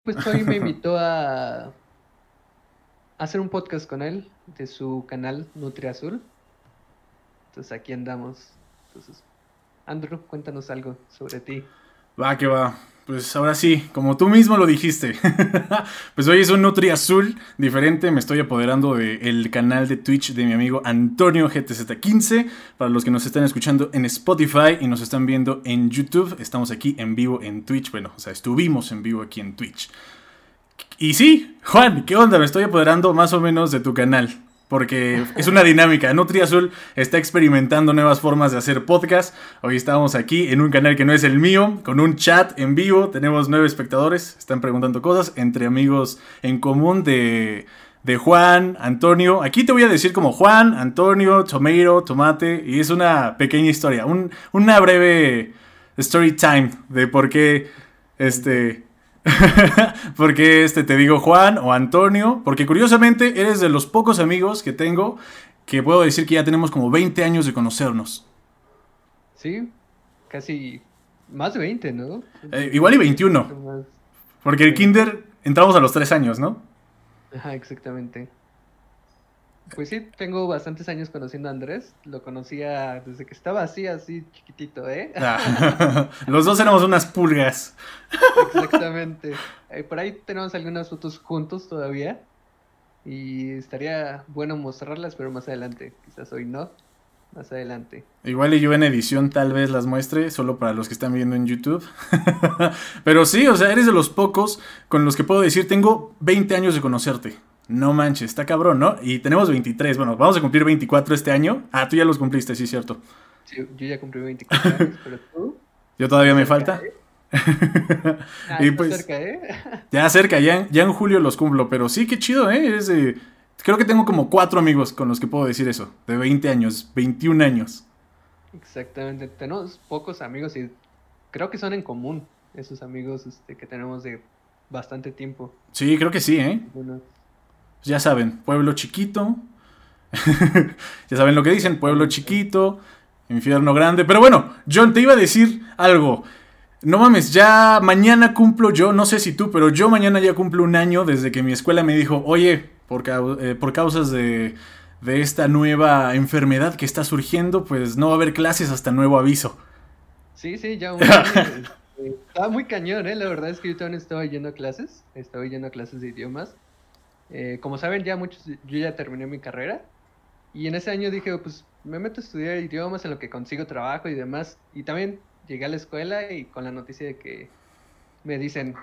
Pues hoy me invitó a hacer un podcast con él de su canal Nutri Azul. Entonces aquí andamos. Entonces, Andrew, cuéntanos algo sobre ti. Va, que va. Pues ahora sí, como tú mismo lo dijiste. Pues hoy es un Nutri Azul diferente. Me estoy apoderando del canal de Twitch de mi amigo Antonio GTZ15. Para los que nos están escuchando en Spotify y nos están viendo en YouTube, estamos aquí en vivo en Twitch. Bueno, o sea, estuvimos en vivo aquí en Twitch. Y sí, Juan, ¿qué onda? Me estoy apoderando más o menos de tu canal. Porque es una dinámica. Nutri Azul está experimentando nuevas formas de hacer podcast. Hoy estamos aquí en un canal que no es el mío, con un chat en vivo. Tenemos 9 espectadores. Están preguntando cosas entre amigos en común de Juan, Antonio. Aquí te voy a decir como Juan, Antonio, Tomato, Tomate. Y es una pequeña historia. Una breve story time de por qué este porque te digo Juan o Antonio, porque curiosamente eres de los pocos amigos que tengo que puedo decir que ya tenemos como 20 años de conocernos. Sí, casi más de 20, ¿no? Igual y Sí, un 21, poquito más. porque el Bueno, kinder entramos a los 3 años, ¿no? ajá, exactamente. Pues sí, tengo bastantes años conociendo a Andrés. Lo conocía desde que estaba así chiquitito, ¿eh? Los dos éramos unas pulgas. Exactamente. Por ahí tenemos algunas fotos juntos todavía. Y estaría bueno mostrarlas, pero más adelante. Quizás hoy no. Más adelante. Igual y yo en edición tal vez las muestre, solo para los que están viendo en YouTube. Pero sí, o sea, eres de los pocos con los que puedo decir, tengo 20 años de conocerte. No manches, está cabrón, ¿no? Y tenemos 23, bueno, vamos a cumplir 24 este año. Ah, tú ya los cumpliste, sí, cierto. Sí, yo ya cumplí 24 años, pero tú Yo estás todavía me cerca, falta. ¿eh? Ah, Y estás pues, cerca, ¿eh? ya cerca, ya en julio los cumplo. Pero sí, qué chido, ¿eh? Creo que tengo como 4 amigos con los que puedo decir eso. De 20 años, 21 años. Exactamente. Tenemos pocos amigos y creo que son en común esos amigos que tenemos de bastante tiempo. Sí, creo que sí, ¿eh? Algunos, Ya saben, pueblo chiquito. Ya saben lo que dicen, pueblo exactamente. chiquito, infierno grande. Pero bueno, John, te iba a decir algo. No mames, ya mañana cumplo yo, no sé si tú, pero yo mañana ya cumplo un año desde que mi escuela me dijo, oye, por causas de esta nueva enfermedad que está surgiendo, pues no va a haber clases hasta nuevo aviso. Sí, sí, ya un año. Estaba muy cañón, ¿eh? La verdad es que yo también estaba yendo a clases. Estaba yendo a clases de idiomas. Como saben, ya muchos, yo ya terminé mi carrera. Y en ese año dije, pues me meto a estudiar idiomas en lo que consigo trabajo y demás. Y también llegué a la escuela y con la noticia de que me dicen,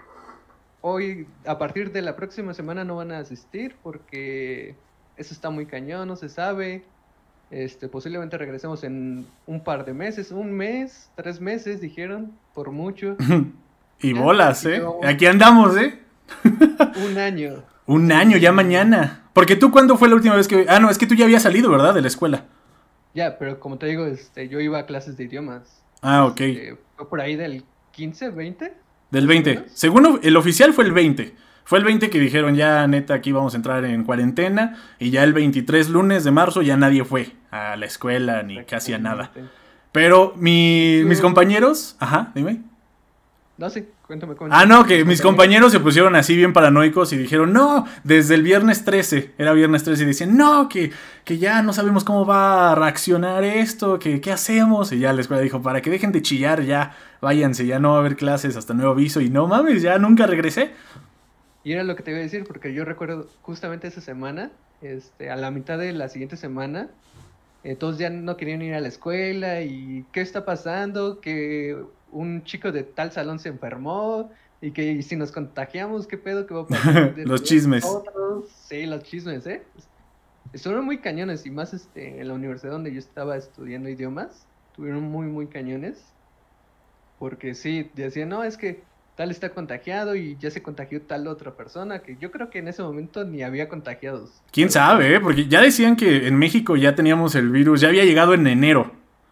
hoy, a partir de la próxima semana no van a asistir porque eso está muy cañón, no se sabe. Posiblemente regresemos en un par de meses, un mes, 3 meses, dijeron, por mucho. Y Ya, bolas, aquí ¿eh? llevamos Aquí andamos, ¿eh? un año. Un Sí, año, sí, ya sí. mañana. Porque tú, ¿cuándo fue la última vez que... Ah, no, es que tú ya habías salido, ¿verdad? De la escuela. Ya, pero como te digo, yo iba a clases de idiomas. Ah, ok. Fue por ahí del 15, 20, Del más o 20. menos. Según el oficial fue el 20. Fue el 20 que dijeron ya neta aquí vamos a entrar en cuarentena y ya el 23 lunes de marzo ya nadie fue a la escuela ni casi a nada. Exactamente. Pero ¿Y mis tú? compañeros, ajá, dime. No sé, cuéntame, Ah, cuéntame. no, ¿Tus que mis compañeros? compañeros se pusieron así bien paranoicos y dijeron, no, desde el viernes 13, era viernes 13 y decían, no, que ya no sabemos cómo va a reaccionar esto, que qué hacemos. Y ya la escuela dijo, para que dejen de chillar, ya váyanse, ya no va a haber clases hasta nuevo aviso. Y no mames, ya nunca regresé. Y era lo que te iba a decir, porque yo recuerdo justamente esa semana, a la mitad de la siguiente semana, todos ya no querían ir a la escuela y qué está pasando, que un chico de tal salón se enfermó y que y si nos contagiamos, qué pedo, qué va a pasar de Los chismes. nosotros. Sí, los chismes, ¿eh? Estuvieron muy cañones y más en la universidad donde yo estaba estudiando idiomas, tuvieron muy, muy cañones, porque sí, decían, no, es que tal está contagiado y ya se contagió tal otra persona, que yo creo que en ese momento ni había contagiados, ¿Quién la verdad. sabe, Porque ya decían que en México ya teníamos el virus, ya había llegado en enero.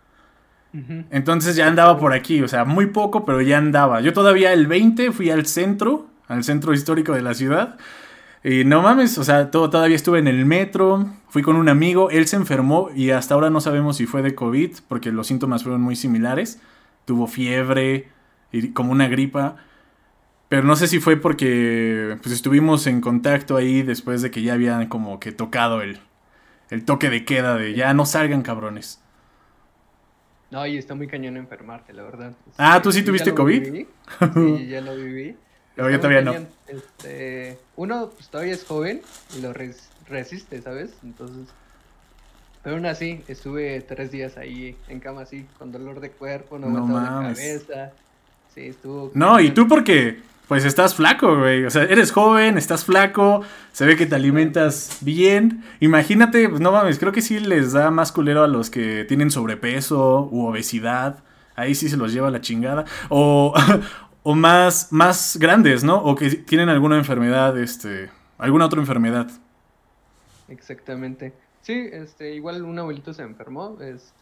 Ujú, Entonces ya andaba por exactamente. aquí, o sea, muy poco, pero ya andaba. Yo todavía el 20 fui al centro histórico de la ciudad. Y no mames, o sea, todavía estuve en el metro, fui con un amigo, él se enfermó y hasta ahora no sabemos si fue de COVID, porque los síntomas fueron muy similares. Tuvo fiebre y como una gripa. Pero no sé si fue porque pues estuvimos en contacto ahí después de que ya habían como que tocado el toque de queda de ya no salgan cabrones. No, y está muy cañón enfermarte, la verdad. Ah, ¿tú sí Yo ya tuviste lo COVID? viví. Sí, ya lo viví. No, yo Está muy todavía no. cañón. Uno pues todavía es joven y lo resiste, ¿sabes? Entonces, pero aún así, estuve 3 días ahí en cama así, con dolor de cuerpo, no No aguantaba la mames. cabeza. Sí, estuvo No, y tú cañón. porque pues estás flaco, güey. O sea, eres joven, estás flaco, se ve que te Ajá. alimentas bien. Imagínate, pues no mames, creo que sí les da más culero a los que tienen sobrepeso u obesidad. Ahí sí se los lleva la chingada. O, o más grandes, ¿no? O que tienen alguna enfermedad, alguna otra enfermedad. Exactamente. Sí, igual un abuelito se enfermó,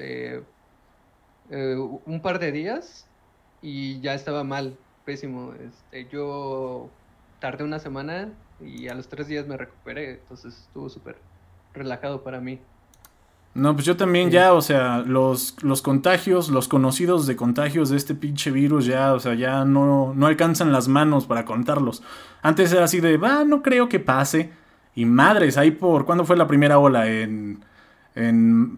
un par de días y ya estaba mal, pésimo. Yo tardé una semana y a los 3 días me recuperé, entonces estuvo súper relajado para mí. No, pues yo también Sí, ya, o sea, los contagios, los conocidos de contagios de este pinche virus ya, o sea, ya no alcanzan las manos para contarlos. Antes era así de, no creo que pase. Y madres, ahí por, ¿cuándo fue la primera ola? En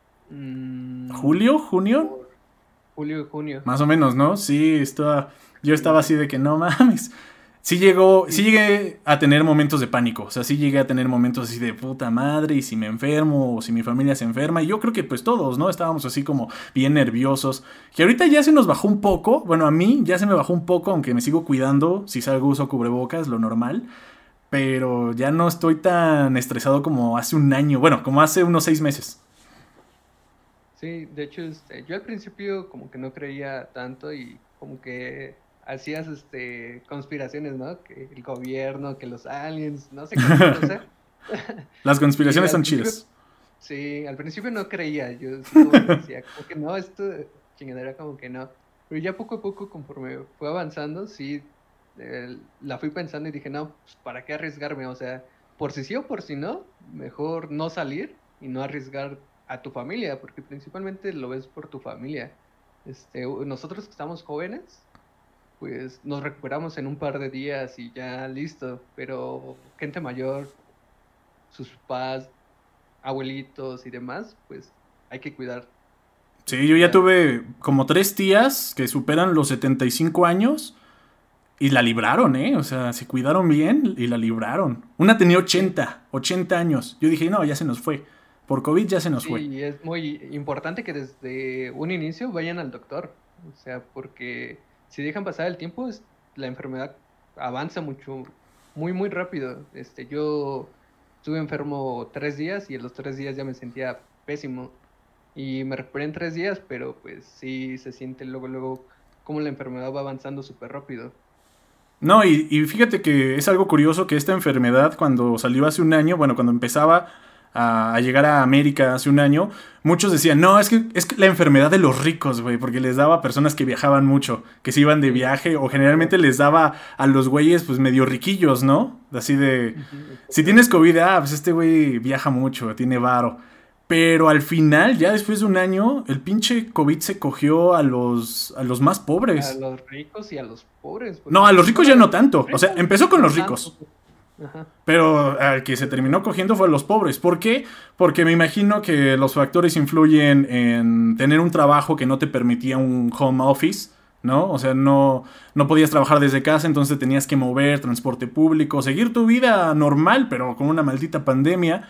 mm, julio, junio, por julio y junio. más o menos, ¿no? Sí, yo estaba Sí, así de que no mames. Sí sí, llegué a tener momentos de pánico, o sea, sí llegué a tener momentos así de puta madre, y si me enfermo, o si mi familia se enferma, y yo creo que pues todos, ¿no? Estábamos así como bien nerviosos, que ahorita ya se nos bajó un poco, bueno, a mí ya se me bajó un poco, aunque me sigo cuidando, si salgo uso cubrebocas, lo normal, pero ya no estoy tan estresado como hace un año, bueno, como hace unos 6 meses. sí, de hecho, yo al principio como que no creía tanto y como que hacías, conspiraciones, ¿no? Que el gobierno, que los aliens, no sé cuánta cosa. Las Y conspiraciones al son principio, chidas. sí, al principio no creía, yo sí como que decía, como que no, esto chingadera como que no. Pero ya poco a poco, conforme fue avanzando, sí, la fui pensando y dije, no, pues ¿para qué arriesgarme? O sea, por si sí o por si no, mejor no salir y no arriesgar a tu familia, porque principalmente lo ves por tu familia. Nosotros que estamos jóvenes, pues nos recuperamos en un par de días y ya listo, pero gente mayor, sus papás, abuelitos y demás, pues hay Sí, que yo ya cuidar. tuve como 3 tías que superan los 75 años y la libraron, ¿eh? O sea, se cuidaron bien y la libraron. Una tenía Sí, 80 años. Yo dije, no, ya se nos fue. Por COVID ya se nos fue. sí, es muy importante que desde un inicio vayan al doctor, o sea, porque si dejan pasar el tiempo, la enfermedad avanza mucho, muy, muy rápido. Yo estuve enfermo 3 días y en los 3 días ya me sentía pésimo y me recuperé en 3 días, pero pues sí se siente luego, luego cómo la enfermedad va avanzando súper rápido. No, y fíjate que es algo curioso que esta enfermedad, cuando salió hace un año, bueno, cuando empezaba a llegar a América hace un año, muchos decían, no, es que la enfermedad de los ricos, güey, porque les daba a personas que viajaban mucho, que se iban de Sí, viaje, o generalmente exactamente. les daba a los güeyes, pues medio riquillos, ¿no? Así de, Ujú, si tienes exactamente. COVID, pues este güey viaja mucho, tiene varo. Pero al final, ya después de un año, el pinche COVID se cogió a los más A pobres. los ricos y a los pobres, No, porque a los pues ricos ya bueno, no tanto. O sea, ricos empezó con no los tanto, ricos. pues. Ajá, Pero al que se terminó cogiendo fue a los pobres. ¿Por qué? Porque me imagino que los factores influyen en tener un trabajo que no te permitía un home office, ¿no? O sea, no podías trabajar desde casa, entonces tenías que mover transporte público, seguir tu vida normal, pero con una maldita pandemia.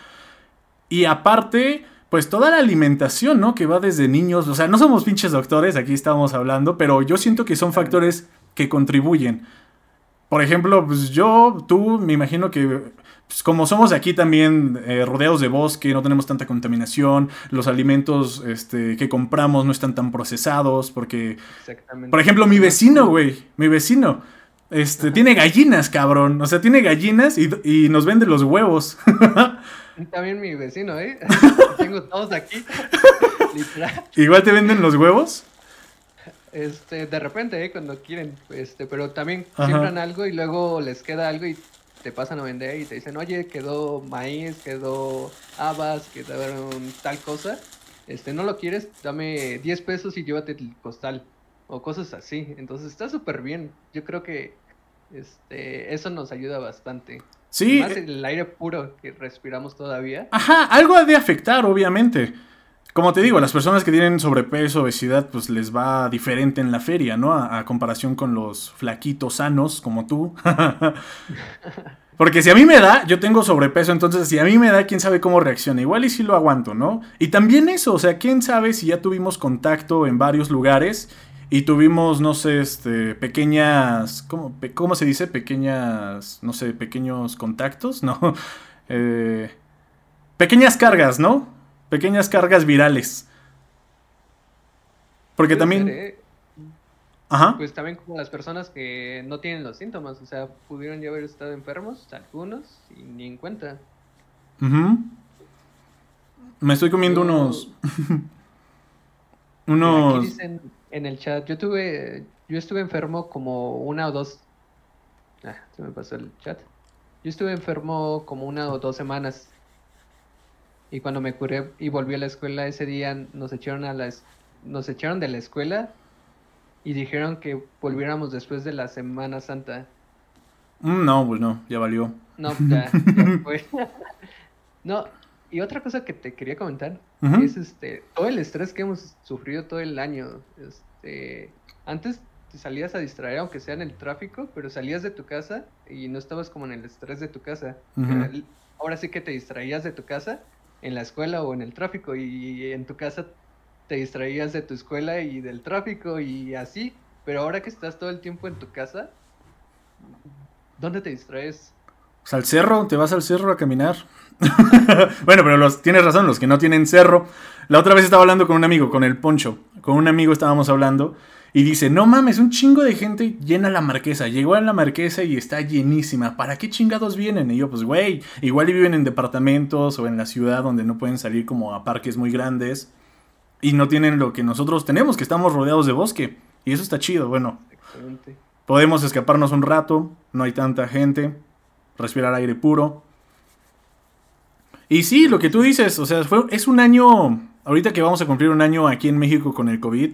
Y aparte, pues toda la alimentación, ¿no? Que va desde niños. O sea, no somos pinches doctores, aquí estamos hablando, pero yo sí, siento que son claramente. factores que contribuyen. Por ejemplo, pues tú, me imagino que pues, como somos aquí también rodeados de bosque, no tenemos tanta contaminación, los alimentos que compramos no están tan procesados, porque, por Exactamente. ejemplo, mi Son más vecino, puros. güey, mi vecino, Ajá. tiene gallinas, cabrón, o sea, tiene gallinas y nos vende los huevos. También mi vecino, ¿eh? Tengo todos aquí, literal. Igual te venden los huevos. De repente, cuando quieren, pero también Ajá. siembran algo y luego les queda algo y te pasan a vender y te dicen, oye, quedó maíz, quedó habas, quedaron tal cosa, no lo quieres, dame 10 pesos y llévate el costal, o cosas así. Entonces está súper bien. Yo creo que eso nos ayuda bastante. Sí. Más el aire puro que respiramos todavía. Ajá, algo ha de afectar, obviamente. Como te digo, las personas que tienen sobrepeso, obesidad, pues les va diferente en la feria, ¿no? A comparación con los flaquitos sanos como tú. Porque si a mí me da, yo tengo sobrepeso, entonces si a mí me da, quién sabe cómo reacciona. Igual y si lo aguanto, ¿no? Y también eso, o sea, quién sabe si ya tuvimos contacto en varios lugares y tuvimos, no sé, pequeñas, ¿cómo se dice? Pequeñas, no sé, pequeños contactos, ¿no? Eh, pequeñas cargas, ¿no? Pequeñas cargas virales. Porque Puede ser, también... ¿eh? Ajá. Pues también como las personas que no tienen los síntomas, o sea, pudieron ya haber estado enfermos, algunos, y ni en cuenta. Ujú. Me estoy comiendo Yo, unos... mira, aquí unos... dicen en el chat, yo estuve enfermo como una o dos, se me pasó el chat. Yo estuve enfermo como 1 o 2 semanas y cuando me curé y volví a la escuela ese día nos echaron de la escuela y dijeron que volviéramos después de la Semana Santa. No, pues no, ya valió. No, ya fue. No, y otra cosa que te quería comentar Ujú. es todo el estrés que hemos sufrido todo el año. Antes te salías a distraer, aunque sea en el tráfico, pero salías de tu casa y no estabas como en el estrés de tu casa. Ujú. Ahora sí que te distraías de tu casa en la escuela o en el tráfico, y en tu casa te distraías de tu escuela y del tráfico y así. Pero ahora que estás todo el tiempo en tu casa, ¿dónde te distraes? Pues al cerro, te vas al cerro a caminar. Bueno, pero tienes razón, los que no tienen cerro. La otra vez estaba hablando con un amigo, con el Poncho. Con un amigo estábamos hablando. Y dice, no mames, un chingo de gente llena la Marquesa. Llegó a la Marquesa y está llenísima. ¿Para qué chingados vienen? Y yo, pues, güey, igual y viven en departamentos o en la ciudad donde no pueden salir como a parques muy grandes. Y no tienen lo que nosotros tenemos, que estamos rodeados de bosque. Y eso está chido, bueno. Exactamente. Podemos escaparnos un rato, no hay tanta gente, respirar aire puro. Y sí, lo Sí, que tú sí. dices, o sea, es un año, ahorita que vamos a cumplir un año aquí en México con el COVID,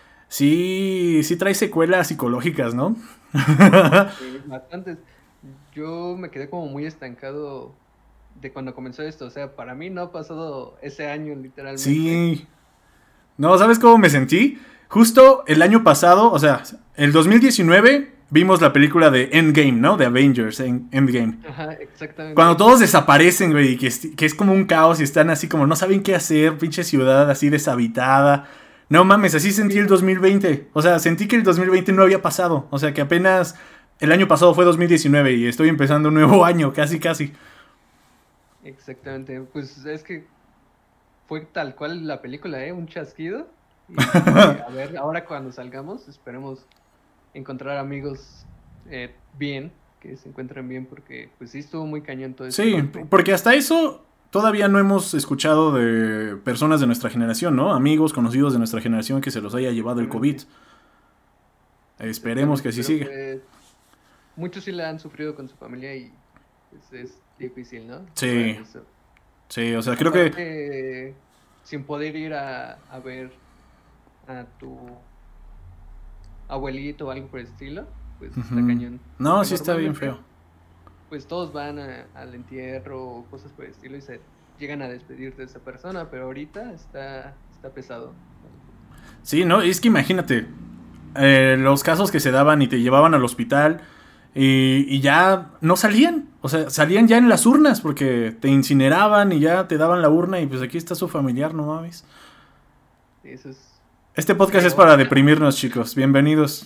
sí trae secuelas psicológicas, ¿no? Bastantes. Yo me quedé como muy estancado de cuando comenzó esto. O sea, para mí no ha pasado ese año literalmente. Sí. No, ¿sabes cómo me sentí? Justo el año pasado, o sea, el 2019 vimos la película de Endgame, ¿no? De Avengers, Endgame. Ajá, Cuando exactamente. todos desaparecen, güey, y que es como un caos y están así como no saben qué hacer, pinche ciudad así deshabitada. No mames, así sentí el Sí, 2020. O sea, sentí que el 2020 no había pasado. O sea, que apenas el año pasado fue 2019 y estoy empezando un nuevo año, casi, casi. exactamente. Pues es que fue tal cual la película, ¿eh? Un chasquido. Y a ver, ahora cuando salgamos, esperemos encontrar amigos bien, que se encuentren bien, porque pues sí estuvo muy cañón todo este Sí, golpe. porque hasta eso todavía no hemos escuchado de personas de nuestra generación, ¿no? Amigos, conocidos de nuestra generación que se los haya llevado el COVID. Exactamente. Esperemos que Exactamente, así pero siga. pues muchos sí la han sufrido con su familia y pues, es difícil, ¿no? Llevar Sí, eso. sí, o sea, creo que... Aparte, sin poder ir a ver a tu abuelito o algo por el estilo, pues está Ujú. cañón. No, Porque sí está bien feo. normalmente, pues todos van al entierro o cosas por el estilo y se llegan a despedir de esa persona, pero ahorita está pesado. Sí, ¿no? Es que imagínate, los casos que se daban y te llevaban al hospital y ya no salían. O sea, salían ya en las urnas porque te incineraban y ya te daban la urna y pues aquí está su familiar, no mames. Eso es Este podcast es peor. para deprimirnos, chicos. Bienvenidos.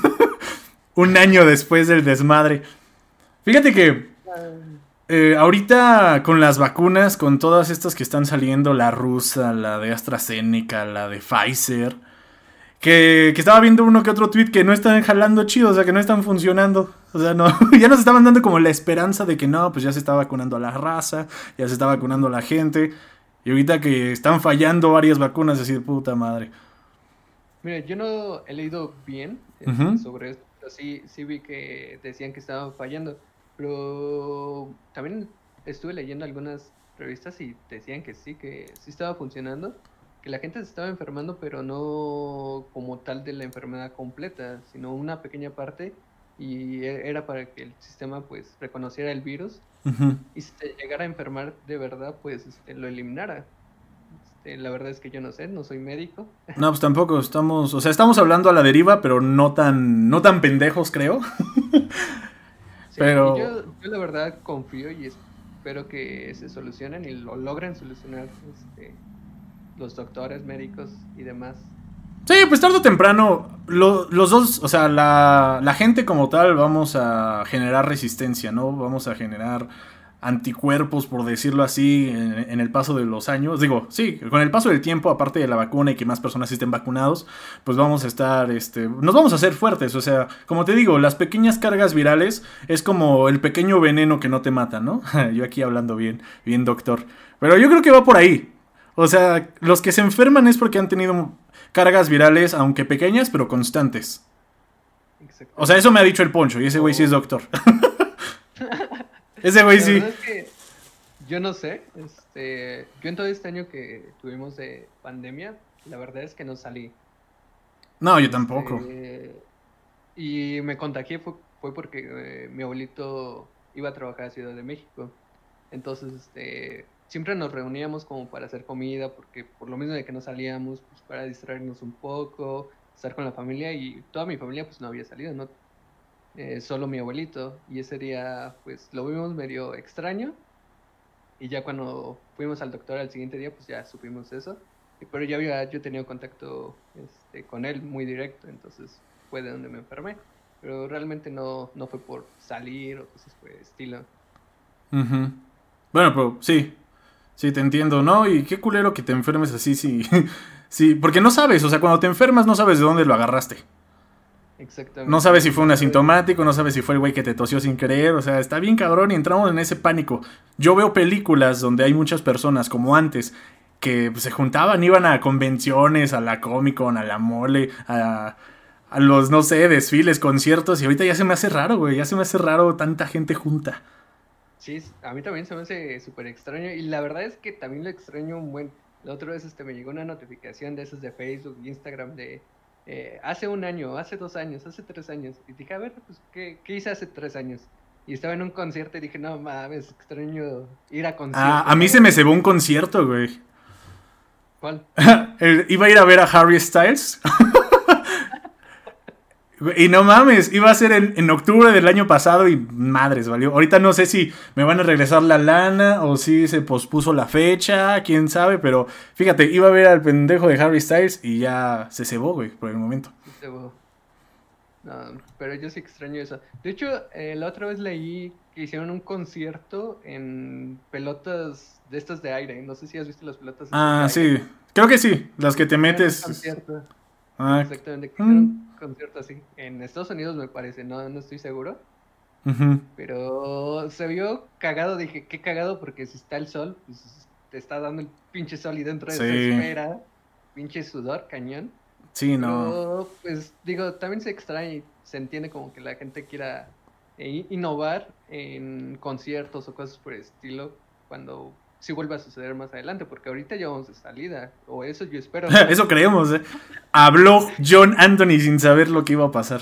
Un año después del desmadre. Fíjate que ahorita con las vacunas, con todas estas que están saliendo, la rusa, la de AstraZeneca, la de Pfizer, que estaba viendo uno que otro tweet que no están jalando chido, o sea, que no están funcionando. O sea, no, ya nos estaban dando como la esperanza de que no, pues ya se está vacunando a la raza, ya se está vacunando a la gente. Y ahorita que están fallando varias vacunas, así de puta madre. Mira, yo no he leído bien Ujú. sobre esto, pero sí vi que decían que estaban fallando. Pero también estuve leyendo algunas revistas y decían que sí estaba funcionando, que la gente se estaba enfermando, pero no como tal de la enfermedad completa, sino una pequeña parte, y era para que el sistema pues reconociera el virus Ujú. y si te llegara a enfermar de verdad, pues lo eliminara. La verdad es que yo no sé, no soy médico. No, pues tampoco estamos, o sea, estamos hablando a la deriva, pero no tan pendejos, creo. Sí, y Pero yo la verdad confío y espero que se solucionen y lo logren solucionar los doctores, médicos y demás. sí, pues tarde o temprano, los dos, o sea, la gente como tal, vamos a generar resistencia, ¿no? Vamos a generar anticuerpos, por decirlo así, en el paso de los años. Digo, sí, con el paso del tiempo, aparte de la vacuna y que más personas estén vacunados, pues vamos a estar, nos vamos a hacer fuertes. O sea, como te digo, las pequeñas cargas virales es como el pequeño veneno que no te mata, ¿no? Yo aquí hablando bien, bien doctor. Pero yo creo que va por ahí. O sea, los que se enferman es porque han tenido cargas virales, aunque pequeñas, pero constantes. O sea, eso me ha Exactamente. dicho el Poncho, y ese güey sí es O doctor. Ese güey la sí. verdad es que yo no sé, yo en todo este año que tuvimos de pandemia, la verdad es que no salí. No, yo tampoco. Este, y me contagié fue porque mi abuelito iba a trabajar a Ciudad de México. Entonces, siempre nos reuníamos como para hacer comida, porque por lo mismo de que no salíamos, pues para distraernos un poco, estar con la familia y toda mi familia pues no había salido, ¿no? Solo mi abuelito. Y ese día pues lo vimos medio extraño y ya cuando fuimos al doctor al siguiente día pues ya supimos eso. Pero ya había yo tenido contacto con él muy directo, entonces fue de donde me enfermé. Pero realmente no fue por salir o cosas por el estilo. Ujú. Bueno, pero sí, sí, te entiendo, ¿no? Y qué culero que te enfermes así, sí. Sí, porque no sabes, o sea, cuando te enfermas no sabes de dónde lo agarraste. No sabes Exactamente, si fue no un sabes. asintomático, no sabes si fue el güey que te tosió sin querer, o sea, está bien cabrón y entramos en ese pánico. Yo veo películas donde hay muchas personas, como antes, que pues, se juntaban, iban a convenciones, a la Comic Con, a la Mole, a los, no sé, desfiles, conciertos, y ahorita ya se me hace raro, güey, ya se me hace raro tanta gente junta. Sí, a mí también se me hace súper extraño y la verdad es que también lo extraño un buen. La otra vez me llegó una notificación de esas de Facebook y Instagram de hace un año, hace 2 años, hace 3 años. Y dije, a ver, pues, ¿qué hice hace 3 años? Y estaba en un concierto y dije, no mames, extraño ir a A conciertos mí se me ahora. cebó un concierto, güey. ¿Cuál? Iba a ir a ver a Harry Styles. Y no mames, iba a ser en octubre del año pasado y madres, valió. Ahorita no sé si me van a regresar la lana o si se pospuso la fecha, quién sabe, pero fíjate, iba a ver al pendejo de Harry Styles y ya se cebó, güey, por el momento. Sí, no, pero yo sí extraño eso. De hecho, la otra vez leí que hicieron un concierto en pelotas de estas de aire. No sé si has visto las pelotas estas de Ah, aire. sí, creo que sí, las que te Hicieron un metes. concierto. Ah, Exactamente, que hicieron mm, un concierto así. En Estados Unidos me parece, no estoy seguro. ujú, Pero se vio cagado, dije, qué cagado, porque si está el sol, pues te está dando el pinche sol y dentro de esa sí, esfera, pinche sudor, cañón. sí, no. Pero, pues, digo, también se extraña y se entiende como que la gente quiera innovar en conciertos o cosas por el estilo, cuando sí vuelva a suceder más adelante, porque ahorita ya vamos de salida, o eso yo espero. Eso creemos, ¿eh? Habló John Anthony sin saber lo que iba a pasar.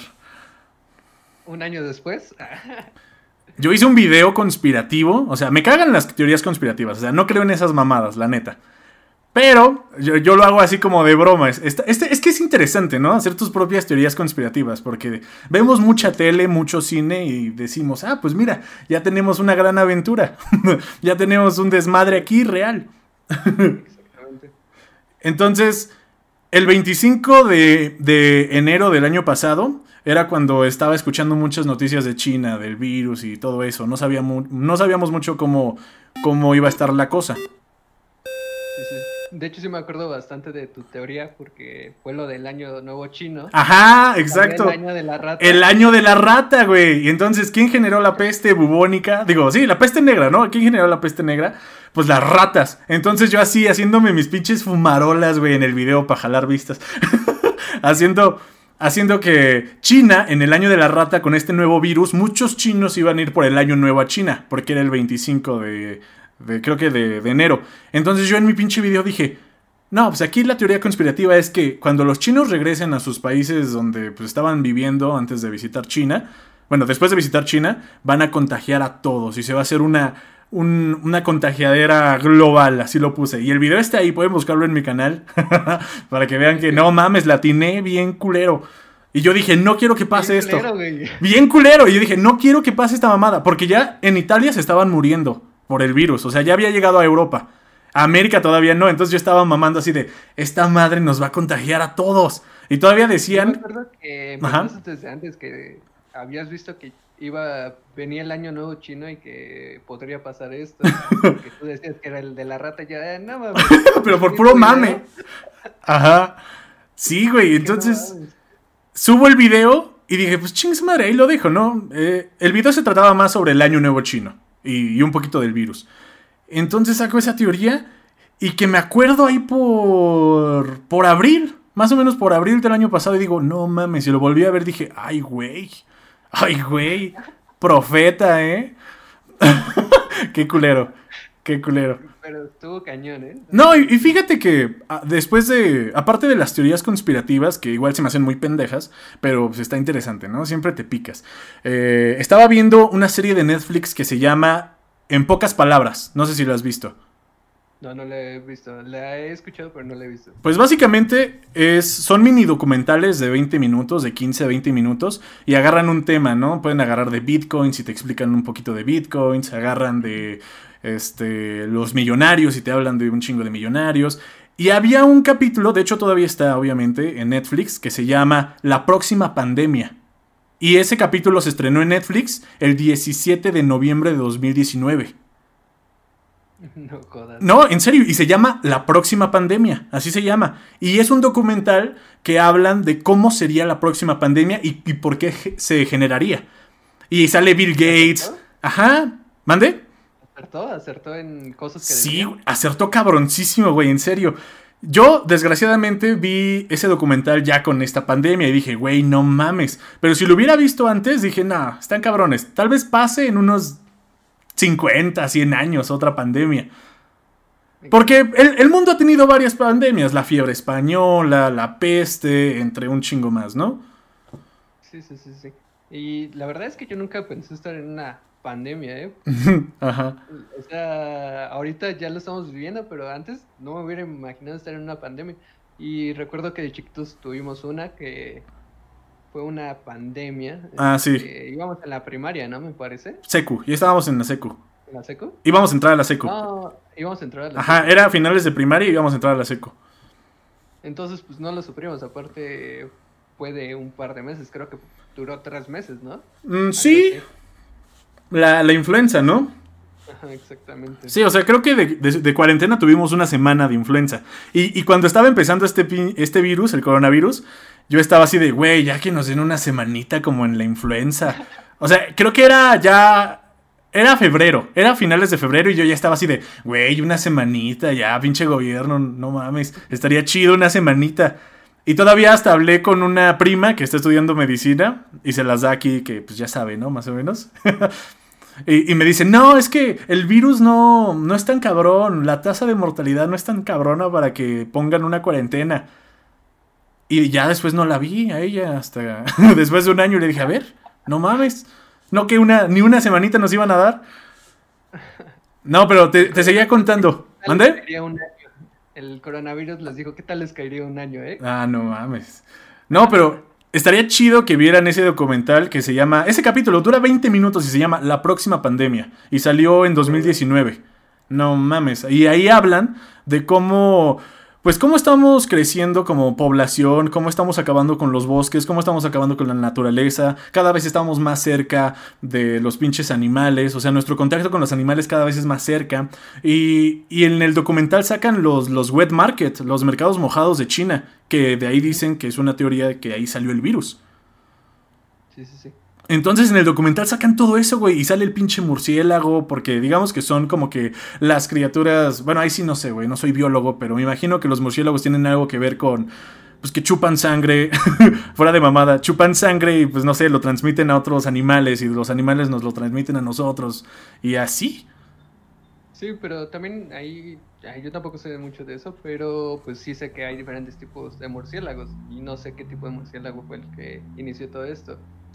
Un año después. Yo hice un video conspirativo, o sea, me cagan las teorías conspirativas, o sea, no creo en esas mamadas, la neta. Pero yo lo hago así como de broma. Es que es interesante, ¿no? Hacer tus propias teorías conspirativas, porque vemos mucha tele, mucho cine y decimos, ah, pues mira, ya tenemos una gran aventura, ya tenemos un desmadre aquí real. Exactamente. Entonces, el 25 de enero del año pasado era cuando estaba escuchando muchas noticias de China, del virus y todo eso. No sabíamos mucho cómo iba a estar la cosa. Sí, sí. De hecho, sí me acuerdo bastante de tu teoría porque fue lo del año nuevo chino. Ajá, También el exacto. año de la El rata. año de la rata, güey. Y entonces, ¿quién generó la peste bubónica? Digo, sí, la peste negra, ¿no? ¿Quién generó la peste negra? Pues las ratas. Entonces yo así, haciéndome mis pinches fumarolas, güey, en el video para jalar vistas. haciendo, haciendo que China, en el año de la rata, con este nuevo virus, muchos chinos iban a ir por el año nuevo a China, porque era el 25 creo que de enero. Entonces yo en mi pinche video dije, no, pues aquí la teoría conspirativa es que cuando los chinos regresen a sus países donde pues, estaban viviendo antes de visitar China, bueno, después de visitar China, van a contagiar a todos y se va a hacer una contagiadera global, así lo puse. Y el video está ahí, pueden buscarlo en mi canal para que vean que no mames, la atiné bien culero. Y yo dije, no quiero que pase Bien esto. culero, güey. Bien culero. Y yo dije, no quiero que pase esta mamada. Porque ya en Italia se estaban muriendo por el virus. O sea, ya había llegado a Europa. A América todavía no. Entonces yo estaba mamando así de, esta madre nos va a contagiar a todos. Y todavía Yo me decían... acuerdo que Ajá. pensaste desde antes que habías visto que venía el año nuevo chino y que podría pasar esto. Que tú decías que era el de la rata, ya, no mames. Pero por ¿Viste puro el video? mame. Ajá. Sí, güey. Dije, no Entonces... mames. Subo el video y dije, pues ching su madre, ahí lo dejo, ¿no? El video se trataba más sobre el año nuevo chino y un poquito del virus. Entonces saco esa teoría y que me acuerdo ahí por abril, más o menos por abril del año pasado y digo, no mames, y lo volví a ver, dije, ay güey, profeta, ¿eh? Qué culero, qué culero. Pero estuvo cañón, ¿eh? No, y fíjate que después de, aparte de las teorías conspirativas, que igual se me hacen muy pendejas, pero pues está interesante, ¿no? Siempre te picas. Estaba viendo una serie de Netflix que se llama En pocas palabras, no sé si lo has visto. No, no la he visto. La he escuchado, pero no la he visto. Pues básicamente son mini documentales de 20 minutos, de 15 a 20 minutos, y agarran un tema, ¿no? Pueden agarrar de bitcoins y te explican un poquito de bitcoins, agarran de los millonarios y te hablan de un chingo de millonarios. Y había un capítulo, de hecho todavía está obviamente en Netflix, que se llama La próxima pandemia. Y ese capítulo se estrenó en Netflix el 17 de noviembre de 2019. No jodas. No, en serio, y se llama La próxima pandemia, así se llama. Y es un documental que hablan de cómo sería la próxima pandemia y por qué se generaría. Y sale Bill Gates. ¿Acertó? Ajá, ¿mande? ¿Acertó en cosas que Sí, decía? acertó cabroncísimo, güey, en serio. Yo, desgraciadamente, vi ese documental ya con esta pandemia y dije, güey, no mames. Pero si lo hubiera visto antes, dije, nah, están cabrones. Tal vez pase en unos 50, 100 años otra pandemia. Porque el mundo ha tenido varias pandemias, la fiebre española, la peste, entre un chingo más, ¿no? Sí, sí, sí, sí. Y la verdad es que yo nunca pensé estar en una pandemia, ¿eh? Ajá. O sea, ahorita ya lo estamos viviendo, pero antes no me hubiera imaginado estar en una pandemia. Y recuerdo que de chiquitos tuvimos una que fue una pandemia. Ah, sí. Íbamos en la primaria, ¿no? Me parece. Secu, ya estábamos en la secu. ¿En la seco? Íbamos a entrar a la secu. No, íbamos a entrar a la Ajá, seco. era a finales de primaria y íbamos a entrar a la secu. Entonces, pues no lo sufrimos. Aparte, fue de un par de meses. Creo que duró 3 meses, ¿no? Algo Sí, así. la influenza, ¿no? Ajá, exactamente. Sí, o sea, creo que de cuarentena tuvimos una semana de influenza. Y cuando estaba empezando este virus, el coronavirus, yo estaba así de, güey, ya que nos den una semanita como en la influenza. O sea, creo que era febrero, era finales de febrero y yo ya estaba así de, güey, una semanita, ya, pinche gobierno, no mames, estaría chido una semanita. Y todavía hasta hablé con una prima que está estudiando medicina y se las da aquí, que pues ya sabe, ¿no? Más o menos. Y me dice, no, es que el virus no es tan cabrón, la tasa de mortalidad no es tan cabrona para que pongan una cuarentena. Y ya después no la vi a ella hasta después de un año y le dije, a ver, no mames, no que ni una semanita nos iban a dar. No, pero te seguía contando. ¿Qué tal les ¿Mande? caería un año? El coronavirus les dijo, ¿qué tal les caería un año, eh? Ah, no mames. No, pero estaría chido que vieran ese documental que se llama... Ese capítulo dura 20 minutos y se llama La próxima pandemia. Y salió en 2019. No mames. Y ahí hablan de cómo... Pues cómo estamos creciendo como población, cómo estamos acabando con los bosques, cómo estamos acabando con la naturaleza, cada vez estamos más cerca de los pinches animales, o sea, nuestro contacto con los animales cada vez es más cerca. Y en el documental sacan los wet market, los mercados mojados de China, que de ahí dicen que es una teoría de que ahí salió el virus. Sí, sí, sí. Entonces en el documental sacan todo eso, güey, y sale el pinche murciélago, porque digamos que son como que las criaturas, bueno, ahí sí no sé, güey, no soy biólogo, pero me imagino que los murciélagos tienen algo que ver con, pues que chupan sangre, fuera de mamada, chupan sangre y pues no sé, lo transmiten a otros animales y los animales nos lo transmiten a nosotros, y así. Sí, pero también yo tampoco sé mucho de eso, pero pues sí sé que hay diferentes tipos de murciélagos y no sé qué tipo de murciélago fue el que inició todo esto.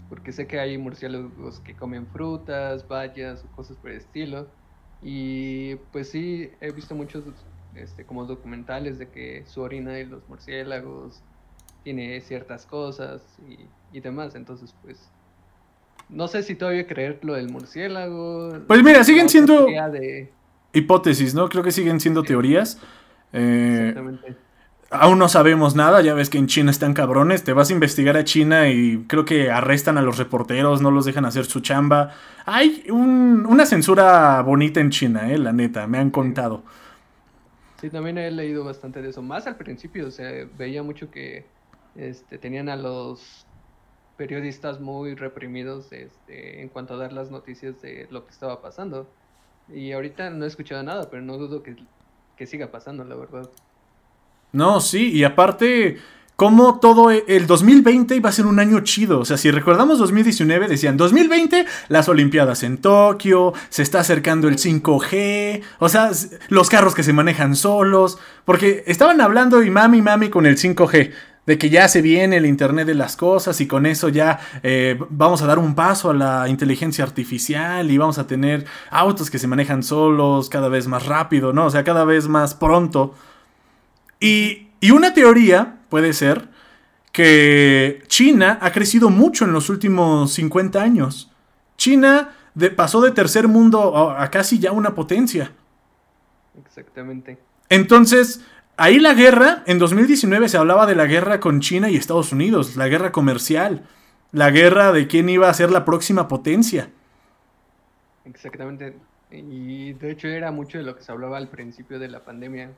porque sé que hay murciélagos que comen frutas, bayas o cosas por el estilo. Y pues sí, he visto muchos como documentales de que su orina de los murciélagos tiene ciertas cosas y demás. Entonces, pues, no sé si todavía creer lo del murciélago. Pues mira, siguen siendo De... hipótesis, ¿no? Creo que siguen siendo teorías. Exactamente. Aún no sabemos nada, ya ves que en China están cabrones, te vas a investigar a China y creo que arrestan a los reporteros, no los dejan hacer su chamba. Hay una censura bonita en China, la neta, me han contado. Sí, también he leído bastante de eso, más al principio, o sea, veía mucho que tenían a los periodistas muy reprimidos en cuanto a dar las noticias de lo que estaba pasando. Y ahorita no he escuchado nada, pero no dudo que siga pasando, la verdad. No, sí, y aparte, como todo el 2020 iba a ser un año chido. O sea, si recordamos 2019, decían 2020, las Olimpiadas en Tokio, se está acercando el 5G, o sea, los carros que se manejan solos, porque estaban hablando y mami con el 5G. De que ya se viene el Internet de las cosas y con eso ya vamos a dar un paso a la inteligencia artificial y vamos a tener autos que se manejan solos cada vez más rápido, ¿no? O sea, cada vez más pronto. Y una teoría puede ser que China ha crecido mucho en los últimos 50 años. China pasó de tercer mundo a casi ya una potencia. Exactamente. Entonces, ahí la guerra, en 2019 se hablaba de la guerra con China y Estados Unidos, la guerra comercial, la guerra de quién iba a ser la próxima potencia. Exactamente. Y de hecho era mucho de lo que se hablaba al principio de la pandemia.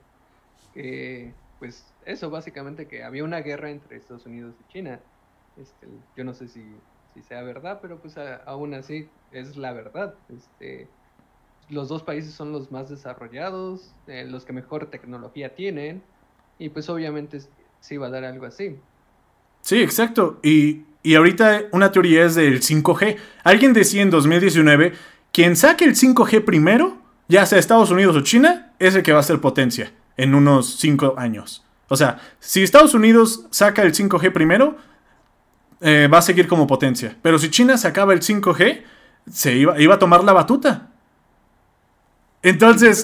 Pues eso, básicamente que había una guerra entre Estados Unidos y China. Yo no sé si sea verdad, pero pues aún así es la verdad. Los dos países son los más desarrollados, los que mejor tecnología tienen, y pues obviamente se iba a dar algo así. Sí, exacto. Y ahorita una teoría es del 5G. Alguien decía en 2019, quien saque el 5G primero, ya sea Estados Unidos o China, es el que va a ser potencia en unos 5 años. O sea, si Estados Unidos saca el 5G primero, va a seguir como potencia. Pero si China sacaba el 5G, se iba a tomar la batuta. Entonces...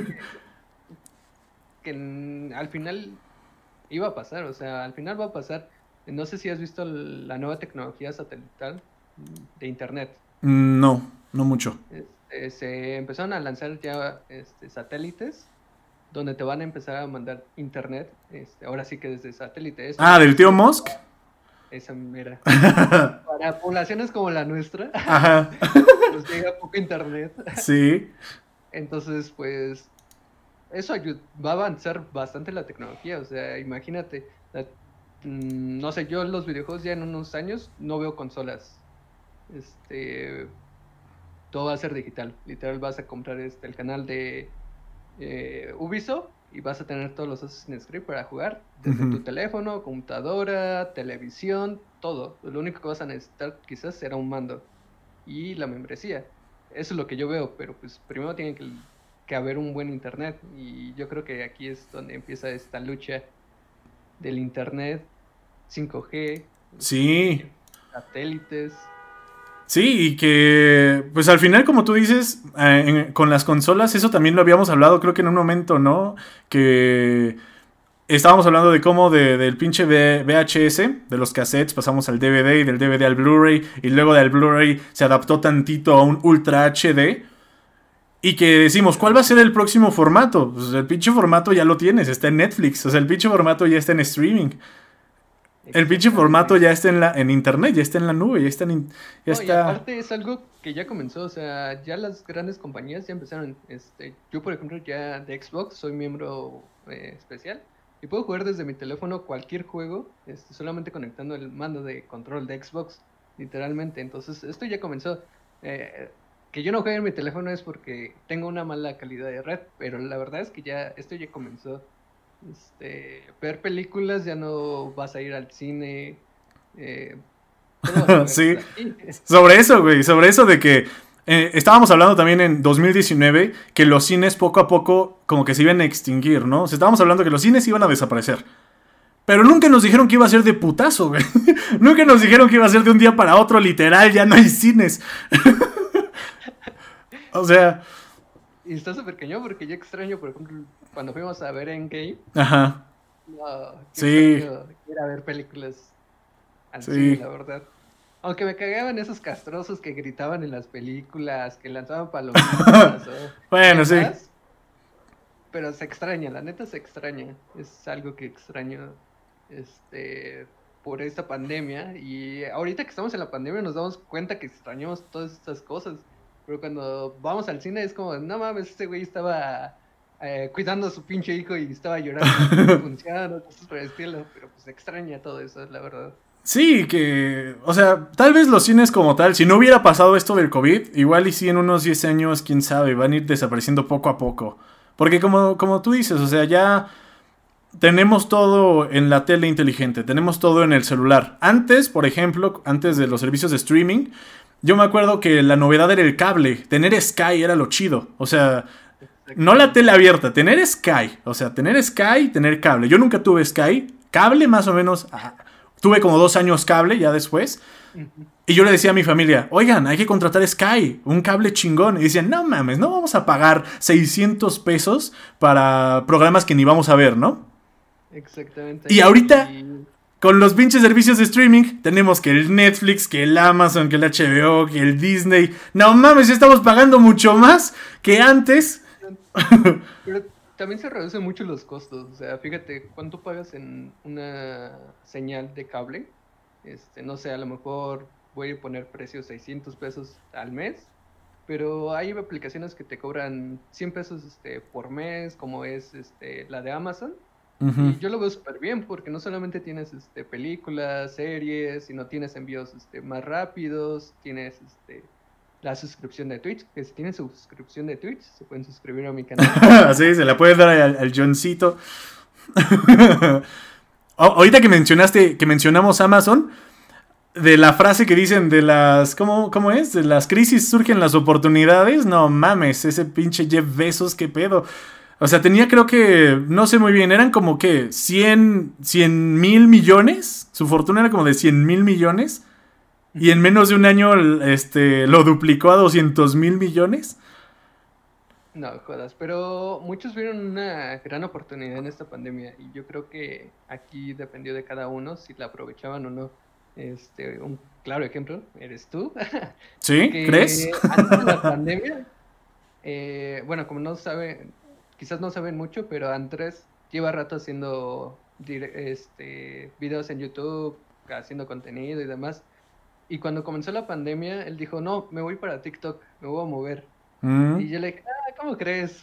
que al final iba a pasar, o sea, al final va a pasar. No sé si has visto la nueva tecnología satelital de internet. No mucho. Se empezaron a lanzar ya satélites donde te van a empezar a mandar internet, ahora sí que desde satélite. ¿Del tío Musk? Esa mera. Para poblaciones como la nuestra, ajá, pues llega poco internet. Sí. Entonces, pues, eso va a avanzar bastante la tecnología. O sea, imagínate, no sé, yo en los videojuegos ya en unos años no veo consolas. Todo va a ser digital. Literal, vas a comprar el canal de Ubisoft y vas a tener todos los Assassin's Creed para jugar desde tu teléfono, computadora, televisión, todo. Lo único que vas a necesitar quizás será un mando y la membresía. Eso es lo que yo veo, pero pues primero tiene que haber un buen internet, y yo creo que aquí es donde empieza esta lucha del internet, 5G, sí, satélites. Sí, y que, pues al final, como tú dices, con las consolas, eso también lo habíamos hablado, creo que en un momento, ¿no? Que estábamos hablando de cómo del pinche VHS, de los cassettes, pasamos al DVD y del DVD al Blu-ray, y luego del Blu-ray se adaptó tantito a un Ultra HD, y que decimos, ¿cuál va a ser el próximo formato? Pues el pinche formato ya lo tienes, está en Netflix, o sea, el pinche formato ya está en streaming. El pinche formato ya está en internet, ya está en la nube, ya está Y aparte es algo que ya comenzó, o sea, ya las grandes compañías ya empezaron. Yo, por ejemplo, ya de Xbox soy miembro especial y puedo jugar desde mi teléfono cualquier juego, solamente conectando el mando de control de Xbox, literalmente. Entonces, esto ya comenzó. Que yo no juegue en mi teléfono es porque tengo una mala calidad de red, pero la verdad es que esto ya comenzó. Ver películas, ya no vas a ir al cine. Sí, sobre eso, güey, sobre eso de que estábamos hablando también en 2019 que los cines poco a poco como que se iban a extinguir, ¿no? O sea, estábamos hablando que los cines iban a desaparecer. Pero nunca nos dijeron que iba a ser de putazo, güey. Nunca nos dijeron que iba a ser de un día para otro, literal, ya no hay cines. O sea... Y está súper cañón porque yo extraño, por ejemplo, cuando fuimos a ver Endgame. Ajá. No, sí. Extraño ir a ver películas al sí. cine, la verdad. Aunque me cagaban esos castrosos que gritaban en las películas, que lanzaban palomitas o... Bueno, sí. Pero se extraña, la neta se extraña. Es algo que extraño por esta pandemia. Y ahorita que estamos en la pandemia nos damos cuenta que extrañamos todas estas cosas. Pero cuando vamos al cine es como, no mames, este güey estaba cuidando a su pinche hijo y estaba llorando. Funcionando, cosas por el estilo. Pero pues se extraña todo eso, la verdad. Sí, que... O sea, tal vez los cines como tal, si no hubiera pasado esto del COVID, igual y si en unos 10 años, quién sabe, van a ir desapareciendo poco a poco. Porque como tú dices, o sea, ya tenemos todo en la tele inteligente, tenemos todo en el celular. Antes, por ejemplo, antes de los servicios de streaming, yo me acuerdo que la novedad era el cable. Tener Sky era lo chido. O sea, no la tele abierta, tener Sky. O sea, tener Sky y tener cable. Yo nunca tuve Sky, cable más o menos... Tuve como 2 años cable ya después. Y yo le decía a mi familia, oigan, hay que contratar Sky, un cable chingón. Y decían, no mames, no vamos a pagar 600 pesos para programas que ni vamos a ver, ¿no? Exactamente. Y ahorita, con los pinches servicios de streaming, tenemos que el Netflix, que el Amazon, que el HBO, que el Disney. No mames, ya estamos pagando mucho más que antes. Pero también se reducen mucho los costos. O sea, fíjate, ¿cuánto pagas en una señal de cable? No sé, a lo mejor voy a poner precios 600 pesos al mes, pero hay aplicaciones que te cobran 100 pesos por mes, como es la de Amazon. Y yo lo veo súper bien porque no solamente tienes películas, series, sino tienes envíos más rápidos, tienes la suscripción de Twitch, que si tienen suscripción de Twitch, se pueden suscribir a mi canal. Sí, se la puedes dar al Johncito. Ahorita que mencionamos Amazon, de la frase que dicen de las... ¿Cómo es? De las crisis surgen las oportunidades. No mames, ese pinche Jeff Bezos, qué pedo. O sea, tenía creo que... No sé muy bien, eran como que 100 mil millones. Su fortuna era como de 100 mil millones. Y en menos de un año lo duplicó a 200 mil millones. No, jodas, pero muchos vieron una gran oportunidad en esta pandemia y yo creo que aquí dependió de cada uno si la aprovechaban o no. Un claro ejemplo, eres tú. ¿Sí? ¿Crees? Antes de la pandemia, bueno, como no saben, quizás no saben mucho, pero Andrés lleva rato haciendo videos en YouTube, haciendo contenido y demás. Y cuando comenzó la pandemia, él dijo, no, me voy para TikTok, me voy a mover. Y yo le dije, ¿cómo crees?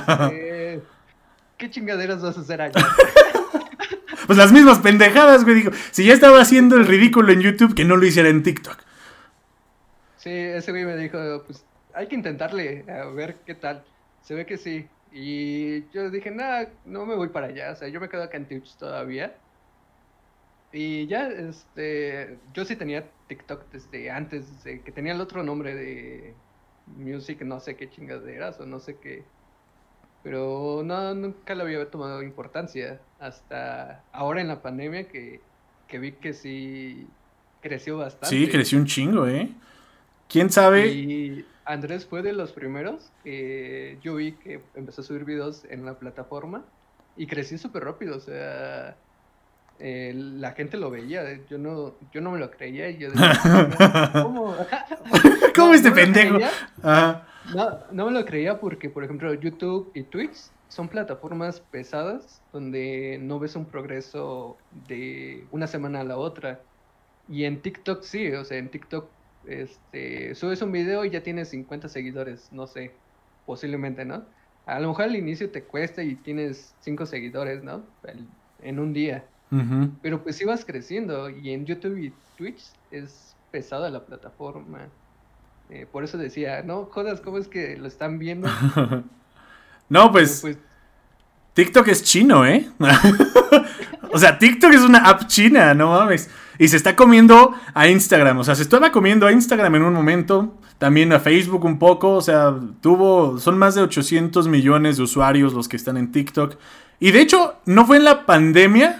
¿Qué chingaderas vas a hacer allá? Pues las mismas pendejadas, güey. Digo, si ya estaba haciendo el ridículo en YouTube, que no lo hiciera en TikTok. Sí, ese güey me dijo, pues hay que intentarle, a ver qué tal. Se ve que sí. Y yo dije, nada, no me voy para allá. O sea, yo me quedo acá en Twitch todavía. Y ya, yo sí tenía TikTok desde antes, que tenía el otro nombre de Music, no sé qué chingaderas o no sé qué. Pero no, nunca le había tomado importancia. Hasta ahora en la pandemia que vi que sí creció bastante. Sí, creció un chingo, ¿Quién sabe? Y Andrés fue de los primeros que yo vi que empezó a subir videos en la plataforma y creció súper rápido, o sea... la gente lo veía, yo no me lo creía y yo decía, ¿cómo? ¿Cómo este pendejo? No me lo creía porque, por ejemplo, YouTube y Twitch son plataformas pesadas donde no ves un progreso de una semana a la otra. Y en TikTok sí, o sea, en TikTok subes un video y ya tienes 50 seguidores, no sé, posiblemente, ¿no? A lo mejor al inicio te cuesta y tienes 5 seguidores, ¿no? En un día. Pero pues ibas creciendo y en YouTube y Twitch es pesada la plataforma. Por eso decía, no jodas, ¿cómo es que lo están viendo? No, pues TikTok es chino, O sea, TikTok es una app china, no mames. Y se está comiendo a Instagram. O sea, se estaba comiendo a Instagram en un momento. También a Facebook un poco. O sea, son más de 800 millones de usuarios los que están en TikTok. Y de hecho, no fue en la pandemia,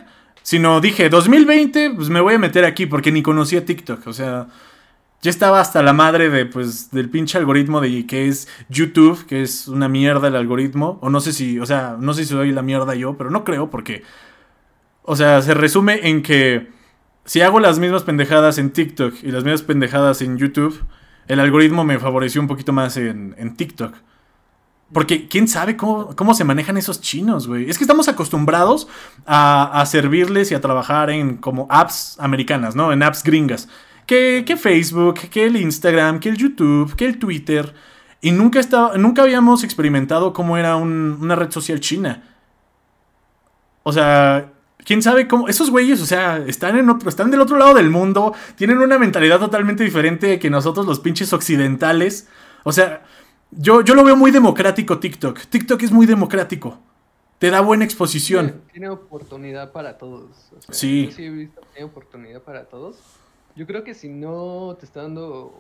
Sino dije, 2020, pues me voy a meter aquí porque ni conocía TikTok. O sea, ya estaba hasta la madre de, pues, del pinche algoritmo de que es YouTube, que es una mierda el algoritmo. O no sé si, o sea, no sé si soy la mierda yo, pero no creo porque, o sea, se resume en que si hago las mismas pendejadas en TikTok y las mismas pendejadas en YouTube, el algoritmo me favoreció un poquito más en TikTok. Porque quién sabe cómo se manejan esos chinos, güey. Es que estamos acostumbrados a servirles y a trabajar en como apps americanas, ¿no? En apps gringas. Que Facebook, que el Instagram, que el YouTube, que el Twitter. Y nunca habíamos experimentado cómo era una red social china. O sea, quién sabe cómo. Esos güeyes, o sea, están del otro lado del mundo. Tienen una mentalidad totalmente diferente que nosotros, los pinches occidentales. O sea, yo lo veo muy democrático TikTok. TikTok es muy democrático. Te da buena exposición. Tiene oportunidad para todos. O sea, sí. Yo sí he visto que tiene oportunidad para todos. Yo creo que si no te está dando...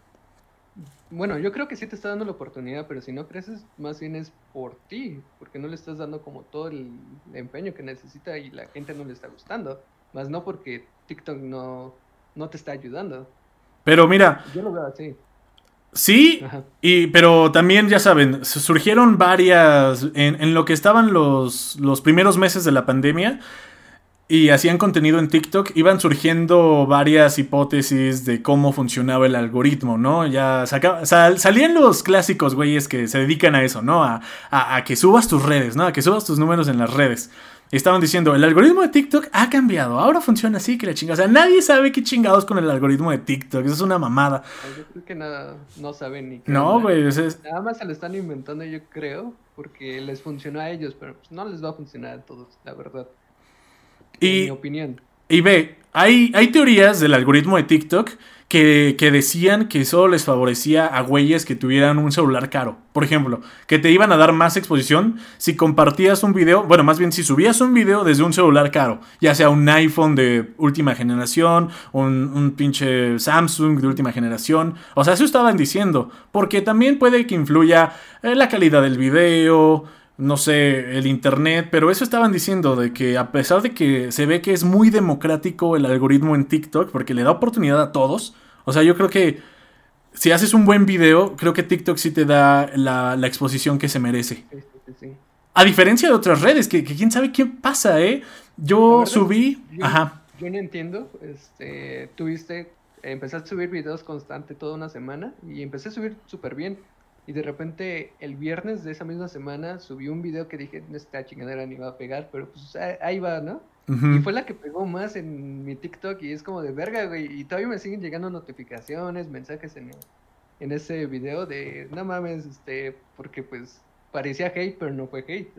Bueno, yo creo que sí te está dando la oportunidad, pero si no creces, más bien es por ti, porque no le estás dando como todo el empeño que necesita y la gente no le está gustando. Más no porque TikTok no te está ayudando. Pero mira... Yo lo veo así. Sí, pero también, ya saben, surgieron varias... En lo que estaban los primeros meses de la pandemia y hacían contenido en TikTok, iban surgiendo varias hipótesis de cómo funcionaba el algoritmo, ¿no? Ya salían los clásicos güeyes que se dedican a eso, ¿no? A que subas tus redes, ¿no? A que subas tus números en las redes. Y estaban diciendo, el algoritmo de TikTok ha cambiado, ahora funciona así que la chingada. O sea, nadie sabe qué chingados con el algoritmo de TikTok, eso es una mamada. Yo creo que no saben ni qué. No, güey. Nada más se lo están inventando, yo creo, porque les funcionó a ellos, pero pues no les va a funcionar a todos, la verdad. En mi opinión. Y ve, hay teorías del algoritmo de TikTok que decían que solo les favorecía a güeyes que tuvieran un celular caro. Por ejemplo, que te iban a dar más exposición si compartías un video, bueno, más bien si subías un video desde un celular caro, ya sea un iPhone de última generación, un pinche Samsung de última generación. O sea, eso estaban diciendo, porque también puede que influya la calidad del video, no sé, el internet, pero eso estaban diciendo de que a pesar de que se ve que es muy democrático el algoritmo en TikTok, porque le da oportunidad a todos, o sea, yo creo que si haces un buen video, creo que TikTok sí te da la exposición que se merece. Sí. A diferencia de otras redes, que quién sabe qué pasa, ¿eh? Yo subí... Yo no entiendo, empezaste a subir videos constante toda una semana y empecé a subir súper bien. Y de repente, el viernes de esa misma semana, subí un video que dije, esta chingadera ni va a pegar, pero pues ahí va, ¿no? Y fue la que pegó más en mi TikTok y es como de verga, güey. Y todavía me siguen llegando notificaciones, mensajes en ese video de, no mames, porque pues parecía hate, pero no fue hate.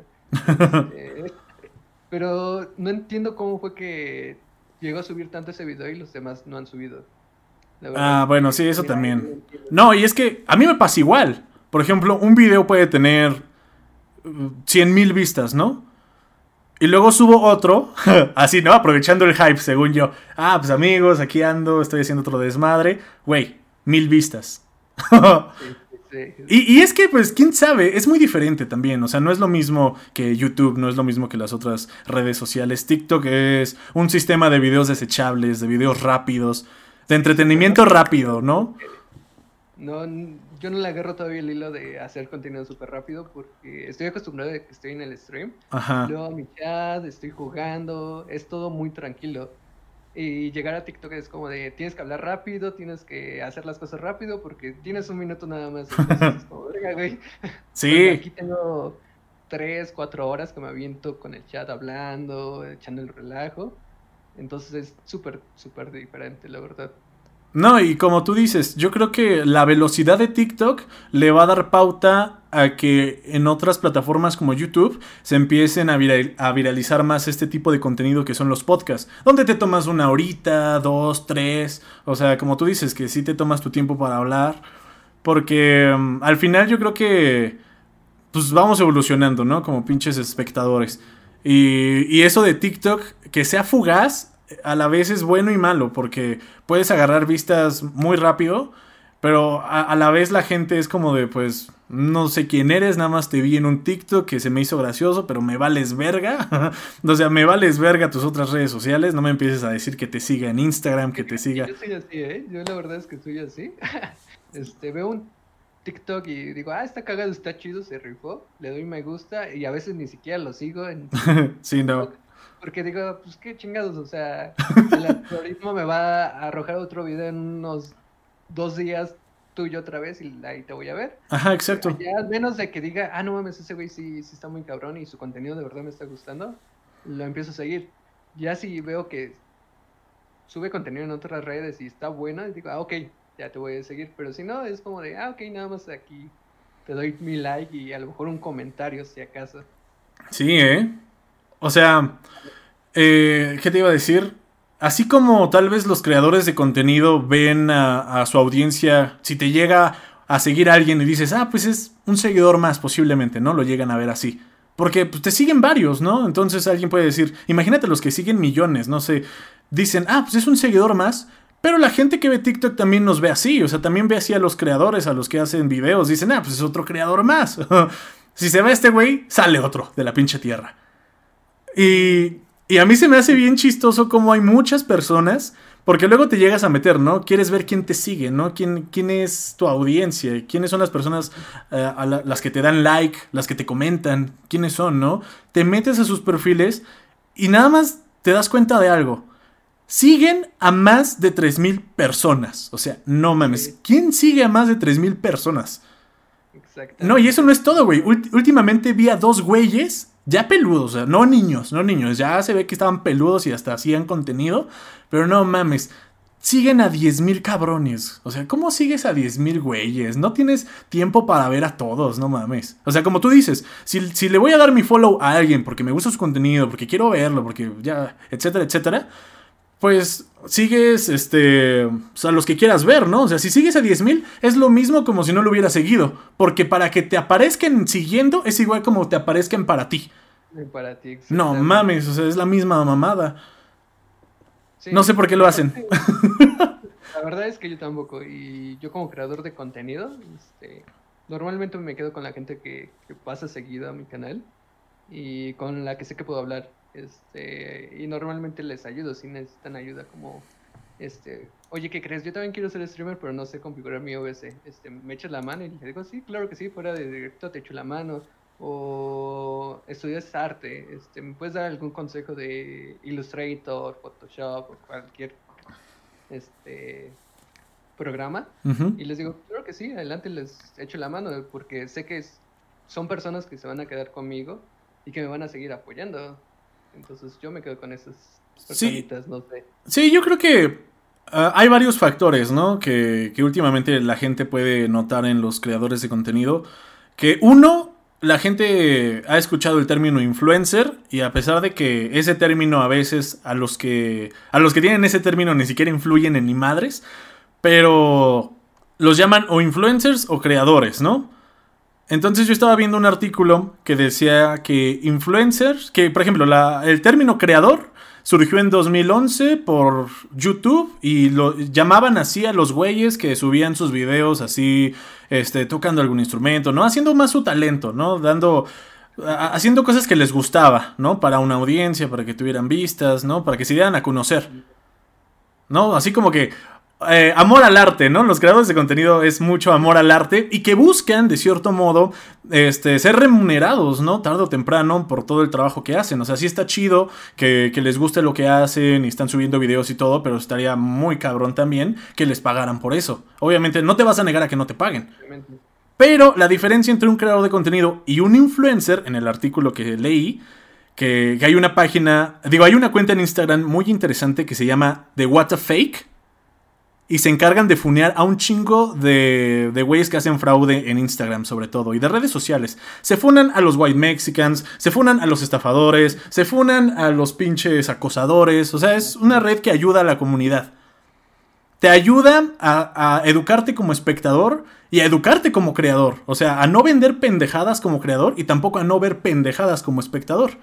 Pero no entiendo cómo fue que llegó a subir tanto ese video y los demás no han subido. Bueno, sí, eso también. No, y es que a mí me pasa igual. Por ejemplo, un video puede tener 100,000 vistas, ¿no? Y luego subo otro, así, ¿no? Aprovechando el hype, según yo. Pues amigos, aquí ando, estoy haciendo otro desmadre. Güey, 1,000 vistas. Sí. Y es que, pues, quién sabe, es muy diferente también. O sea, no es lo mismo que YouTube, no es lo mismo que las otras redes sociales. TikTok es un sistema de videos desechables, de videos rápidos, de entretenimiento rápido, ¿no? No, yo no le agarro todavía el hilo de hacer contenido súper rápido porque estoy acostumbrado a que estoy en el stream. Luego mi chat, estoy jugando, es todo muy tranquilo. Y llegar a TikTok es como de, tienes que hablar rápido, tienes que hacer las cosas rápido porque tienes un minuto nada más. Entonces es como, verga, güey. Sí. Aquí tengo 3, 4 horas que me aviento con el chat hablando, echando el relajo. Entonces es súper, súper diferente, la verdad. No, y como tú dices, yo creo que la velocidad de TikTok le va a dar pauta a que en otras plataformas como YouTube se empiecen a viralizar más este tipo de contenido que son los podcasts, donde te tomas 1 horita, 2, 3, o sea, como tú dices, que sí te tomas tu tiempo para hablar, porque al final yo creo que pues vamos evolucionando, ¿no? Como pinches espectadores. Y eso de TikTok, que sea fugaz, a la vez es bueno y malo, porque puedes agarrar vistas muy rápido, pero a la vez la gente es como de, pues, no sé quién eres, nada más te vi en un TikTok que se me hizo gracioso, pero me vales verga. O sea, me vales verga tus otras redes sociales. No me empieces a decir que te siga en Instagram, que te siga. Yo soy así, ¿eh? Yo la verdad es que soy así. Veo un TikTok y digo, está cagado, está chido, se rifó. Le doy me gusta y a veces ni siquiera lo sigo en Sí, no. porque digo, pues qué chingados, o sea, el algoritmo me va a arrojar otro video en unos 2 días tuyo otra vez y ahí te voy a ver. Ajá, exacto. Ya al menos de que diga, no mames, ese güey sí está muy cabrón y su contenido de verdad me está gustando, lo empiezo a seguir. Ya si veo que sube contenido en otras redes y está bueno, digo, ok, ya te voy a seguir. Pero si no, es como de, ok, nada más aquí te doy mi like y a lo mejor un comentario si acaso. Sí, o sea, ¿qué te iba a decir? Así como tal vez los creadores de contenido ven a su audiencia, si te llega a seguir a alguien y dices, pues es un seguidor más posiblemente, ¿no? Lo llegan a ver así. Porque pues, te siguen varios, ¿no? Entonces alguien puede decir, imagínate los que siguen millones, no sé, dicen, pues es un seguidor más, pero la gente que ve TikTok también nos ve así, o sea, también ve así a los creadores, a los que hacen videos, dicen, pues es otro creador más. Si se ve este güey, sale otro de la pinche tierra. Y a mí se me hace bien chistoso cómo hay muchas personas, porque luego te llegas a meter, ¿no? Quieres ver quién te sigue, ¿no? ¿Quién es tu audiencia? ¿Quiénes son las personas las que te dan like, las que te comentan? ¿Quiénes son, no? Te metes a sus perfiles y nada más te das cuenta de algo. Siguen a más de 3,000 personas. O sea, no mames. ¿Quién sigue a más de 3,000 personas? No, y eso no es todo, güey. Últimamente vi a 2 güeyes ya peludos, o sea, no niños, ya se ve que estaban peludos y hasta hacían contenido, pero no mames, siguen a 10,000 cabrones, o sea, ¿cómo sigues a 10,000 güeyes? No tienes tiempo para ver a todos, no mames, o sea, como tú dices, si le voy a dar mi follow a alguien porque me gusta su contenido, porque quiero verlo, porque ya, etcétera, etcétera, pues sigues, o sea, los que quieras ver, ¿no? O sea, si sigues a 10,000 es lo mismo como si no lo hubieras seguido. Porque para que te aparezcan siguiendo es igual como te aparezcan para ti. Para ti, no mames, o sea, es la misma mamada. Sí, no sé por qué lo hacen. La verdad es que yo tampoco. Y yo como creador de contenido, normalmente me quedo con la gente que pasa seguido a mi canal y con la que sé que puedo hablar. Y normalmente les ayudo si necesitan ayuda, como oye, ¿qué crees? Yo también quiero ser streamer, pero no sé configurar mi OBS. ¿Me echas la mano? Y le digo, sí, claro que sí, fuera de directo te echo la mano. O estudias arte, ¿me puedes dar algún consejo de Illustrator, Photoshop o cualquier programa? Y les digo, claro que sí, adelante, les echo la mano, porque sé que son personas que se van a quedar conmigo y que me van a seguir apoyando. Entonces yo me quedo con esas personitas, no sé. Sí, yo creo que hay varios factores, ¿no? Que últimamente la gente puede notar en los creadores de contenido. Que uno, la gente ha escuchado el término influencer y a pesar de que ese término a veces a los que tienen ese término ni siquiera influyen en ni madres, pero los llaman o influencers o creadores, ¿no? Entonces yo estaba viendo un artículo que decía que influencers, que por ejemplo el término creador surgió en 2011 por YouTube y lo llamaban así a los güeyes que subían sus videos así, tocando algún instrumento, ¿no? Haciendo más su talento, ¿no? Haciendo cosas que les gustaba, ¿no? Para una audiencia, para que tuvieran vistas, ¿no? Para que se dieran a conocer, ¿no? Así como que amor al arte, ¿no? Los creadores de contenido es mucho amor al arte y que buscan, de cierto modo, ser remunerados, ¿no? Tarde o temprano por todo el trabajo que hacen. O sea, sí está chido que les guste lo que hacen y están subiendo videos y todo, pero estaría muy cabrón también que les pagaran por eso. Obviamente, no te vas a negar a que no te paguen. Pero la diferencia entre un creador de contenido y un influencer, en el artículo que leí, que hay una página, hay una cuenta en Instagram muy interesante que se llama The What a Fake. Y se encargan de funear a un chingo de güeyes que hacen fraude en Instagram, sobre todo, y de redes sociales. Se funan a los white mexicans, se funan a los estafadores, se funan a los pinches acosadores. O sea, es una red que ayuda a la comunidad. Te ayuda a educarte como espectador y a educarte como creador. O sea, a no vender pendejadas como creador y tampoco a no ver pendejadas como espectador.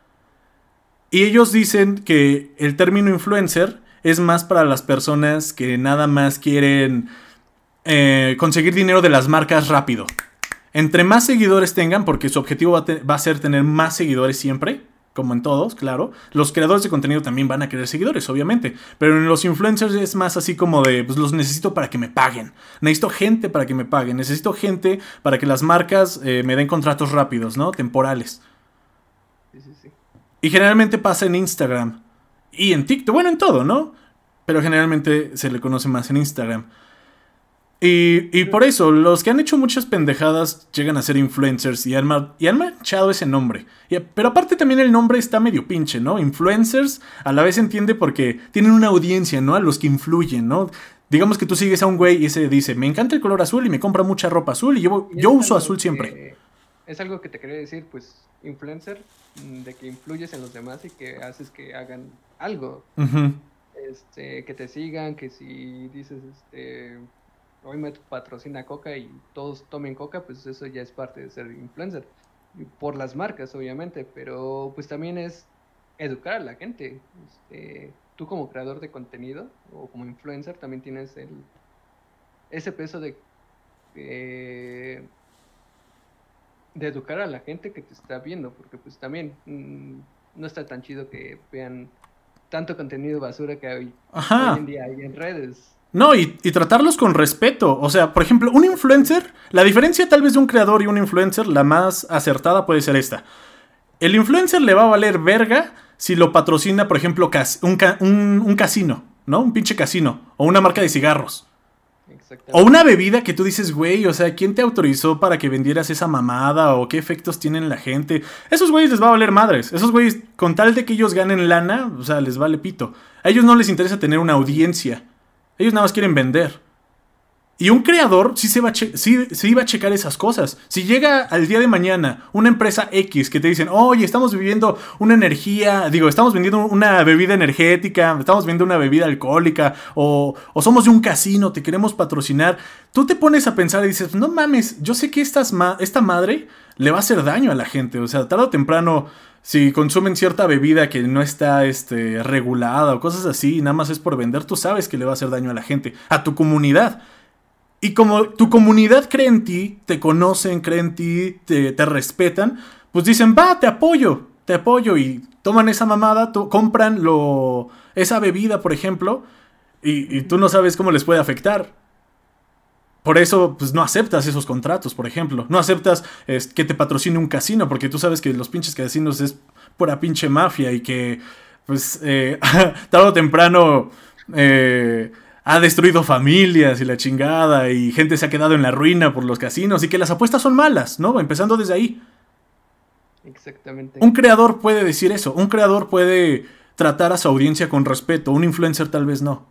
Y ellos dicen que el término influencer es más para las personas que nada más quieren conseguir dinero de las marcas rápido. entre más seguidores tengan, porque su objetivo va a ser tener más seguidores siempre, como en todos, claro. Los creadores de contenido también van a querer seguidores, obviamente. Pero en los influencers es más así como de, pues los necesito para que me paguen. Necesito gente para que me paguen. Necesito gente para que las marcas me den contratos rápidos, ¿no? Temporales. Sí. Y generalmente pasa en Instagram. Y en TikTok, bueno, en todo, ¿no? Pero generalmente se le conoce más en Instagram. Y por eso, los que han hecho muchas pendejadas llegan a ser influencers y han manchado ese nombre. Pero aparte también el nombre está medio pinche, ¿no? Influencers a la vez se entiende porque tienen una audiencia, ¿no? A los que influyen, ¿no? Digamos que tú sigues a un güey y ese dice, me encanta el color azul y me compra mucha ropa azul y yo uso azul siempre. Es algo que te quería decir, pues, influencer, de que influyes en los demás y que haces que hagan algo. Uh-huh. Que te sigan, que si dices, hoy me patrocina Coca y todos tomen Coca, pues eso ya es parte de ser influencer. Y por las marcas, obviamente, pero pues también es educar a la gente. Tú como creador de contenido o como influencer también tienes ese peso de educar a la gente que te está viendo, porque pues también no está tan chido que vean tanto contenido basura que hoy en día hay en redes. No, y tratarlos con respeto. O sea, por ejemplo, un influencer, la diferencia tal vez de un creador y un influencer, la más acertada puede ser esta. El influencer le va a valer verga si lo patrocina, por ejemplo, un casino, ¿no? Un pinche casino. O una marca de cigarros. O una bebida que tú dices, güey, o sea, ¿quién te autorizó para que vendieras esa mamada? ¿O qué efectos tienen la gente? Esos güeyes les va a valer madres. Esos güeyes, con tal de que ellos ganen lana, o sea, les vale pito. A ellos no les interesa tener una audiencia. Ellos nada más quieren vender. Y un creador sí va a checar esas cosas. Si llega al día de mañana una empresa X que te dicen, oye, estamos viviendo estamos vendiendo una bebida energética, estamos vendiendo una bebida alcohólica, o somos de un casino, te queremos patrocinar. Tú te pones a pensar y dices, no mames, yo sé que esta madre le va a hacer daño a la gente. O sea, tarde o temprano, si consumen cierta bebida que no está regulada o cosas así, y nada más es por vender, tú sabes que le va a hacer daño a la gente, a tu comunidad. Y como tu comunidad cree en ti, te conocen, creen en ti, te respetan, pues dicen, va, te apoyo, y toman esa mamada, compran esa bebida, por ejemplo, y tú no sabes cómo les puede afectar. Por eso, pues no aceptas esos contratos, por ejemplo. No aceptas que te patrocine un casino, porque tú sabes que los pinches casinos es pura pinche mafia y que, pues, tarde o temprano ha destruido familias y la chingada, y gente se ha quedado en la ruina por los casinos, y que las apuestas son malas, ¿no? Empezando desde ahí. Exactamente. Un creador puede decir eso. Un creador puede tratar a su audiencia con respeto. Un influencer tal vez no.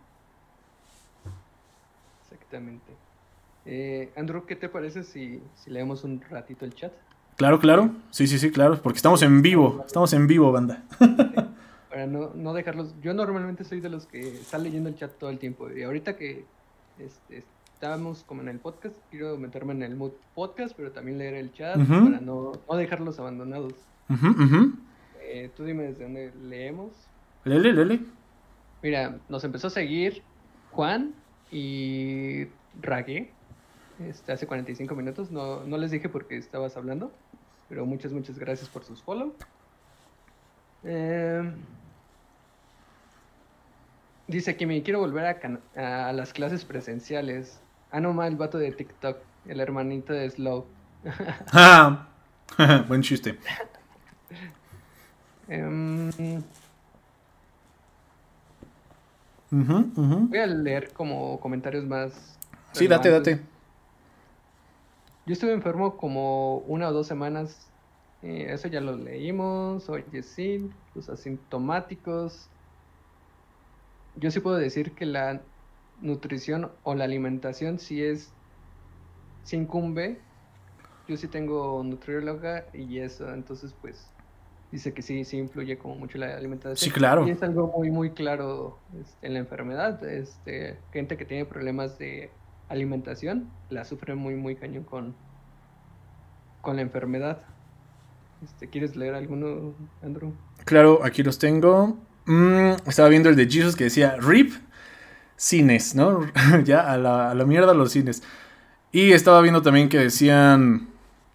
Exactamente. Andrew, ¿qué te parece si leemos un ratito el chat? Claro. Sí, claro. Porque estamos en vivo. Estamos en vivo, banda. Para no dejarlos. Yo normalmente soy de los que está leyendo el chat todo el tiempo. Y ahorita que estábamos como en el podcast, quiero meterme en el mood podcast, pero también leer el chat para no dejarlos abandonados. Tú dime desde dónde leemos. Lele. Mira, nos empezó a seguir Juan y Rague hace 45 minutos. No les dije porque estabas hablando, pero muchas gracias por sus follow. Dice Kimi, quiero volver a las clases presenciales. No mal, el vato de TikTok, el hermanito de Slow. Buen chiste. Voy a leer como comentarios más. Sí, date. Yo estuve enfermo como 1 o 2 semanas. Eso ya lo leímos. Oye, sí, los asintomáticos. Yo sí puedo decir que la nutrición o la alimentación sí incumbe. Yo sí tengo nutrióloga y eso, entonces pues dice que sí influye como mucho la alimentación. Sí, claro. Y es algo muy, muy claro en la enfermedad. Gente que tiene problemas de alimentación la sufre muy, muy cañón con la enfermedad. ¿Quieres leer alguno, Andrew? Claro, aquí los tengo. Estaba viendo el de Jesus que decía RIP cines, ¿no? Ya a la mierda los cines. Y estaba viendo también que decían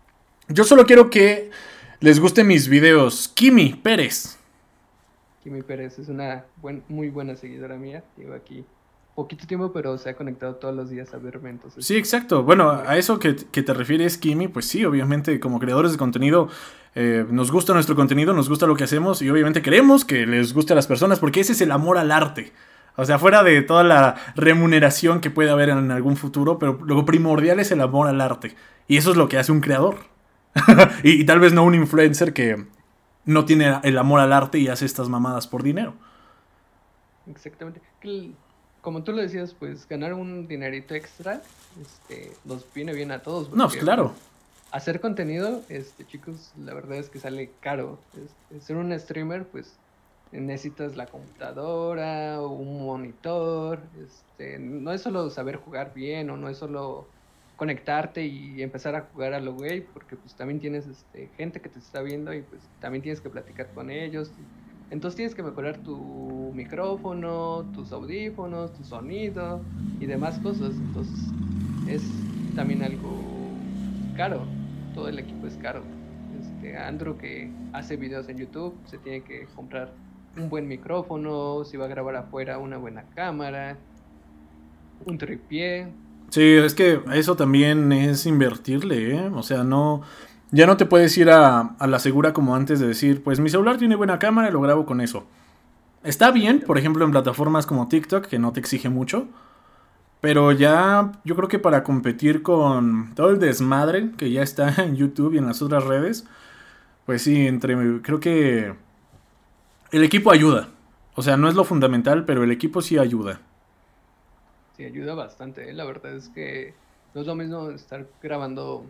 Yo solo quiero que les gusten mis videos. Kimi Pérez. Kimi Pérez es una muy buena seguidora mía. Llevo aquí poquito tiempo, pero se ha conectado todos los días a verme. Entonces, Sí, exacto. Bueno, a eso que te refieres, Kimi, pues sí, obviamente como creadores de contenido nos gusta nuestro contenido, nos gusta lo que hacemos y obviamente queremos que les guste a las personas porque ese es el amor al arte. O sea, fuera de toda la remuneración que puede haber en algún futuro, pero lo primordial es el amor al arte. Y eso es lo que hace un creador. y tal vez no un influencer que no tiene el amor al arte y hace estas mamadas por dinero. exactamente. Como tú lo decías, pues ganar un dinerito extra nos viene bien a todos. No, pues Porque, claro. hacer contenido, chicos, la verdad es que sale caro. Ser un streamer, pues necesitas la computadora, un monitor. No es solo saber jugar bien o no es solo conectarte y empezar a jugar a lo güey, porque pues también tienes gente que te está viendo y pues también tienes que platicar con ellos. Entonces tienes que mejorar tu micrófono, tus audífonos, tu sonido y demás cosas. Entonces es también algo caro. Todo el equipo es caro. Andrew, que hace videos en YouTube, se tiene que comprar un buen micrófono, si va a grabar afuera, una buena cámara, un tripié. Sí, es que eso también es invertirle, ¿eh? O sea, no... Ya no te puedes ir a la segura como antes de decir, pues mi celular tiene buena cámara y lo grabo con eso. Está bien, por ejemplo, en plataformas como TikTok, que no te exige mucho. Pero ya yo creo que para competir con todo el desmadre que ya está en YouTube y en las otras redes, pues sí, creo que el equipo ayuda. O sea, no es lo fundamental, pero el equipo sí ayuda. Sí, ayuda bastante, ¿eh? La verdad es que no es lo mismo estar grabando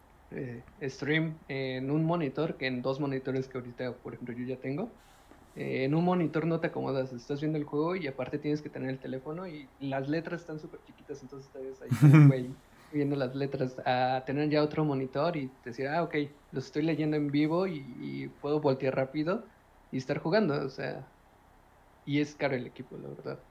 stream en un monitor que en dos monitores que ahorita, por ejemplo, yo ya tengo. En un monitor no te acomodas, estás viendo el juego y aparte tienes que tener el teléfono y las letras están súper chiquitas, entonces estás ahí como güey viendo las letras. A tener ya otro monitor y decir, ok, los estoy leyendo en vivo y puedo voltear rápido y estar jugando, o sea, y es caro el equipo, la verdad.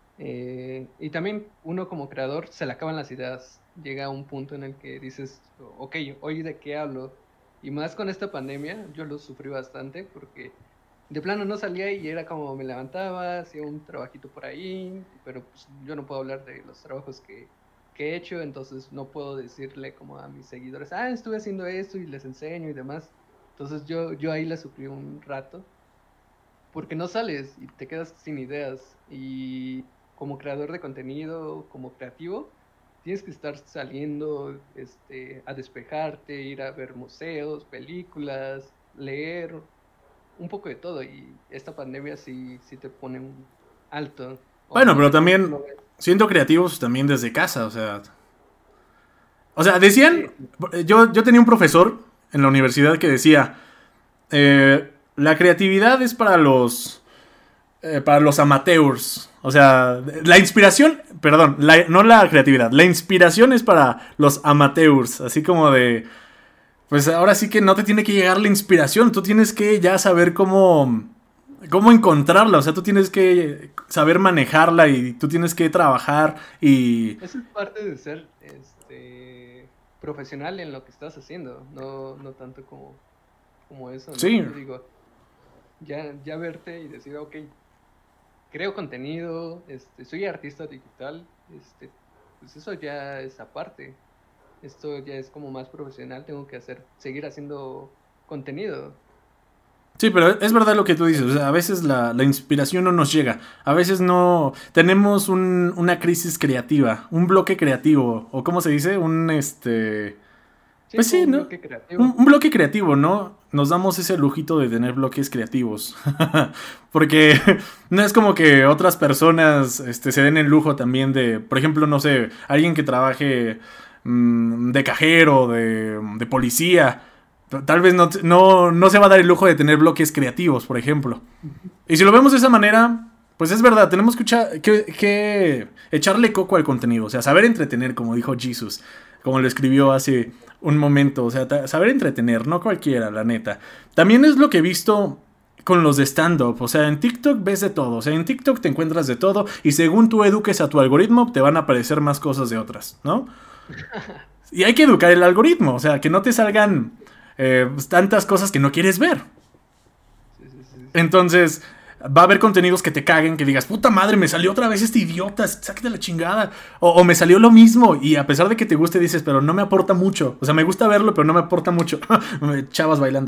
Y también uno como creador se le acaban las ideas. Llega a un punto en el que dices, ok, hoy de qué hablo. Y más con esta pandemia, yo lo sufrí bastante porque de plano no salía y era como me levantaba, hacía un trabajito por ahí, pero pues yo no puedo hablar de los trabajos que he hecho, entonces no puedo decirle como a mis seguidores, estuve haciendo esto y les enseño y demás. Entonces yo ahí la sufrí un rato porque no sales y te quedas sin ideas. Y como creador de contenido, como creativo, tienes que estar saliendo a despejarte, ir a ver museos, películas, leer, un poco de todo. Y esta pandemia sí te pone un alto. Bueno, No pero sé cómo también lo ves. siendo creativos también desde casa, o sea... O sea, decían... Sí, Yo tenía un profesor en la universidad que decía... la creatividad es para los amateurs. O sea, la inspiración, perdón, no la creatividad, la inspiración es para los amateurs. Así como de, pues ahora sí que no te tiene que llegar la inspiración, tú tienes que ya saber cómo encontrarla. O sea, tú tienes que saber manejarla y tú tienes que trabajar y... eso es parte de ser profesional en lo que estás haciendo, no tanto como eso, ¿no? Sí, Yo digo, ya verte y decir, ok, creo contenido, soy artista digital, pues eso ya es aparte. Esto ya es como más profesional, tengo que seguir haciendo contenido. sí, pero es verdad lo que tú dices. O sea, a veces la inspiración no nos llega. A veces no... Tenemos una crisis creativa, un bloque creativo. O ¿cómo se dice? Sí, Pues como sí, un ¿no? bloque creativo. Un bloque creativo, ¿no? Nos damos ese lujito de tener bloques creativos. Porque no es como que otras personas se den el lujo también de, por ejemplo, no sé, alguien que trabaje de cajero, de policía. Tal vez no se va a dar el lujo de tener bloques creativos, por ejemplo. Y si lo vemos de esa manera, pues es verdad, tenemos que echarle coco al contenido. O sea, saber entretener, como dijo Jesus, como lo escribió hace un momento. O sea, saber entretener, no cualquiera, la neta. También es lo que he visto con los de stand-up. O sea, en TikTok ves de todo. O sea, en TikTok te encuentras de todo. Y según tú eduques a tu algoritmo, te van a aparecer más cosas de otras, ¿no? Y hay que educar el algoritmo. O sea, que no te salgan pues, tantas cosas que no quieres ver. Sí. Entonces, va a haber contenidos que te caguen, que digas, puta madre, me salió otra vez este idiota, sáquate la chingada. O me salió lo mismo, y a pesar de que te guste, dices, pero no me aporta mucho. O sea, me gusta verlo, pero no me aporta mucho. Chavas bailando.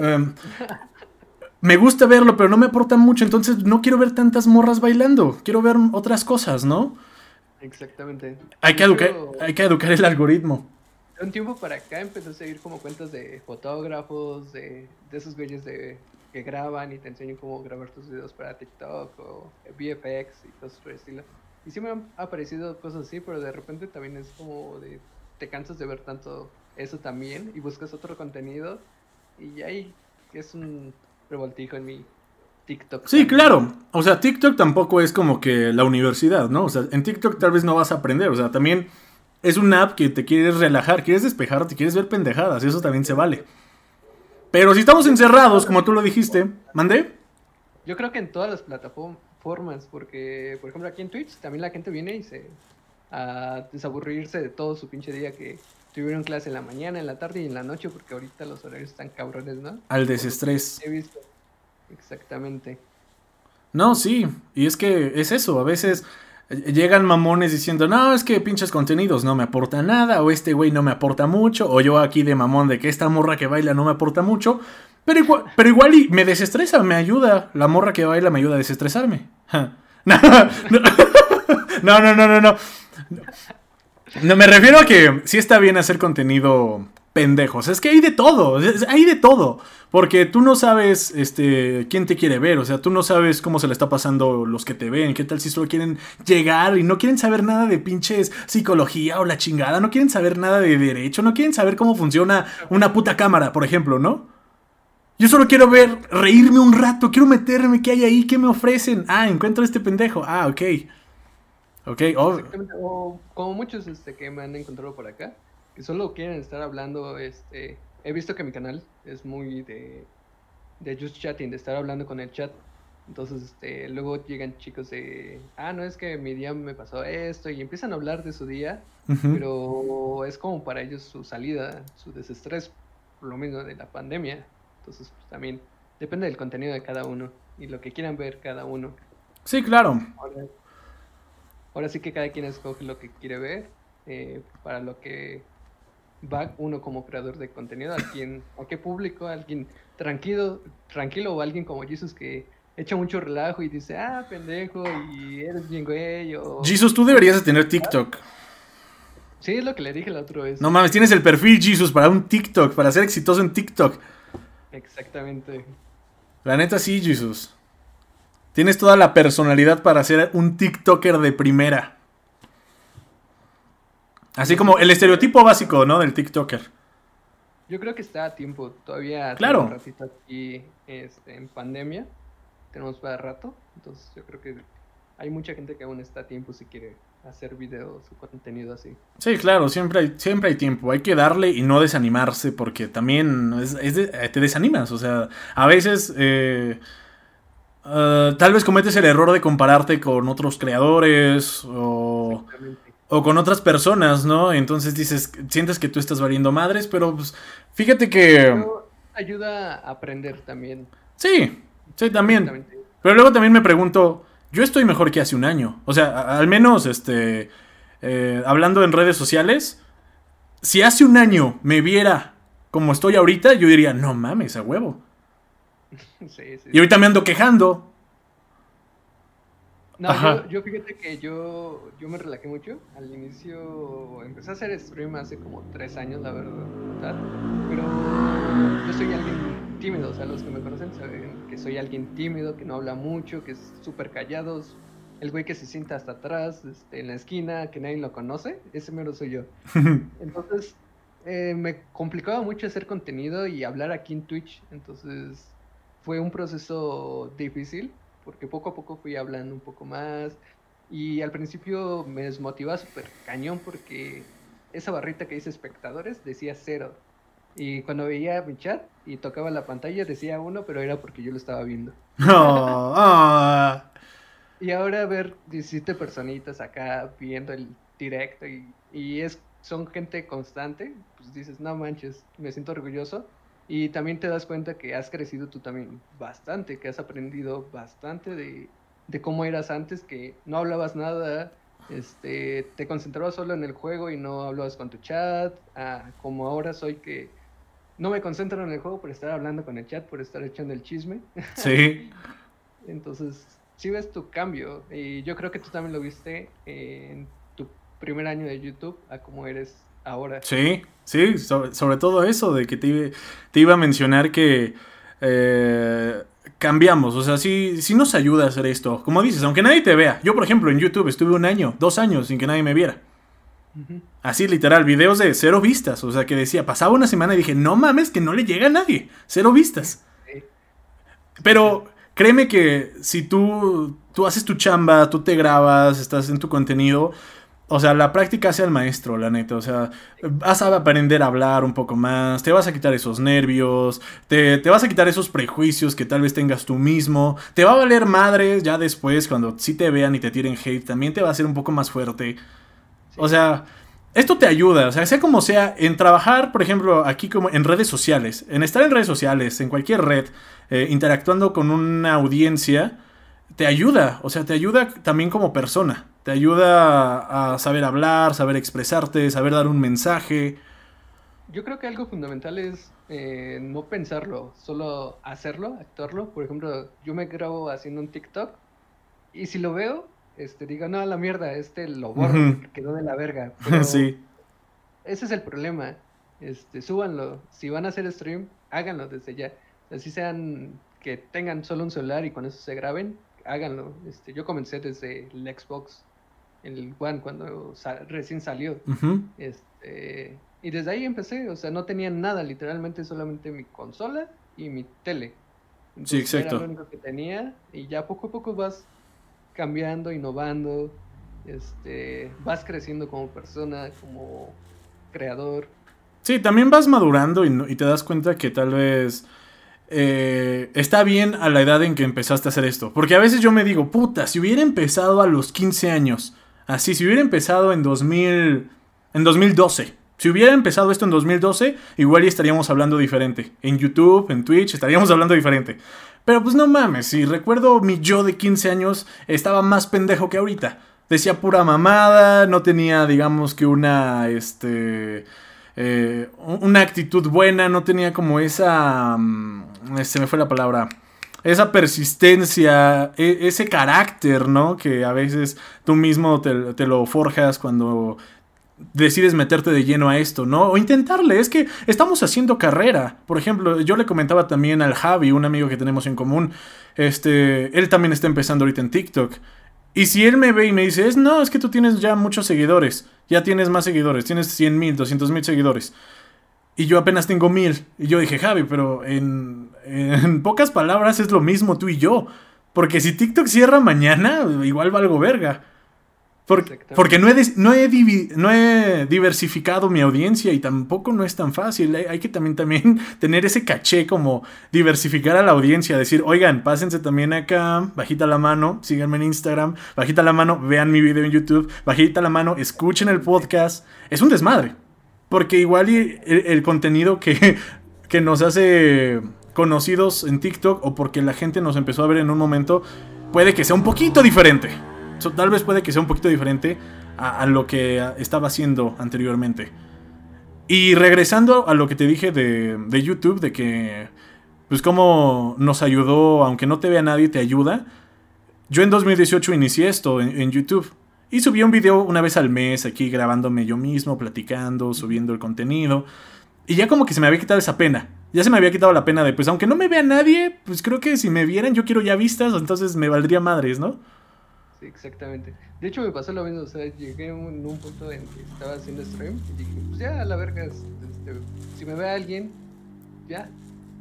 Me gusta verlo, pero no me aporta mucho, entonces no quiero ver tantas morras bailando. Quiero ver otras cosas, ¿no? Exactamente. Hay que educar el algoritmo. De un tiempo para acá empecé a seguir como cuentas de fotógrafos, de esos güeyes que graban y te enseñan cómo grabar tus videos para TikTok o VFX y cosas por el estilo. Y sí me han aparecido cosas así, pero de repente también es como de te cansas de ver tanto eso también y buscas otro contenido y ahí es un revoltijo en mi TikTok. Sí, también. claro. O sea, TikTok tampoco es como que la universidad, ¿no? O sea, en TikTok tal vez no vas a aprender. O sea, también es una app que te quieres relajar, quieres despejarte, quieres ver pendejadas. Y eso también se vale. Pero si estamos encerrados, como tú lo dijiste, ¿mandé? Yo creo que en todas las plataformas, porque, por ejemplo, aquí en Twitch también la gente viene y a desaburrirse de todo su pinche día que tuvieron clase en la mañana, en la tarde y en la noche, porque ahorita los horarios están cabrones, ¿no? Al desestrés. He visto. Exactamente. No, sí. Y es que es eso. A veces llegan mamones diciendo, no, es que pinches contenidos no me aportan nada. O este güey no me aporta mucho. O yo aquí de mamón de que esta morra que baila no me aporta mucho. Pero igual y me desestresa, me ayuda. La morra que baila me ayuda a desestresarme. No, no. No, me refiero a que sí está bien hacer contenido pendejos. Es que hay de todo. Hay de todo. Porque tú no sabes quién te quiere ver. O sea, tú no sabes cómo se le está pasando los que te ven. ¿Qué tal si solo quieren llegar y no quieren saber nada de pinches psicología o la chingada? No quieren saber nada de derecho. No quieren saber cómo funciona una puta cámara, por ejemplo, ¿no? Yo solo quiero ver, reírme un rato. Quiero meterme. ¿Qué hay ahí? ¿Qué me ofrecen? Ah, encuentro a este pendejo. Ah, ok. Ok, oh. Exactamente. O como muchos que me han encontrado por acá, que solo quieren estar hablando, he visto que mi canal es muy de just chatting, de estar hablando con el chat. Entonces, luego llegan chicos no, es que mi día me pasó esto, y empiezan a hablar de su día, pero es como para ellos su salida, su desestrés, por lo menos de la pandemia. Entonces, pues también depende del contenido de cada uno y lo que quieran ver cada uno. Sí, claro. Ahora sí que cada quien escoge lo que quiere ver, para lo que va uno como creador de contenido, a qué público, a alguien tranquilo o alguien como Jesus que echa mucho relajo y dice, pendejo, y eres bien güey, o... Jesus, tú deberías de tener TikTok. Sí, es lo que le dije la otra vez. No mames, tienes el perfil, Jesus, para un TikTok, para ser exitoso en TikTok. Exactamente. La neta sí, Jesus. Tienes toda la personalidad para ser un TikToker de primera. Así como el estereotipo básico, ¿no? Del TikToker. Yo creo que está a tiempo. Todavía Claro. un ratito aquí en pandemia. Tenemos para rato. Entonces yo creo que hay mucha gente que aún está a tiempo si quiere hacer videos o contenido así. Sí, claro, siempre hay tiempo. Hay que darle y no desanimarse porque también te desanimas. O sea, a veces tal vez cometes el error de compararte con otros creadores o con otras personas, ¿no? Entonces sientes que tú estás valiendo madres, pero pues, fíjate que... Pero ayuda a aprender también. Sí, también. Pero luego también me pregunto, yo estoy mejor que hace un año. O sea, al menos, hablando en redes sociales, si hace un año me viera como estoy ahorita, yo diría, no mames, a huevo. Sí. Y ahorita me ando quejando. No, yo fíjate que yo me relajé mucho. Al inicio empecé a hacer stream hace como 3 años, la verdad. Pero yo soy alguien tímido. O sea, los que me conocen saben que soy alguien tímido, que no habla mucho, que es súper callado. El güey que se sienta hasta atrás, en la esquina, que nadie lo conoce. Ese mero soy yo. Entonces, me complicaba mucho hacer contenido y hablar aquí en Twitch. Entonces, fue un proceso difícil, porque poco a poco fui hablando un poco más y al principio me desmotivaba súper cañón porque esa barrita que dice espectadores decía 0 y cuando veía mi chat y tocaba la pantalla decía 1, pero era porque yo lo estaba viendo. Y ahora ver 17 personitas acá viendo el directo y son gente constante, pues dices, no manches, me siento orgulloso Y también te das cuenta que has crecido tú también bastante, que has aprendido bastante de cómo eras antes, que no hablabas nada, te concentrabas solo en el juego y no hablabas con tu chat, como ahora soy que no me concentro en el juego por estar hablando con el chat, por estar echando el chisme. Sí. Entonces, sí ves tu cambio, y yo creo que tú también lo viste en tu primer año de YouTube a cómo eres ahora. Sí, sí, sobre todo eso de que te iba a mencionar que cambiamos, o sea, sí nos ayuda a hacer esto. Como dices, aunque nadie te vea. Yo, por ejemplo, en YouTube estuve 1 año, 2 años sin que nadie me viera. Ujú. Así, literal, videos de 0 vistas. O sea, que decía, pasaba una semana y dije, no mames, que no le llega a nadie. 0 vistas. Sí, Pero créeme que si tú haces tu chamba, tú te grabas, estás en tu contenido, o sea, la práctica hace al maestro, la neta. O sea, vas a aprender a hablar un poco más, te vas a quitar esos nervios, te vas a quitar esos prejuicios que tal vez tengas tú mismo. Te va a valer madre ya después, cuando sí te vean y te tiren hate, también te va a hacer un poco más fuerte. sí. O sea, esto te ayuda, o sea como sea, en trabajar, por ejemplo, aquí como en redes sociales, en estar en redes sociales, en cualquier red, interactuando con una audiencia, te ayuda, o sea, te ayuda también como persona, te ayuda a saber hablar, saber expresarte, saber dar un mensaje. Yo creo que algo fundamental es no pensarlo, solo hacerlo, actuarlo. Por ejemplo, yo me grabo haciendo un TikTok y si lo veo, digo, no, a la mierda, lo borro Ujú. porque quedó de la verga. Pero Sí. ese es el problema. Súbanlo. Si van a hacer stream, háganlo desde ya. Así sean que tengan solo un celular y con eso se graben, háganlo. Yo comencé desde el Xbox, el One, cuando recién salió. Ujú. Y desde ahí empecé, o sea, no tenía nada, literalmente solamente mi consola y mi tele. Sí, Entonces era lo exacto. único que tenía y ya poco a poco vas cambiando, innovando, vas creciendo como persona, como creador. Sí, también vas madurando y te das cuenta que tal vez está bien a la edad en que empezaste a hacer esto. Porque a veces yo me digo, puta, si hubiera empezado a los 15 años, así, si hubiera empezado en 2012. Si hubiera empezado esto en 2012, igual ya estaríamos hablando diferente. En YouTube, en Twitch, estaríamos hablando diferente. Pero pues no mames, si recuerdo mi yo de 15 años, estaba más pendejo que ahorita. Decía pura mamada, no tenía, digamos que una actitud buena, no tenía como esa... se me fue la palabra. Esa persistencia, ese carácter, ¿no? Que a veces tú mismo te lo forjas cuando decides meterte de lleno a esto, ¿no? O intentarle, es que estamos haciendo carrera. Por ejemplo, yo le comentaba también al Javi, un amigo que tenemos en común, él también está empezando ahorita en TikTok. Y si él me ve y me dice, no, es que tú tienes ya muchos seguidores, ya tienes más seguidores, tienes 100,000, 200,000 seguidores. Y yo apenas tengo 1,000. Y yo dije, Javi, pero en pocas palabras es lo mismo tú y yo. Porque si TikTok cierra mañana, igual valgo verga. Porque Exactamente. no he diversificado mi audiencia y tampoco no es tan fácil. Hay que también tener ese caché como diversificar a la audiencia. Decir, oigan, pásense también acá, bajita la mano, síganme en Instagram, bajita la mano, vean mi video en YouTube, bajita la mano, escuchen el podcast. Es un desmadre. Porque igual el contenido que nos hace conocidos en TikTok o porque la gente nos empezó a ver en un momento puede que sea un poquito diferente. Tal vez puede que sea un poquito diferente a lo que estaba haciendo anteriormente. Y regresando a lo que te dije de YouTube, de que pues cómo nos ayudó, aunque no te vea nadie, te ayuda. Yo en 2018 inicié esto en YouTube. Y subí un video una vez al mes aquí grabándome yo mismo, platicando, subiendo el contenido. Y ya como que se me había quitado esa pena. Ya se me había quitado la pena de, pues aunque no me vea nadie, pues creo que si me vieran yo quiero ya vistas, entonces me valdría madres, ¿no? Sí, exactamente. De hecho, me pasó lo mismo. O sea, llegué en un punto en que estaba haciendo stream y dije, pues ya, a la verga, si me ve alguien, ya,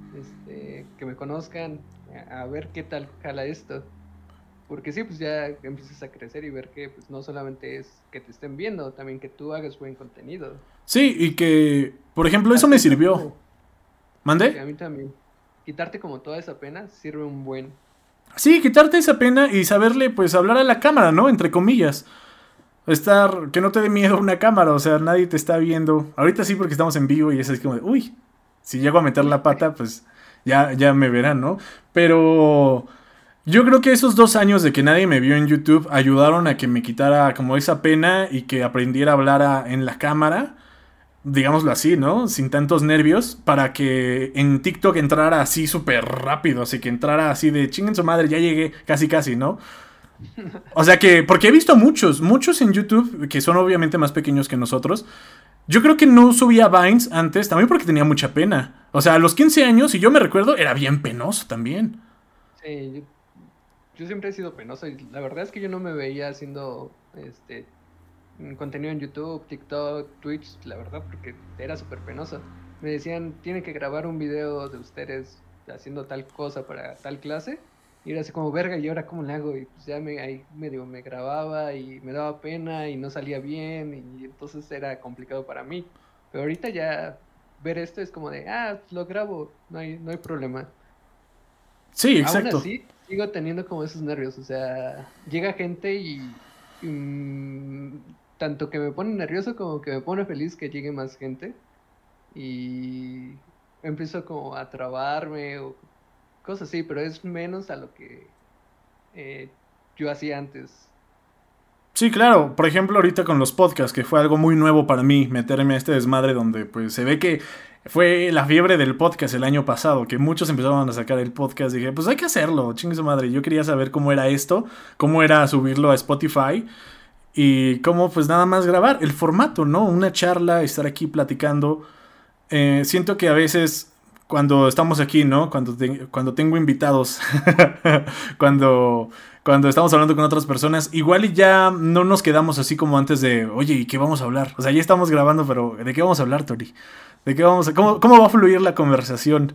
que me conozcan, a ver qué tal jala esto. Porque sí, pues ya empiezas a crecer y ver que pues no solamente es que te estén viendo, también que tú hagas buen contenido. Sí, y que, por ejemplo, eso Hasta me eso sirvió. mismo, sí, ¿Mande? a mí también. Quitarte como toda esa pena sirve un buen. Sí, quitarte esa pena y saberle, pues, hablar a la cámara, ¿no? Entre comillas. Que no te dé miedo una cámara, o sea, nadie te está viendo. Ahorita sí porque estamos en vivo y es así como de, uy, si llego a meter la pata, pues ya me verán, ¿no? Pero yo creo que esos 2 años de que nadie me vio en YouTube ayudaron a que me quitara como esa pena y que aprendiera a hablar en la cámara, digámoslo así, ¿no? Sin tantos nervios, para que en TikTok entrara así súper rápido, así que entrara así de chinguen su madre, ya llegué, casi, ¿no? O sea que, porque he visto muchos en YouTube que son obviamente más pequeños que nosotros. Yo creo que no subía Vines antes, también porque tenía mucha pena. O sea, a los 15 años, si yo me recuerdo, era bien penoso también. Sí, yo siempre he sido penoso y la verdad es que yo no me veía haciendo contenido en YouTube, TikTok, Twitch, la verdad, porque era súper penoso. Me decían, tienen que grabar un video de ustedes haciendo tal cosa para tal clase. Y era así como, verga, ¿y ahora cómo le hago? Y pues ya ahí medio me grababa y me daba pena y no salía bien y entonces era complicado para mí. Pero ahorita ya ver esto es como de, lo grabo, no hay problema. Sí, Aún exacto. así, sigo teniendo como esos nervios, o sea, llega gente y, tanto que me pone nervioso como que me pone feliz que llegue más gente y empiezo como a trabarme o cosas así, pero es menos a lo que eh, yo hacía antes. Sí, claro. Por ejemplo, ahorita con los podcasts, que fue algo muy nuevo para mí, meterme a este desmadre donde pues se ve que fue la fiebre del podcast el año pasado, que muchos empezaron a sacar el podcast. Dije, pues hay que hacerlo, chingue su madre. Yo quería saber cómo era esto, cómo era subirlo a Spotify y cómo pues nada más grabar. El formato, ¿no? Una charla, estar aquí platicando. Siento que a veces cuando estamos aquí, ¿no? Cuando tengo invitados, cuando, cuando estamos hablando con otras personas, igual y ya no nos quedamos así como antes de, oye, ¿y qué vamos a hablar? O sea, ya estamos grabando, pero ¿de qué vamos a hablar, Tori? ¿De qué cómo va a fluir la conversación?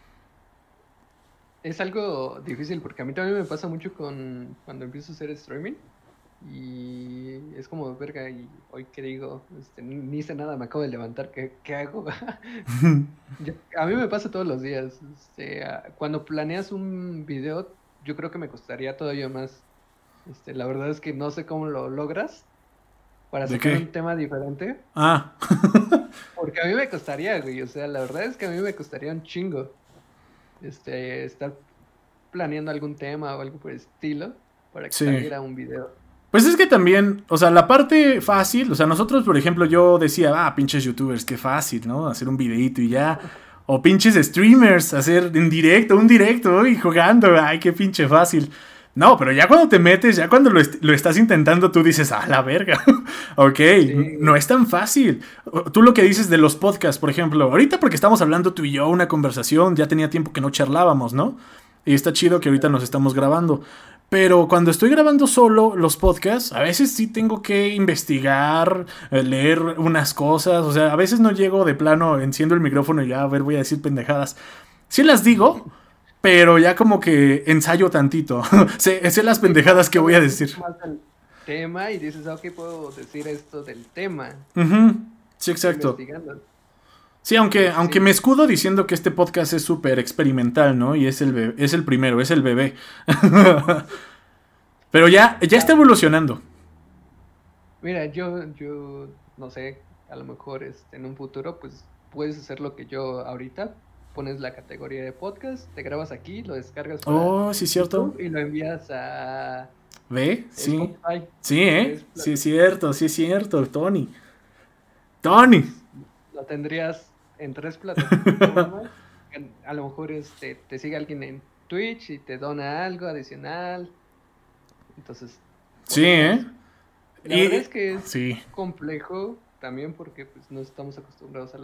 Es algo difícil porque a mí también me pasa mucho con cuando empiezo a hacer streaming y es como, verga, y hoy qué digo, ni hice nada, me acabo de levantar, ¿qué hago? A mí me pasa todos los días. Cuando planeas un video, yo creo que me costaría todavía más. La verdad es que no sé cómo lo logras para ¿De sacar qué? un tema diferente, Ah, porque a mí me costaría, güey. O sea, la verdad es que a mí me costaría un chingo, estar planeando algún tema o algo por el estilo para que sí. saliera un video. Pues es que también, o sea, la parte fácil, o sea, nosotros, por ejemplo, yo decía, pinches youtubers, qué fácil, ¿no? Hacer un videito y ya. O pinches streamers, hacer en directo, un directo, y jugando, ay, qué pinche fácil. No, pero ya cuando te metes, ya cuando lo estás intentando, tú dices, la verga. Ok, no Sí, es tan fácil. Tú lo que dices de los podcasts, por ejemplo, ahorita porque estamos hablando tú y yo, una conversación, ya tenía tiempo que no charlábamos, ¿no? Y está chido que sí, ahorita claro. nos estamos grabando. Pero cuando estoy grabando solo los podcasts, a veces sí tengo que investigar, leer unas cosas. O sea, a veces no llego de plano, enciendo el micrófono y ya, a ver, voy a decir pendejadas. Sí las digo, pero ya como que ensayo tantito. sé las Sí, pendejadas que voy conoces a un decir. poco más del tema y dices, ok, puedo decir esto del tema. Ujú, sí, Estoy exacto. investigando. Sí, aunque Sí, me escudo diciendo que este podcast es súper experimental, ¿no? Y es el primero, es el bebé. Pero ya está ah, evolucionando. mira, yo no sé, a lo mejor en un futuro, pues puedes hacer lo que yo ahorita. Pones la categoría de podcast, te grabas aquí, lo descargas para Oh, sí, cierto. YouTube y lo envías a ¿Ve? Sí. Spotify. Sí, ¿eh? Es Sí, plata- es cierto, Tony. Tony. Entonces lo tendrías en 3 plataformas. A lo mejor te sigue alguien en Twitch y te dona algo adicional. Entonces Sí, ¿eh? podrías. La verdad Y... es que es Sí. complejo también porque pues no estamos acostumbrados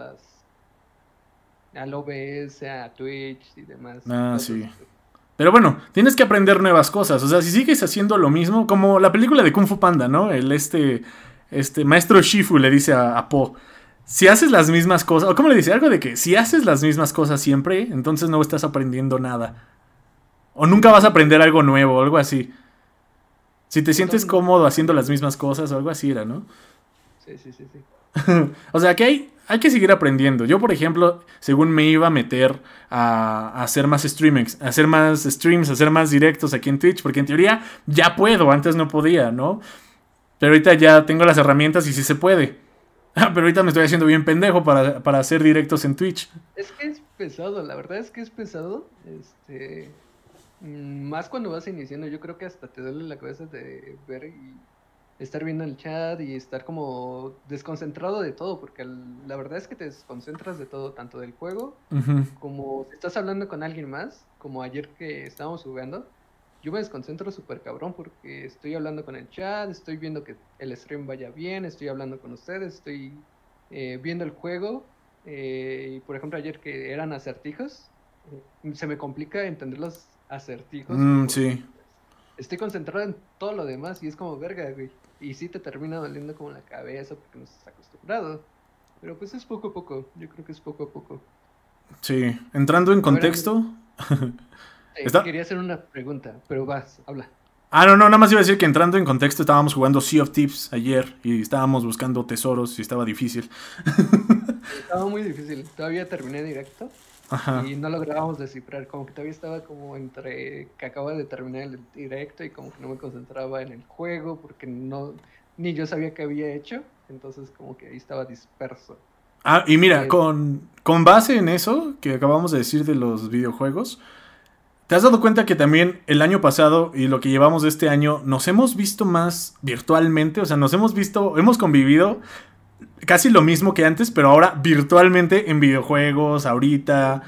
al OBS, a Twitch y demás cosas. Sí. Pero bueno, tienes que aprender nuevas cosas. O sea, si sigues haciendo lo mismo, como la película de Kung Fu Panda, ¿no? Este maestro Shifu le dice a Po, si haces las mismas cosas, o como le dice, algo de que si haces las mismas cosas siempre, entonces no estás aprendiendo nada. O nunca vas a aprender algo nuevo, o algo así. Si te Sí, sientes son cómodo haciendo las cambios. mismas cosas, o algo así era, ¿no? Sí, sí, sí, sí. O sea, que hay que seguir aprendiendo. Yo, por ejemplo, según me iba a meter a hacer más streamings, a hacer más streams, a hacer más directos aquí en Twitch, porque en teoría ya puedo, antes no podía, ¿no? Pero ahorita ya tengo las herramientas y sí se puede. Pero ahorita me estoy haciendo bien pendejo para hacer directos en Twitch. Es que es pesado, la verdad es que es pesado. Más cuando vas iniciando, yo creo que hasta te duele la cabeza de ver y estar viendo el chat y estar como desconcentrado de todo, porque la verdad es que te desconcentras de todo, tanto del juego Ujú. como si estás hablando con alguien más, como ayer que estábamos jugando. Yo me desconcentro súper cabrón porque estoy hablando con el chat, estoy viendo que el stream vaya bien, estoy hablando con ustedes, estoy viendo el juego. Y por ejemplo, ayer que eran acertijos, se me complica entender los acertijos porque Sí. estoy concentrado en todo lo demás y es como verga, güey. Y sí te termina doliendo como la cabeza porque no estás acostumbrado. Pero pues es poco a poco, yo creo que es poco a poco. Sí. Entrando en A ver, amigo, contexto. ¿Está? quería hacer una pregunta, pero vas, habla. Ah, no, no, nada más iba a decir que entrando en contexto estábamos jugando Sea of Thieves ayer y estábamos buscando tesoros y estaba difícil. Estaba muy difícil, todavía terminé directo Ajá. y no lográbamos descifrar, como que todavía estaba como entre que acababa de terminar el directo y como que no me concentraba en el juego porque no, ni yo sabía qué había hecho, entonces como que ahí estaba disperso. Ah, y mira, Eh, con base en eso que acabamos de decir de los videojuegos, ¿te has dado cuenta que también el año pasado y lo que llevamos de este año nos hemos visto más virtualmente? O sea, nos hemos visto, hemos convivido casi lo mismo que antes, pero ahora virtualmente en videojuegos, ahorita,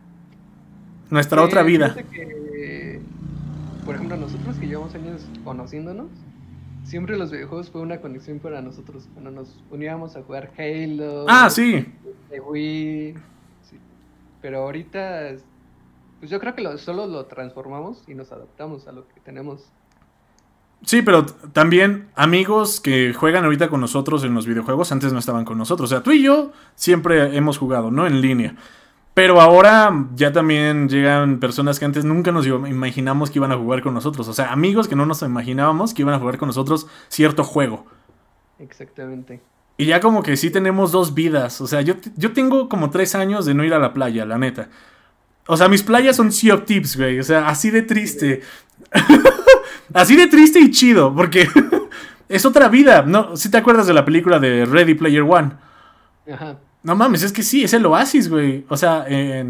nuestra otra vida. Fíjate que, por ejemplo, nosotros que llevamos años conociéndonos, siempre los videojuegos fue una conexión para nosotros. Cuando nos uníamos a jugar Ah, Halo, sí. Wii, sí. Pero ahorita, pues yo creo que solo lo transformamos y nos adaptamos a lo que tenemos. Sí, pero también amigos que juegan ahorita con nosotros en los videojuegos, antes no estaban con nosotros. O sea, tú y yo siempre hemos jugado, ¿no? En línea. Pero ahora ya también llegan personas que antes nunca nos imaginamos que iban a jugar con nosotros. O sea, amigos que no nos imaginábamos que iban a jugar con nosotros cierto juego. Exactamente. Y ya como que sí tenemos dos vidas. O sea, yo tengo como 3 años de no ir a la playa, la neta. O sea, mis playas son Sea of Tips, güey. O sea, así de Sí, güey. triste. Así de triste y chido, porque es otra vida. ¿No? ¿Sí te acuerdas de la película de Ready Player One? Ajá. No mames, es que sí, es el oasis, güey. O sea,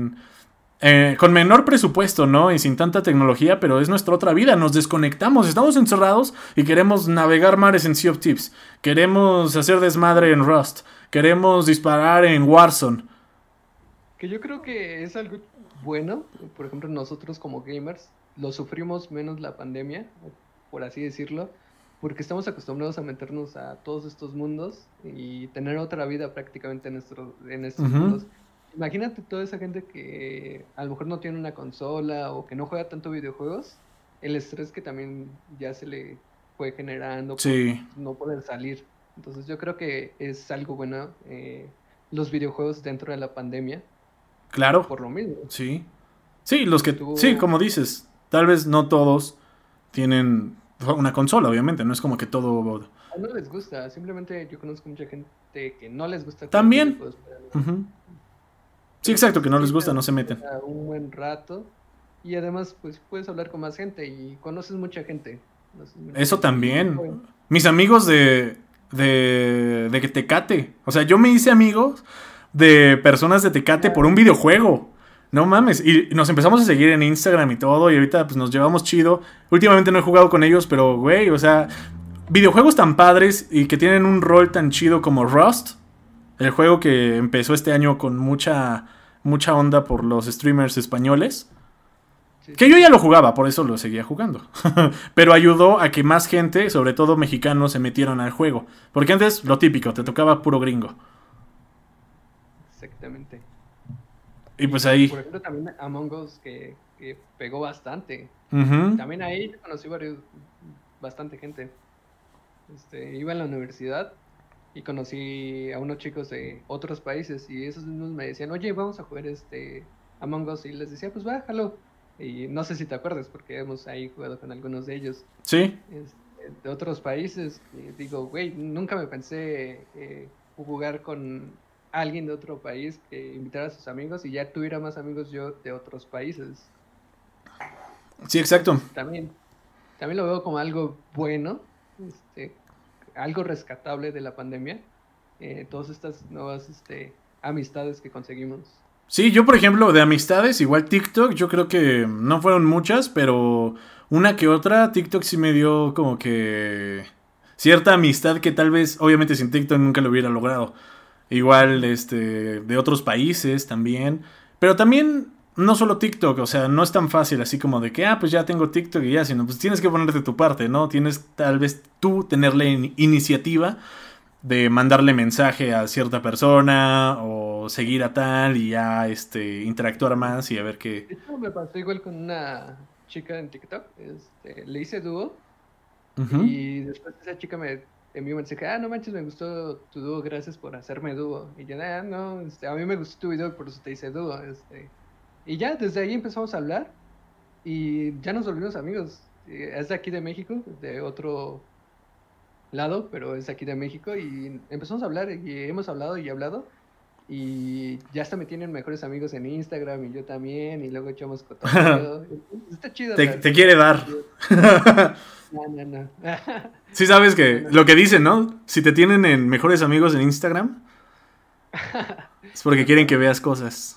con menor presupuesto, ¿no? Y sin tanta tecnología, pero es nuestra otra vida. Nos desconectamos, estamos encerrados y queremos navegar mares en Sea of Thieves. Queremos hacer desmadre en Rust. Queremos disparar en Warzone. Que yo creo que es algo bueno. Por ejemplo, nosotros como gamers lo sufrimos menos la pandemia, por así decirlo, porque estamos acostumbrados a meternos a todos estos mundos y tener otra vida prácticamente en estos Ujú. mundos. Imagínate toda esa gente que a lo mejor no tiene una consola o que no juega tanto videojuegos, el estrés que también ya se le fue generando por Sí, no poder salir. Entonces yo creo que es algo bueno los videojuegos dentro de la pandemia claro. por lo mismo. Sí. Sí, los que... Sí, Estuvo, como dices. Tal vez no todos tienen una consola, obviamente. No es como que todo... no les gusta, simplemente yo conozco mucha gente que no les gusta jugar También. videojuegos para nada. Ujú. Sí, Pero pues exacto, que no les sí te gusta, da no se meten. un buen rato y además pues puedes hablar con más gente y conoces mucha gente. Conoces mucha Eso gente y también. bueno, Mis amigos de Tecate. O sea, yo me hice amigos de personas de Tecate por un videojuego. No mames. Y nos empezamos a seguir en Instagram y todo. Y ahorita pues nos llevamos chido. Últimamente no he jugado con ellos, pero güey, o sea, videojuegos tan padres y que tienen un rol tan chido como Rust. El juego que empezó este año con mucha onda por los streamers españoles. sí, Que sí, yo ya sí, lo jugaba, por eso lo seguía jugando. Pero ayudó a que más gente, sobre todo mexicanos, se metieran al juego. Porque antes, lo típico, te tocaba puro gringo. exactamente. Y pues Y por ahí. ejemplo también Among Us que pegó bastante. Ujú. También ahí yo conocí bastante gente. Iba en la universidad y conocí a unos chicos de otros países y esos mismos me decían, oye, vamos a jugar Among Us y les decía, pues bájalo. Y no sé si te acuerdas porque hemos ahí jugado con algunos de ellos Sí. este, de otros países. Y digo, güey, nunca me pensé jugar con alguien de otro país que invitara a sus amigos y ya tuviera más amigos yo de otros países. Sí, exacto. Entonces también lo veo como algo bueno, algo rescatable de la pandemia, todas estas nuevas amistades que conseguimos. Sí, yo por ejemplo, de amistades, igual TikTok, yo creo que no fueron muchas, pero una que otra, TikTok sí me dio como que cierta amistad que tal vez, obviamente sin TikTok nunca lo hubiera logrado. Igual, de otros países también. Pero también, no solo TikTok, o sea, no es tan fácil así como de que, pues ya tengo TikTok y ya, sino pues tienes que ponerte tu parte, ¿no? Tienes tal vez tú tenerle iniciativa de mandarle mensaje a cierta persona o seguir a tal y ya interactuar más y a ver qué. De hecho, me pasó igual con una chica en TikTok. Le hice dúo Ujú. y después esa chica me envió un mensaje, no manches, me gustó tu dúo, gracias por hacerme dúo. Y yo, no, a mí me gustó tu video, por eso te hice dúo. Y ya, desde ahí empezamos a hablar y ya nos volvimos amigos. Es de aquí de México, de otro lado, pero es aquí de México y empezamos a hablar y hemos hablado y hablado. Y ya hasta me tienen mejores amigos en Instagram y yo también, y luego echamos cotorreo. Está chido la... Te quiere dar. No, no, no. Sí sabes No, que no. lo que dicen, ¿no? Si te tienen en mejores amigos en Instagram, es porque No quieren que creo, veas cosas.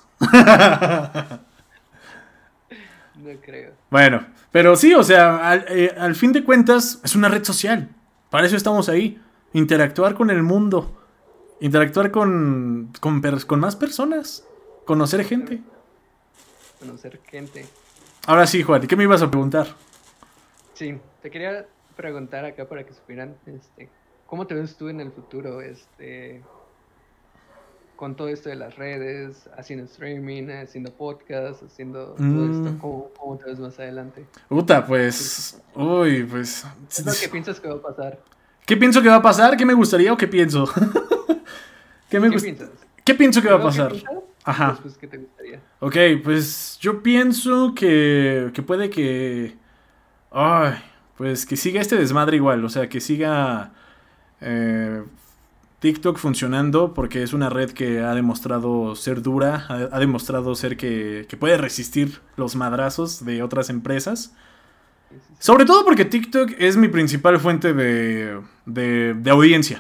no creo. Bueno, pero sí, o sea, al fin de cuentas es una red social. Para eso estamos ahí. Interactuar con el mundo. Interactuar con más personas. Conocer gente. Exactamente. Conocer gente. Ahora sí, Juan, ¿qué me ibas a preguntar? Sí, te quería preguntar acá para que supieran, ¿cómo te ves tú en el futuro, con todo esto de las redes, haciendo streaming, haciendo podcast, haciendo todo esto? Mm, ¿Cómo te ves más adelante? Puta, ¿Qué pues. Uy, pues. es lo que piensas que va a pasar? ¿Qué pienso que va a pasar? ¿Qué me gustaría o qué pienso? ¿Qué Sí, me ¿qué gust- piensas? ¿Qué pienso que va a Primero, ¿qué pasar? piensas? Y Ajá. después, ¿qué te gustaría? Ok, pues yo pienso que puede que. Ay, pues que siga este desmadre igual. O sea, que siga eh, TikTok funcionando porque es una red que ha demostrado ser dura, ha demostrado ser que puede resistir los madrazos de otras empresas. Sí, sí, sí. Sobre todo porque TikTok es mi principal fuente de audiencia.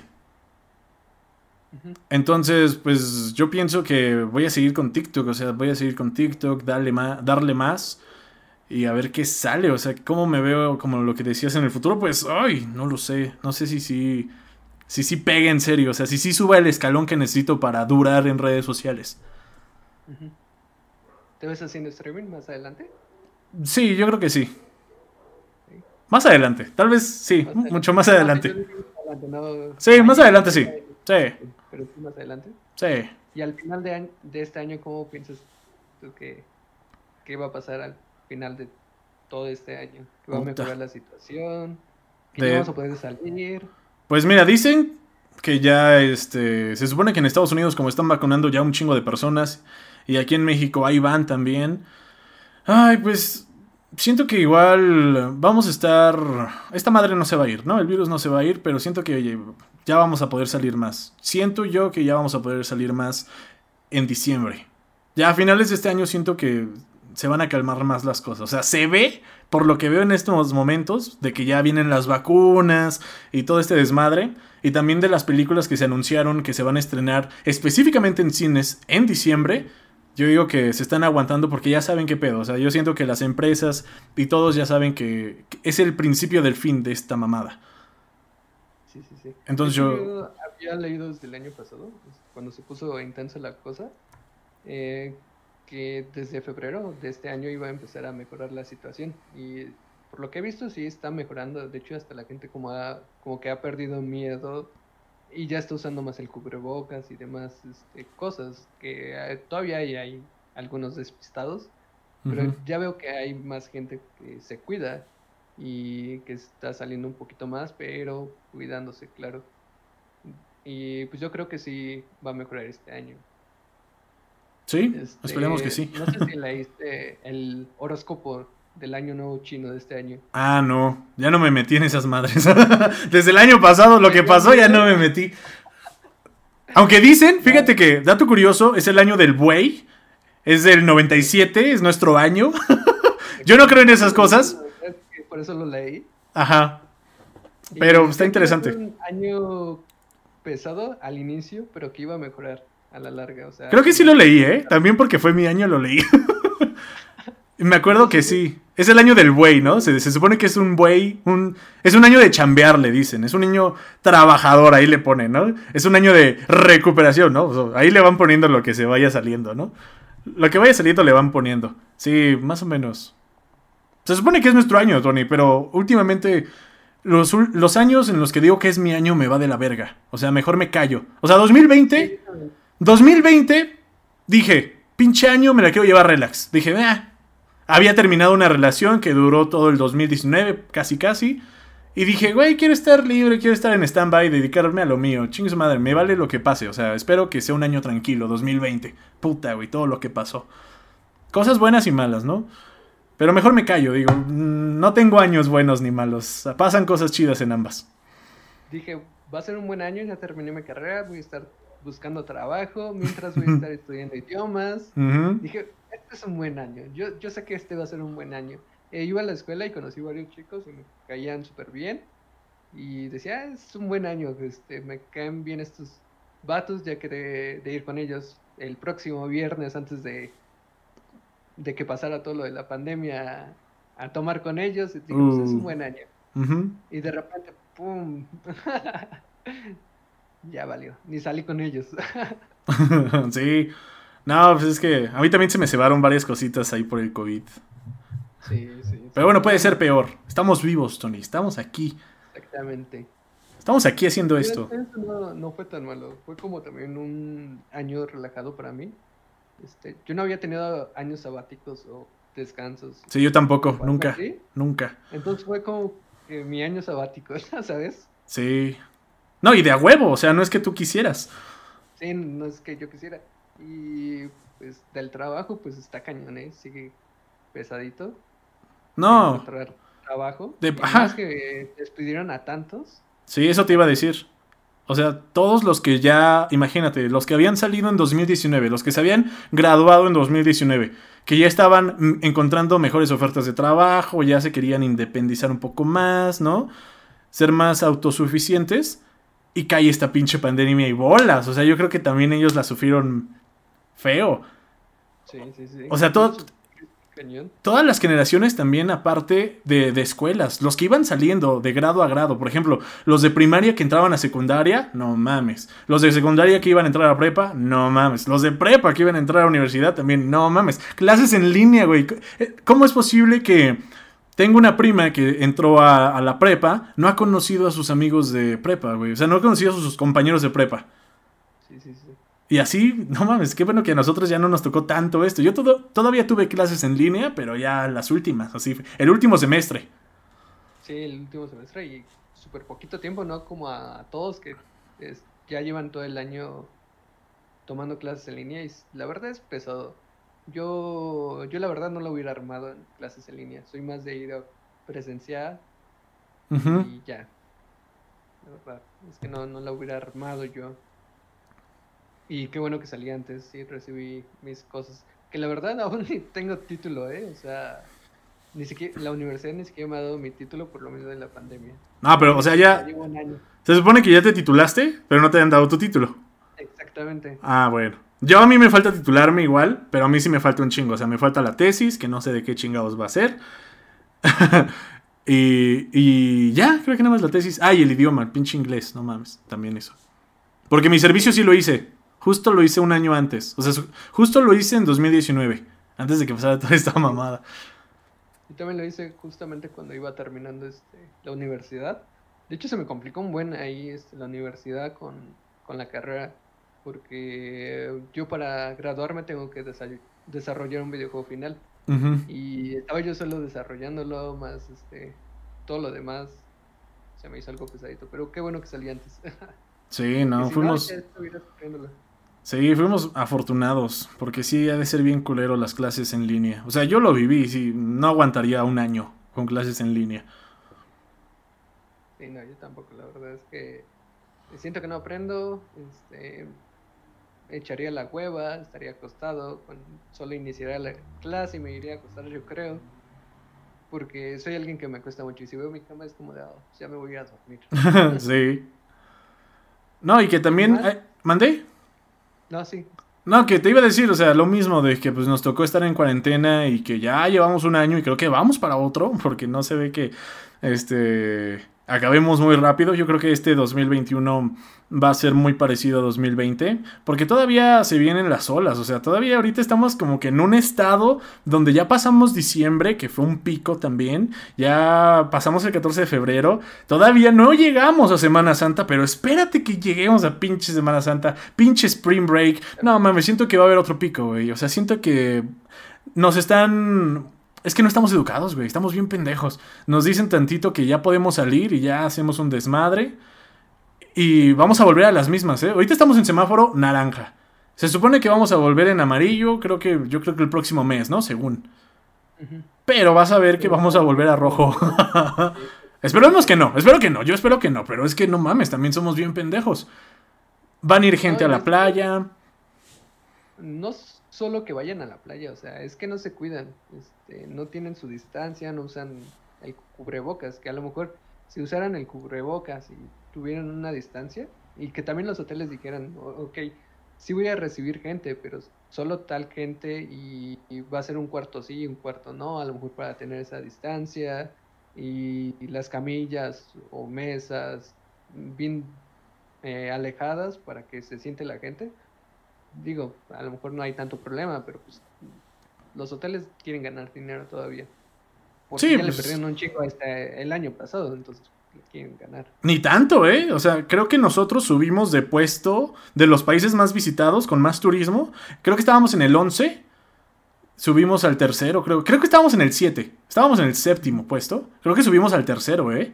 Ujú. Entonces, pues yo pienso que voy a seguir con TikTok, o sea, voy a seguir con TikTok, darle más y a ver qué sale, o sea, cómo me veo, como lo que decías en el futuro, pues, ay, no lo sé, no sé si sí pegue en serio, o sea, si sí suba el escalón que necesito para durar en redes sociales. Ujú. ¿Te ves haciendo streaming más adelante? Sí, yo creo que sí. Sí. Más adelante, tal vez sí, Más mucho adelante. más No, sí, yo adelante. digo más adelante, no Sí, más mañana, adelante pasado, sí. Sí, pero sí más adelante. sí. Y al final de este año, ¿cómo piensas tú que va a pasar al final de todo este año? ¿Que va a Puta. mejorar la situación? ¿Que ya De, vamos a poder salir? Pues mira, dicen que ya se supone que en Estados Unidos como están vacunando ya un chingo de personas y aquí en México ahí van también. Ay, pues siento que igual vamos a estar, esta madre no se va a ir, ¿no? El virus no se va a ir, pero siento que oye, ya vamos a poder salir más. Siento yo que ya vamos a poder salir más en diciembre. Ya a finales de este año siento que se van a calmar más las cosas. O sea, se ve, por lo que veo en estos momentos, de que ya vienen las vacunas y todo este desmadre. Y también de las películas que se anunciaron que se van a estrenar específicamente en cines en diciembre. Yo digo que se están aguantando porque ya saben qué pedo. O sea, yo siento que las empresas y todos ya saben que es el principio del fin de esta mamada. Sí, sí, sí. De Entonces hecho, yo... yo había leído desde el año pasado, cuando se puso intensa la cosa, eh, que desde febrero de este año iba a empezar a mejorar la situación. Y por lo que he visto, sí está mejorando. De hecho, hasta la gente como que ha perdido miedo y ya está usando más el cubrebocas y demás cosas que todavía hay algunos despistados, pero Ujú. ya veo que hay más gente que se cuida y que está saliendo un poquito más, pero cuidándose, claro. Y pues yo creo que sí va a mejorar este año. Sí, esperemos que sí. No sé si leíste el horóscopo del año nuevo chino de este año. Ah, no, ya no me metí en esas madres. Desde el año pasado lo ¿Te que habías pasó ya no leído? me metí. Aunque dicen, No, fíjate que, dato curioso, es el año del buey. Es del 97, es nuestro año. Yo no creo en esas exactamente lo cosas. mismo, es que por eso lo leí. Ajá, pero Y está decía que iba a ser interesante. un año pesado al inicio, pero que iba a mejorar a la larga. O sea, Creo que sí lo leí, ¿eh? También porque fue mi año lo leí. Me acuerdo que sí. Es el año del buey, ¿no? Se supone que es un buey, es un año de chambear, le dicen. Es un año trabajador, ahí le ponen, ¿no? Es un año de recuperación, ¿no? O sea, ahí le van poniendo lo que se vaya saliendo, ¿no? Lo que vaya saliendo le van poniendo. Sí, más o menos. Se supone que es nuestro año, Tony, pero últimamente los años en los que digo que es mi año me va de la verga. O sea, mejor me callo. O sea, 2020, dije, pinche año me la quiero llevar relax. Dije, había terminado una relación que duró todo el 2019, casi. Y dije, güey, quiero estar libre, quiero estar en stand-by, dedicarme a lo mío. Chingue su madre, me vale lo que pase. O sea, espero que sea un año tranquilo, 2020. Puta, güey, todo lo que pasó. Cosas buenas y malas, ¿no? Pero mejor me callo, digo, no tengo años buenos ni malos. Pasan cosas chidas en ambas. Dije, va a ser un buen año, ya terminé mi carrera, voy a estar buscando trabajo, mientras voy a estar estudiando idiomas. Dije, este es un buen año, yo sé que este va a ser un buen año. Iba a la escuela y conocí varios chicos y me caían súper bien. Y decía, es un buen año, me caen bien estos vatos, ya que de ir con ellos el próximo viernes antes de que pasara todo lo de la pandemia a tomar con ellos. Y digo, pues es un buen año. Y de repente, ¡pum! Ya valió, ni salí con ellos. Sí. No, pues es que a mí también se me cebaron varias cositas ahí por el COVID. Sí. Pero bueno, puede ser peor. Estamos vivos, Tony. Estamos aquí. Exactamente. Estamos aquí haciendo esto. Eso no fue tan malo. Fue como también un año relajado para mí. Yo no había tenido años sabáticos o descansos. Sí, yo tampoco. Nunca. Nunca. Entonces fue como que mi año sabático, ¿sabes? Sí. No, y de a huevo. O sea, no es que tú quisieras. Sí, no es que yo quisiera. Y pues del trabajo, pues está cañón, ¿eh? Sigue pesadito. No. Encontrar trabajo. Ajá. Que despidieron a tantos. Sí, eso te iba a decir. O sea, todos los que ya, imagínate, los que habían salido en 2019, los que se habían graduado en 2019, que ya estaban encontrando mejores ofertas de trabajo, ya se querían independizar un poco más, ¿no? Ser más autosuficientes. Y cae esta pinche pandemia y bolas. O sea, yo creo que también ellos la sufrieron feo. Sí. O sea, todas las generaciones también, aparte de escuelas, los que iban saliendo de grado a grado, por ejemplo, los de primaria que entraban a secundaria, no mames. Los de secundaria que iban a entrar a prepa, no mames. Los de prepa que iban a entrar a universidad también, no mames. Clases en línea, güey. ¿Cómo es posible que tengo una prima que entró a la prepa, no ha conocido a sus amigos de prepa, güey? O sea, no ha conocido a sus compañeros de prepa. Sí. Y así, no mames, qué bueno que a nosotros ya no nos tocó tanto esto. Yo todavía tuve clases en línea, pero ya las últimas, así, el último semestre. Sí, el último semestre y súper poquito tiempo, ¿no? Como a todos que ya llevan todo el año tomando clases en línea y la verdad es pesado. Yo la verdad no lo hubiera armado en clases en línea. Soy más de ir a presencial y ya. La verdad, es que no la hubiera armado yo. Y qué bueno que salí antes, sí, recibí mis cosas. Que la verdad aún ni tengo título, ¿eh? O sea, ni siquiera, la universidad ni siquiera me ha dado mi título por lo mismo de la pandemia. No, pero, o sea, ya llevo un año. Se supone que ya te titulaste, pero no te han dado tu título. Exactamente. Ah, bueno. A mí me falta titularme igual, pero a mí sí me falta un chingo. O sea, me falta la tesis, que no sé de qué chingados va a ser. y ya, creo que nada más la tesis. Y el idioma, el pinche inglés, no mames, también eso. Porque mi servicio sí lo hice. Justo lo hice un año antes. O sea, justo lo hice en 2019, antes de que pasara toda esta mamada. Yo también lo hice justamente cuando iba terminando la universidad. De hecho, se me complicó un buen ahí la universidad con la carrera. Porque yo para graduarme tengo que desarrollar un videojuego final. Y estaba yo solo desarrollándolo, más todo lo demás se me hizo algo pesadito. Pero qué bueno que salí antes. Sí, no, fuimos... Sí, fuimos afortunados, porque sí ha de ser bien culero las clases en línea. O sea, yo lo viví, sí, no aguantaría un año con clases en línea. Sí, no, yo tampoco, la verdad es que siento que no aprendo, echaría la hueva, estaría acostado, solo iniciaría la clase y me iría a acostar, yo creo, porque soy alguien que me cuesta mucho y si veo mi cama es como de, ya me voy a dormir. Sí. No, y que también... ¿Mandé? No, sí. No, que te iba a decir, o sea, lo mismo de que pues nos tocó estar en cuarentena y que ya llevamos un año y creo que vamos para otro, porque no se ve que acabemos muy rápido. Yo creo que este 2021 va a ser muy parecido a 2020, porque todavía se vienen las olas, o sea, todavía ahorita estamos como que en un estado donde ya pasamos diciembre, que fue un pico también, ya pasamos el 14 de febrero, todavía no llegamos a Semana Santa, pero espérate que lleguemos a pinche Semana Santa, pinche Spring Break. No mames, siento que va a haber otro pico, güey, o sea, siento que nos están... Es que no estamos educados, güey, estamos bien pendejos. Nos dicen tantito que ya podemos salir y ya hacemos un desmadre. Y vamos a volver a las mismas, ¿eh? Ahorita estamos en semáforo naranja. Se supone que vamos a volver en amarillo, yo creo que el próximo mes, ¿no? Según. Ujú. Pero vas a ver que vamos a volver a rojo. Esperemos que no, espero que no, yo espero que no, pero es que no mames, también somos bien pendejos. Van a ir No, gente a y la es que playa. no solo que vayan a la playa, o sea, es que no se cuidan, no tienen su distancia, no usan el cubrebocas, que a lo mejor si usaran el cubrebocas y tuvieran una distancia, y que también los hoteles dijeran, ok, sí voy a recibir gente, pero solo tal gente y va a ser un cuarto sí, un cuarto no, a lo mejor para tener esa distancia, y las camillas o mesas bien alejadas para que se siente la gente. Digo, a lo mejor no hay tanto problema, pero pues los hoteles quieren ganar dinero todavía. Porque Sí, ya le pues perdieron un chico hasta el año pasado, entonces le quieren ganar. ni tanto, ¿eh? O sea, creo que nosotros subimos de puesto de los países más visitados con más turismo. Creo que estábamos en el 11. Subimos al tercero, creo. Creo que estábamos en el 7. Estábamos en el séptimo puesto. Creo que subimos al tercero, ¿eh?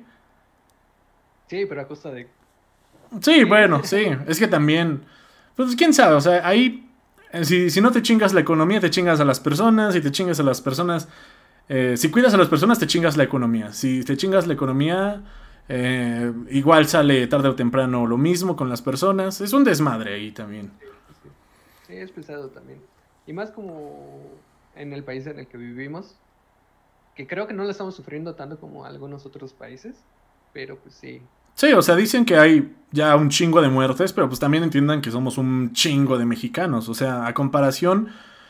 Sí, pero a costa de Sí, qué. bueno, sí. Es que también... Pues quién sabe, o sea, ahí... Si no te chingas la economía, te chingas a las personas. Si te chingas a las personas... si cuidas a las personas, te chingas la economía. Si te chingas la economía... igual sale tarde o temprano lo mismo con las personas. Es un desmadre ahí también. Sí, sí, sí. Sí, es pesado también. Y más como en el país en el que vivimos, que creo que no lo estamos sufriendo tanto como algunos otros países, pero pues sí. Sí, o sea, dicen que hay ya un chingo de muertes, pero pues también entiendan que somos un chingo de mexicanos. O sea, a comparación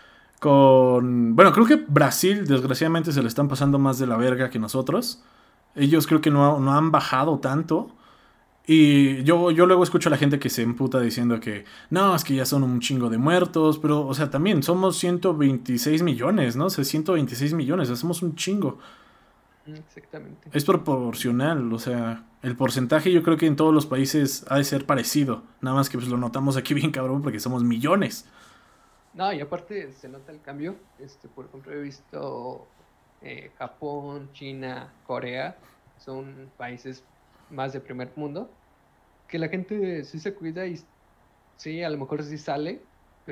con... Bueno, creo que Brasil, desgraciadamente, se le están pasando más de la verga que nosotros. Ellos creo que no han bajado tanto. Y yo luego escucho a la gente que se emputa diciendo que no, es que ya son un chingo de muertos. Pero, o sea, también somos 126 millones, ¿no? O sea, 126 millones, hacemos un chingo. Exactamente. Es proporcional, o sea, el porcentaje yo creo que en todos los países ha de ser parecido. Nada más que pues lo notamos aquí bien cabrón porque somos millones. No, y aparte se nota el cambio. Por ejemplo, he visto Japón, China, Corea, son países más de primer mundo, que la gente sí se cuida y sí, a lo mejor sí sale,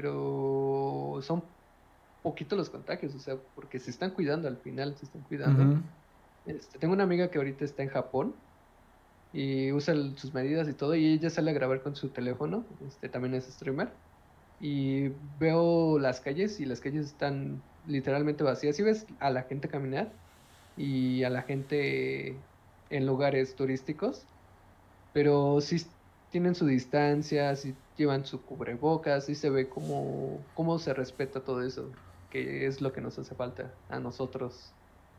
pero son poquitos los contagios, o sea, porque se están cuidando al final, se están cuidando. Ujú. Tengo una amiga que ahorita está en Japón y usa sus medidas y todo, y ella sale a grabar con su teléfono, también es streamer, y veo las calles y las calles están literalmente vacías. Y ves a la gente caminar y a la gente en lugares turísticos, pero sí tienen su distancia, sí llevan su cubrebocas, sí se ve cómo se respeta todo eso, que es lo que nos hace falta a nosotros.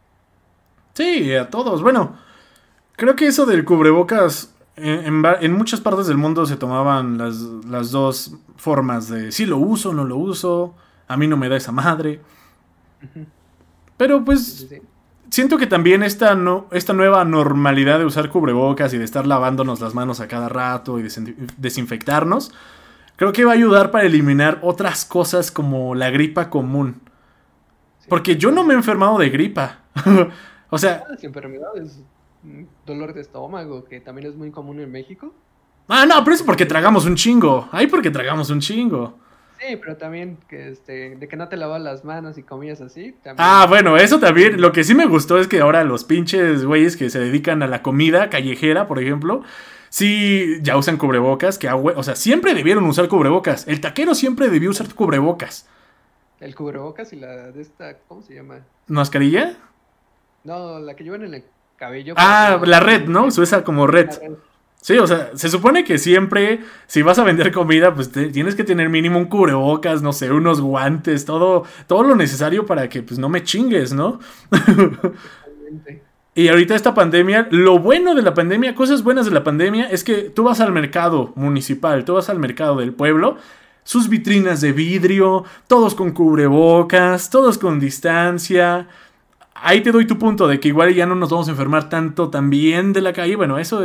Sí, a todos. Bueno, creo que eso del cubrebocas en muchas partes del mundo se tomaban las dos formas de si lo uso o no lo uso, a mí no me da esa madre. Ujú. Pero Sí, sí, pues sí. siento que también esta nueva normalidad de usar cubrebocas y de estar lavándonos las manos a cada rato y desinfectarnos, creo que va a ayudar para eliminar otras cosas como la gripa común. Sí, Porque yo no me he enfermado de gripa. O sea, las enfermedades, dolor de estómago, que también es muy común en México. no, pero es porque Porque tragamos un chingo. Ahí porque tragamos un chingo. sí, pero también que de que no te lavas las manos y comías así, Ah, también. bueno, eso también. Lo que sí me gustó es que ahora los pinches güeyes que se dedican a la comida callejera, por ejemplo, sí ya usan cubrebocas. O sea, siempre debieron usar cubrebocas. El taquero siempre debió usar cubrebocas. El cubrebocas y la de esta, ¿cómo se llama? ¿Mascarilla? No, la que llevan en el cabello para que Ah, no la se red, ¿no? moje. Se usa como red. La red. Sí, o sea, se supone que siempre, si vas a vender comida, pues tienes que tener mínimo un cubrebocas, no sé, unos guantes, todo lo necesario para que pues no me chingues, ¿no? Totalmente. Y ahorita esta pandemia, lo bueno de la pandemia, cosas buenas de la pandemia, es que tú vas al mercado municipal, tú vas al mercado del pueblo, sus vitrinas de vidrio, todos con cubrebocas, todos con distancia. Ahí te doy tu punto de que igual ya no nos vamos a enfermar tanto también de la calle. Bueno, eso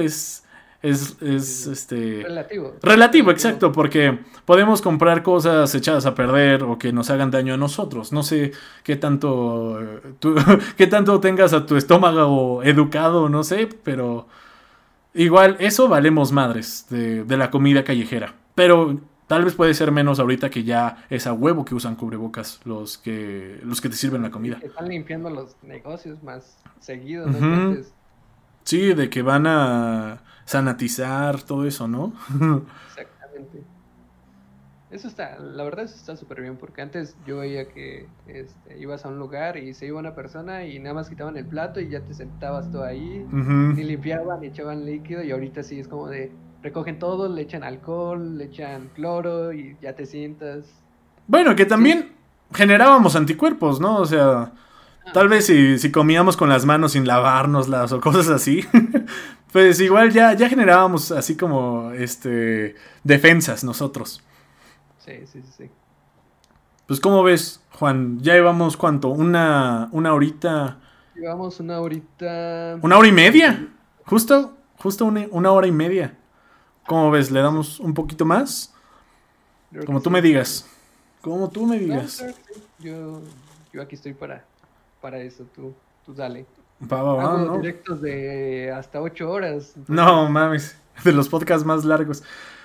es Relativo, relativo, relativo. exacto, porque podemos comprar cosas echadas a perder o que nos hagan daño a nosotros. No sé qué tanto qué tanto tengas a tu estómago educado, no sé, pero igual eso valemos madres de la comida callejera. Pero tal vez puede ser menos ahorita que ya es a huevo que usan cubrebocas los que te sirven la Y comida. que están limpiando los negocios más seguido, ¿no? Que Ujú. antes. Sí, de que van a sanatizar todo eso, ¿no? Exactamente. Eso está, la verdad eso está súper bien, porque antes yo veía que ibas a un lugar y se iba una persona y nada más quitaban el plato y ya te sentabas tú ahí, Ujú. ni limpiaban, ni echaban líquido y ahorita sí es como de recogen todo, le echan alcohol, le echan cloro y ya te sientas. Bueno, que Sí, también generábamos anticuerpos, ¿no? O sea, tal vez sí, si comíamos con las manos sin lavárnoslas o cosas así, pues igual ya generábamos así como defensas nosotros. sí, sí, sí, sí. Pues ¿cómo ves, Juan? Ya llevamos ¿cuánto? Una horita, Llevamos una hora y media. 50 minutos. Justo una hora y media. ¿Cómo ves? ¿Le Sí, damos un poquito más? creo que Como tú sí, me está bien. digas. Como tú me No, digas. claro que sí. Yo aquí estoy para eso, tú dale. Va, va, va, Hago ¿no? directos de hasta 8 horas, No, entonces mames. De los podcasts más largos.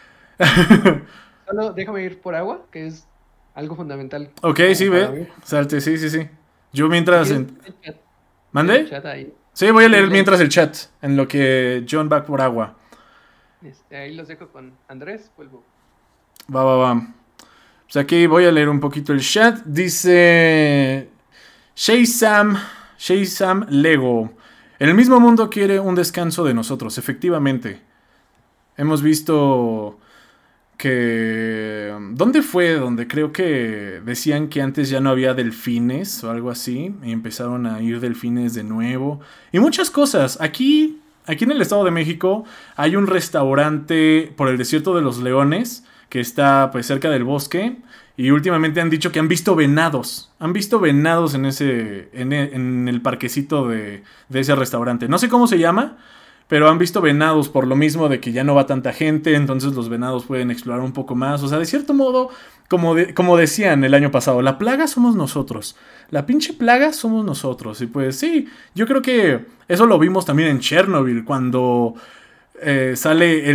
solo déjame ir por agua, que es algo fundamental Ok, sí, como para ve. mí. Salte, sí, sí, sí. Yo Si mientras... quieres, lee el ¿Mande? chat ahí. Sí, voy a Sí, leer lee el mientras chat. el chat. En lo que John va por agua. Ahí los dejo con Andrés, vuelvo. Va, va, va. Pues aquí voy a leer un poquito el chat. Dice... Shay Sam Lego. El mismo mundo quiere un descanso de nosotros, efectivamente. Hemos visto que... ¿Dónde fue? Donde creo que decían que antes ya no había delfines o algo así. Y empezaron a ir delfines de nuevo. Y muchas cosas. Aquí en el Estado de México hay un restaurante por el Desierto de los Leones que está pues cerca del bosque. Y últimamente han dicho que han visto venados. Han visto venados en el parquecito de ese restaurante. No sé cómo se llama, pero han visto venados por lo mismo de que ya no va tanta gente, entonces los venados pueden explorar un poco más. O sea, de cierto modo, como decían el año pasado, la plaga somos nosotros. La pinche plaga somos nosotros. Y pues sí, yo creo que eso lo vimos también en Chernobyl, cuando sale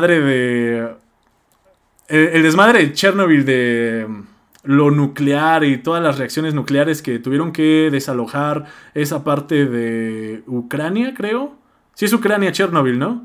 el desmadre de Chernobyl de lo nuclear y todas las reacciones nucleares que tuvieron que desalojar esa parte de Ucrania, creo. Sí es Ucrania, Chernobyl, ¿no?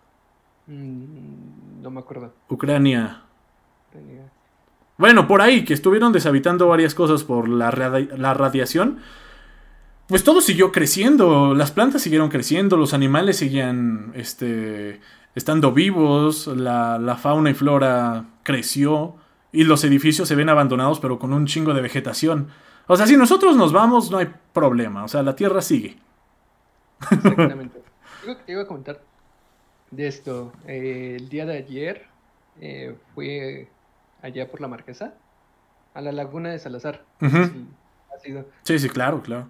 No me acuerdo. Ucrania. Tenía- Bueno, por ahí, que estuvieron deshabitando varias cosas por la radiación. Pues todo siguió creciendo, las plantas siguieron creciendo, los animales seguían estando vivos, la fauna y flora creció y los edificios se ven abandonados pero con un chingo de vegetación. O sea, si nosotros nos vamos no hay problema, o sea, la Tierra sigue. Exactamente. Digo que te iba a comentar de esto. El día de ayer fui allá por la Marquesa, a la laguna de Salazar. No sé Ujú. si ha sido. Sí, sí, claro, claro.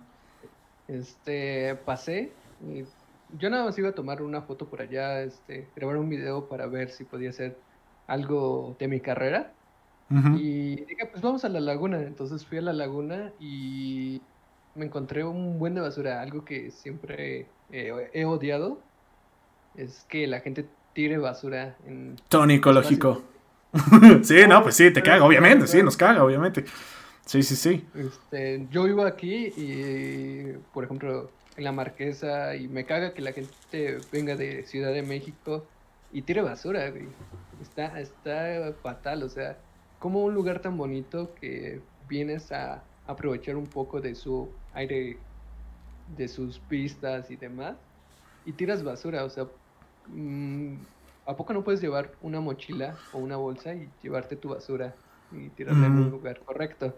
Pasé y yo nada más iba a tomar una foto por allá, grabar un video para ver si podía hacer algo de mi carrera. Ujú. Y dije, pues vamos a la laguna. Entonces fui a la laguna y me encontré un buen de basura. Algo que siempre he odiado es que la gente tire basura en Tony espacios ecológico. públicos. Sí, no, No, pues sí, te pero caga, es que la obviamente, sí, verdad, nos caga, obviamente. Sí, sí, sí. yo vivo aquí y, por ejemplo, en la Marquesa y me caga que la gente venga de Ciudad de México y tire basura, güey. Está fatal, o sea, como un lugar tan bonito que vienes a aprovechar un poco de su aire, de sus pistas y demás, y tiras basura, o sea, mm, ¿a poco no puedes llevar una mochila o una bolsa y llevarte tu basura y tirarla en un lugar correcto?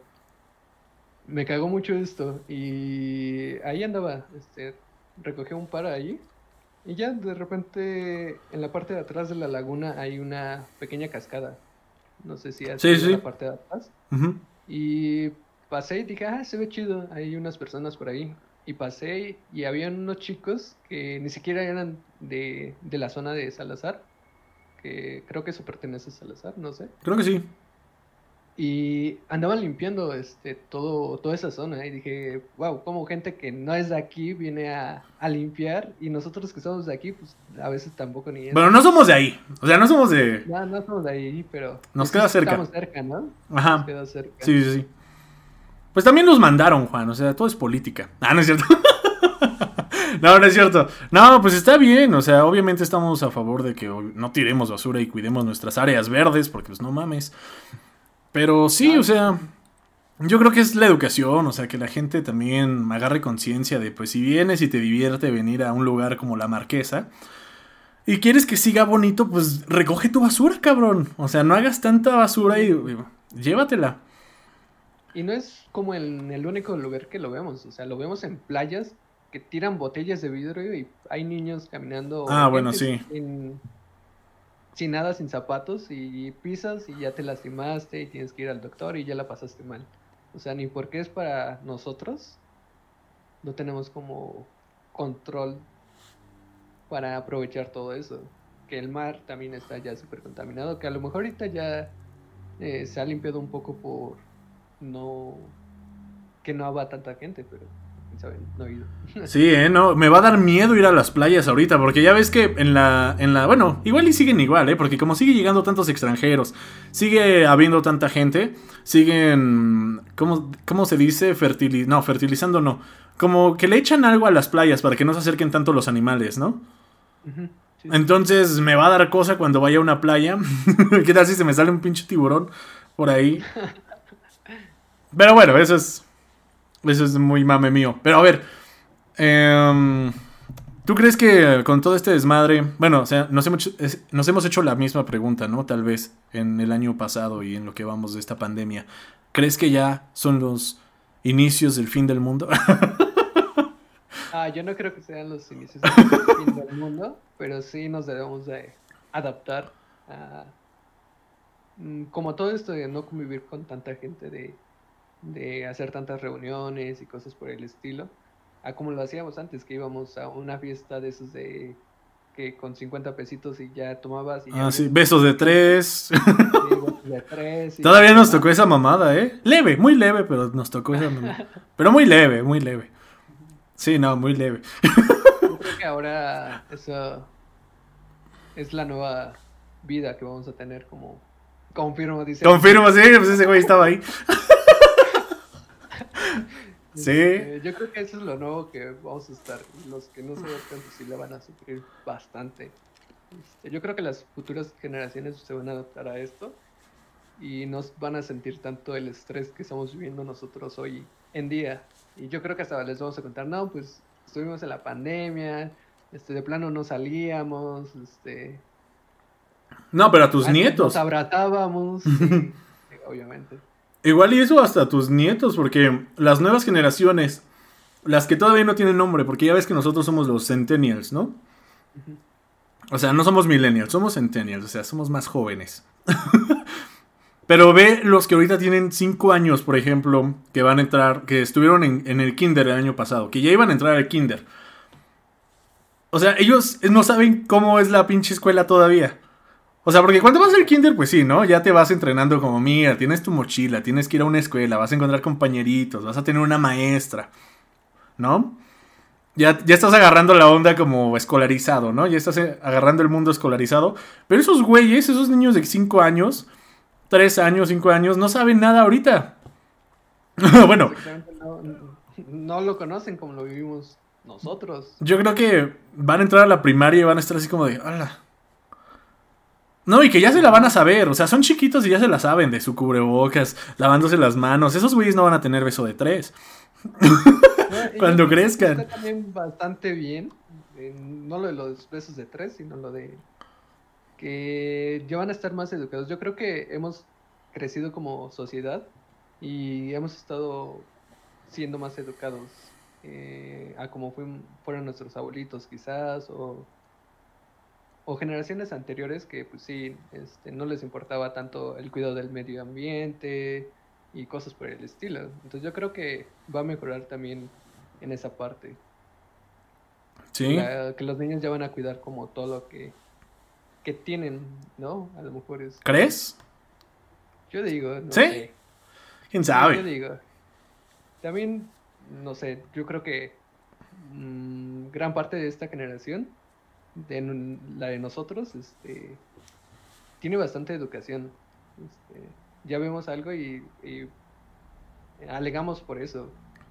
Me cagó mucho esto y ahí andaba, recogí un par ahí y ya de repente en la parte de atrás de la laguna hay una pequeña cascada. No sé si has Sí, ido a sí. la parte de atrás. Ujú. Y pasé y dije, se ve chido, hay unas personas por ahí. Y pasé y había unos chicos que ni siquiera eran de la zona de Salazar, que creo que eso pertenece a Salazar, no sé. Creo que sí. Y andaban limpiando toda esa zona. Y dije, wow, como gente que no es de aquí viene a limpiar. Y nosotros que somos de aquí, pues a veces tampoco ni Bueno, eso. no somos de ahí. O sea, no somos de... No, no somos de ahí, pero Nos pues sí queda cerca. estamos cerca, ¿no? Nos Ajá. queda cerca. Sí, sí, sí. Pues también los mandaron, Juan. O sea, todo es política. Ah, no es cierto. No, no es cierto. No, pues está bien. O sea, obviamente estamos a favor de que no tiremos basura y cuidemos nuestras áreas verdes, porque pues no mames. Pero sí, o sea, yo creo que es la educación, o sea, que la gente también agarre conciencia de, pues si vienes y te divierte venir a un lugar como La Marquesa y quieres que siga bonito, pues recoge tu basura, cabrón. O sea, no hagas tanta basura y llévatela. Y no es como en el único lugar que lo vemos, o sea, lo vemos en playas que tiran botellas de vidrio y hay niños caminando Ah, o bueno, gente sí. sin nada, sin zapatos y pisas y ya te lastimaste y tienes que ir al doctor y ya la pasaste mal. O sea, ni porque es para nosotros, no tenemos como control para aprovechar todo eso. Que el mar también está ya súper contaminado, que a lo mejor ahorita ya se ha limpiado un poco por no que no va tanta gente, pero quién sabe, no he ido. Sí, no, me va a dar miedo ir a las playas ahorita, porque ya ves que bueno, igual y siguen igual, porque como sigue llegando tantos extranjeros, sigue habiendo tanta gente, siguen, ¿cómo se dice? Fertilizando no, como que le echan algo a las playas para que no se acerquen tanto los animales, ¿no? Ujú, sí. Entonces me va a dar cosa cuando vaya a una playa, ¿qué tal si se me sale un pinche tiburón por ahí? Pero bueno, eso es muy mame mío. Pero a ver, ¿tú crees que con todo este desmadre, bueno, o sea, nos hemos hecho la misma pregunta, ¿no? Tal vez en el año pasado y en lo que vamos de esta pandemia. ¿Crees que ya son los inicios del fin del mundo? Yo no creo que sean los inicios del fin del mundo, pero sí nos debemos de adaptar a, como todo esto de no convivir con tanta gente, de hacer tantas reuniones y cosas por el estilo, a como lo hacíamos antes, que íbamos a una fiesta de esos de que con 50 pesitos y ya tomabas y ya Ah, sí, había besos de 3. sí, besos de tres y Todavía nos demás. tocó esa mamada, ¿eh? Leve, muy leve, pero nos tocó esa mamada. Pero muy leve, muy leve. Sí, no, muy leve. Yo creo que ahora eso es la nueva vida que vamos a tener, como confirmo, dice. Confirmo, sí, pues ese güey estaba ahí. Sí. Yo creo que eso es lo nuevo que vamos a estar. Los que no se adaptan, pues sí la van a sufrir bastante. Yo creo que las futuras generaciones se van a adaptar a esto y no van a sentir tanto el estrés que estamos viviendo nosotros hoy en día. Y yo creo que hasta les vamos a contar, no, pues estuvimos en la pandemia, de plano no salíamos, No, pero a tus antes nietos. nos abrazábamos, sí, obviamente. Igual y eso hasta a tus nietos, porque las nuevas generaciones, las que todavía no tienen nombre, porque ya ves que nosotros somos los centennials, ¿no? Ujú. O sea, no somos millennials, somos centennials, o sea, somos más jóvenes. Pero ve los que ahorita tienen 5 años, por ejemplo, que van a entrar, que estuvieron en el kinder el año pasado, que ya iban a entrar al kinder. O sea, ellos no saben cómo es la pinche escuela todavía. O sea, porque cuando vas al kinder, pues sí, ¿no? Ya te vas entrenando como, mira, tienes tu mochila, tienes que ir a una escuela, vas a encontrar compañeritos, vas a tener una maestra, ¿no? Ya estás agarrando la onda como escolarizado, ¿no? Ya estás agarrando el mundo escolarizado. Pero esos güeyes, esos niños de 5 años, 3 años, 5 años, no saben nada ahorita. Bueno, Exactamente, no lo conocen como lo vivimos nosotros. yo creo que van a entrar a la primaria y van a estar así como de, ¡hala! No, y que ya se la van a saber, o sea, son chiquitos y ya se la saben de su cubrebocas, lavándose las manos. Esos güeyes no van a tener beso de 3 cuando crezcan. Está también bastante bien, no lo de los besos de 3, sino lo de que ya van a estar más educados. Yo creo que hemos crecido como sociedad y hemos estado siendo más educados a como fueron nuestros abuelitos quizás o generaciones anteriores que pues sí, no les importaba tanto el cuidado del medio ambiente y cosas por el estilo. Entonces yo creo que va a mejorar también en esa parte. Sí. Que los niños ya van a cuidar como todo lo que tienen, ¿no? A lo mejor es... ¿Crees? Yo digo, no ¿Sí? sé. ¿Quién Sí, sabe? yo digo. También, no sé, yo creo que gran parte de esta generación, la de nosotros, tiene bastante educación. Ya vemos algo y alegamos por eso.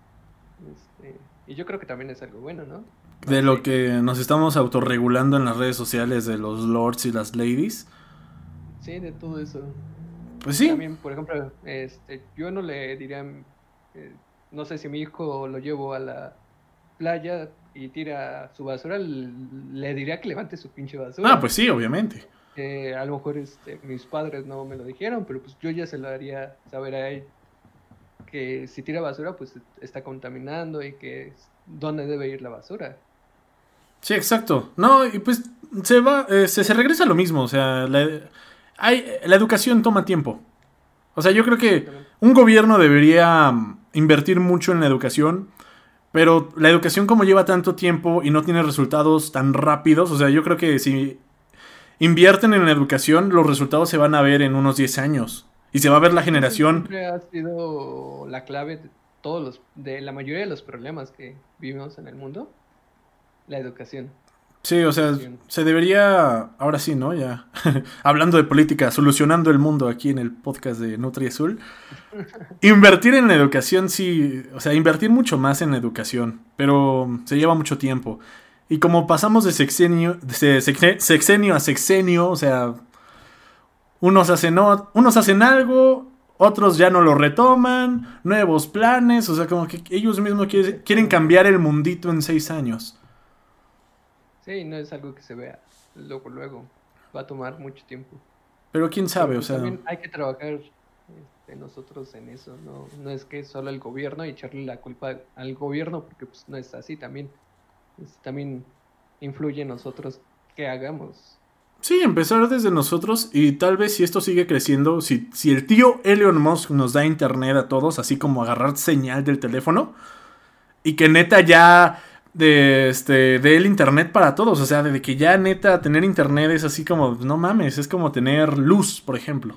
Y yo creo que también es algo bueno, ¿no? De lo que nos estamos autorregulando en las redes sociales de los lords y las ladies. Sí, de todo eso. Pues sí. También, por ejemplo, yo no le diría, no sé si mi hijo lo llevo a la playa y tira su basura, le diría que levante su pinche basura. Ah, pues sí, obviamente. A lo mejor mis padres no me lo dijeron, pero pues yo ya se lo haría saber a él que si tira basura, pues está contaminando y que dónde debe ir la basura. Sí, exacto. No, y pues se regresa a lo mismo. O sea, la educación toma tiempo. O sea, yo creo que un gobierno debería invertir mucho en la educación, pero la educación como lleva tanto tiempo y no tiene resultados tan rápidos, o sea, yo creo que si invierten en la educación, los resultados se van a ver en unos 10 años. Y se va a ver la generación. Siempre ha sido la clave de la mayoría de los problemas que vivimos en el mundo. La educación. Sí, o sea, se debería, ahora sí, ¿no? Ya, hablando de política, solucionando el mundo aquí en el podcast de Nutri Azul. Invertir en la educación, sí, o sea, invertir mucho más en la educación, pero se lleva mucho tiempo. Y como pasamos de sexenio a sexenio, o sea, unos hacen algo, otros ya no lo retoman, nuevos planes, o sea, como que ellos mismos quieren cambiar el mundito en 6 años. Sí, no es algo que se vea luego. Va a tomar mucho tiempo. Pero quién sabe, o sea... También hay que trabajar nosotros en eso, no es que solo el gobierno y echarle la culpa al gobierno, porque pues no es así también. También influye en nosotros qué hagamos. Sí, empezar desde nosotros y tal vez si esto sigue creciendo, si el tío Elon Musk nos da internet a todos, así como agarrar señal del teléfono y que neta ya de el internet para todos, o sea, de que ya neta tener internet es así como, no mames, es como tener luz, por ejemplo.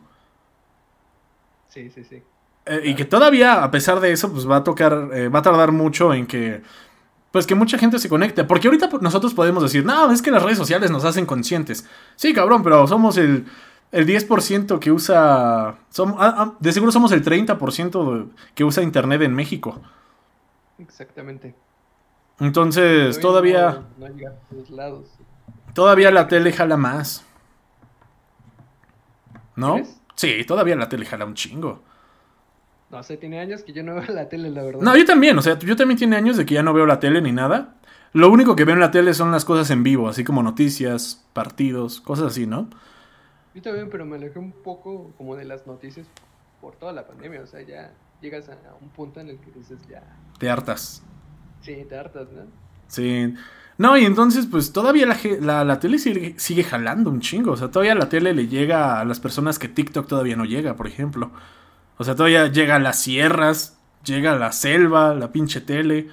Sí. Y que todavía, a pesar de eso, pues va a tardar mucho en que, pues que mucha gente se conecte. Porque ahorita nosotros podemos decir, no, es que las redes sociales nos hacen conscientes. Sí, cabrón, pero somos el 10% que usa, de seguro somos el 30% que usa internet en México. Exactamente. Entonces, todavía no llega a todos lados. Todavía la tele jala más. ¿No? ¿Crees? Sí, todavía la tele jala un chingo. No sé, tiene años que yo no veo la tele, la verdad. No, yo también, o sea, yo también tiene años de que ya no veo la tele ni nada. Lo único que veo en la tele son las cosas en vivo, así como noticias, partidos, cosas así, ¿no? Yo también, pero me alejé un poco como de las noticias por toda la pandemia, o sea, ya llegas a un punto en el que dices ya... Te hartas. Sí, te hartas, ¿no? Sí. No, y entonces, pues todavía la tele sigue jalando un chingo. O sea, todavía la tele le llega a las personas que TikTok todavía no llega, por ejemplo. O sea, todavía llega a las sierras, llega a la selva, la pinche tele.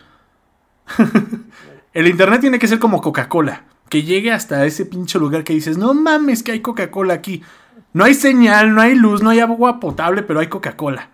El internet tiene que ser como Coca-Cola. Que llegue hasta ese pinche lugar que dices, no mames que hay Coca-Cola aquí. No hay señal, no hay luz, no hay agua potable, pero hay Coca-Cola.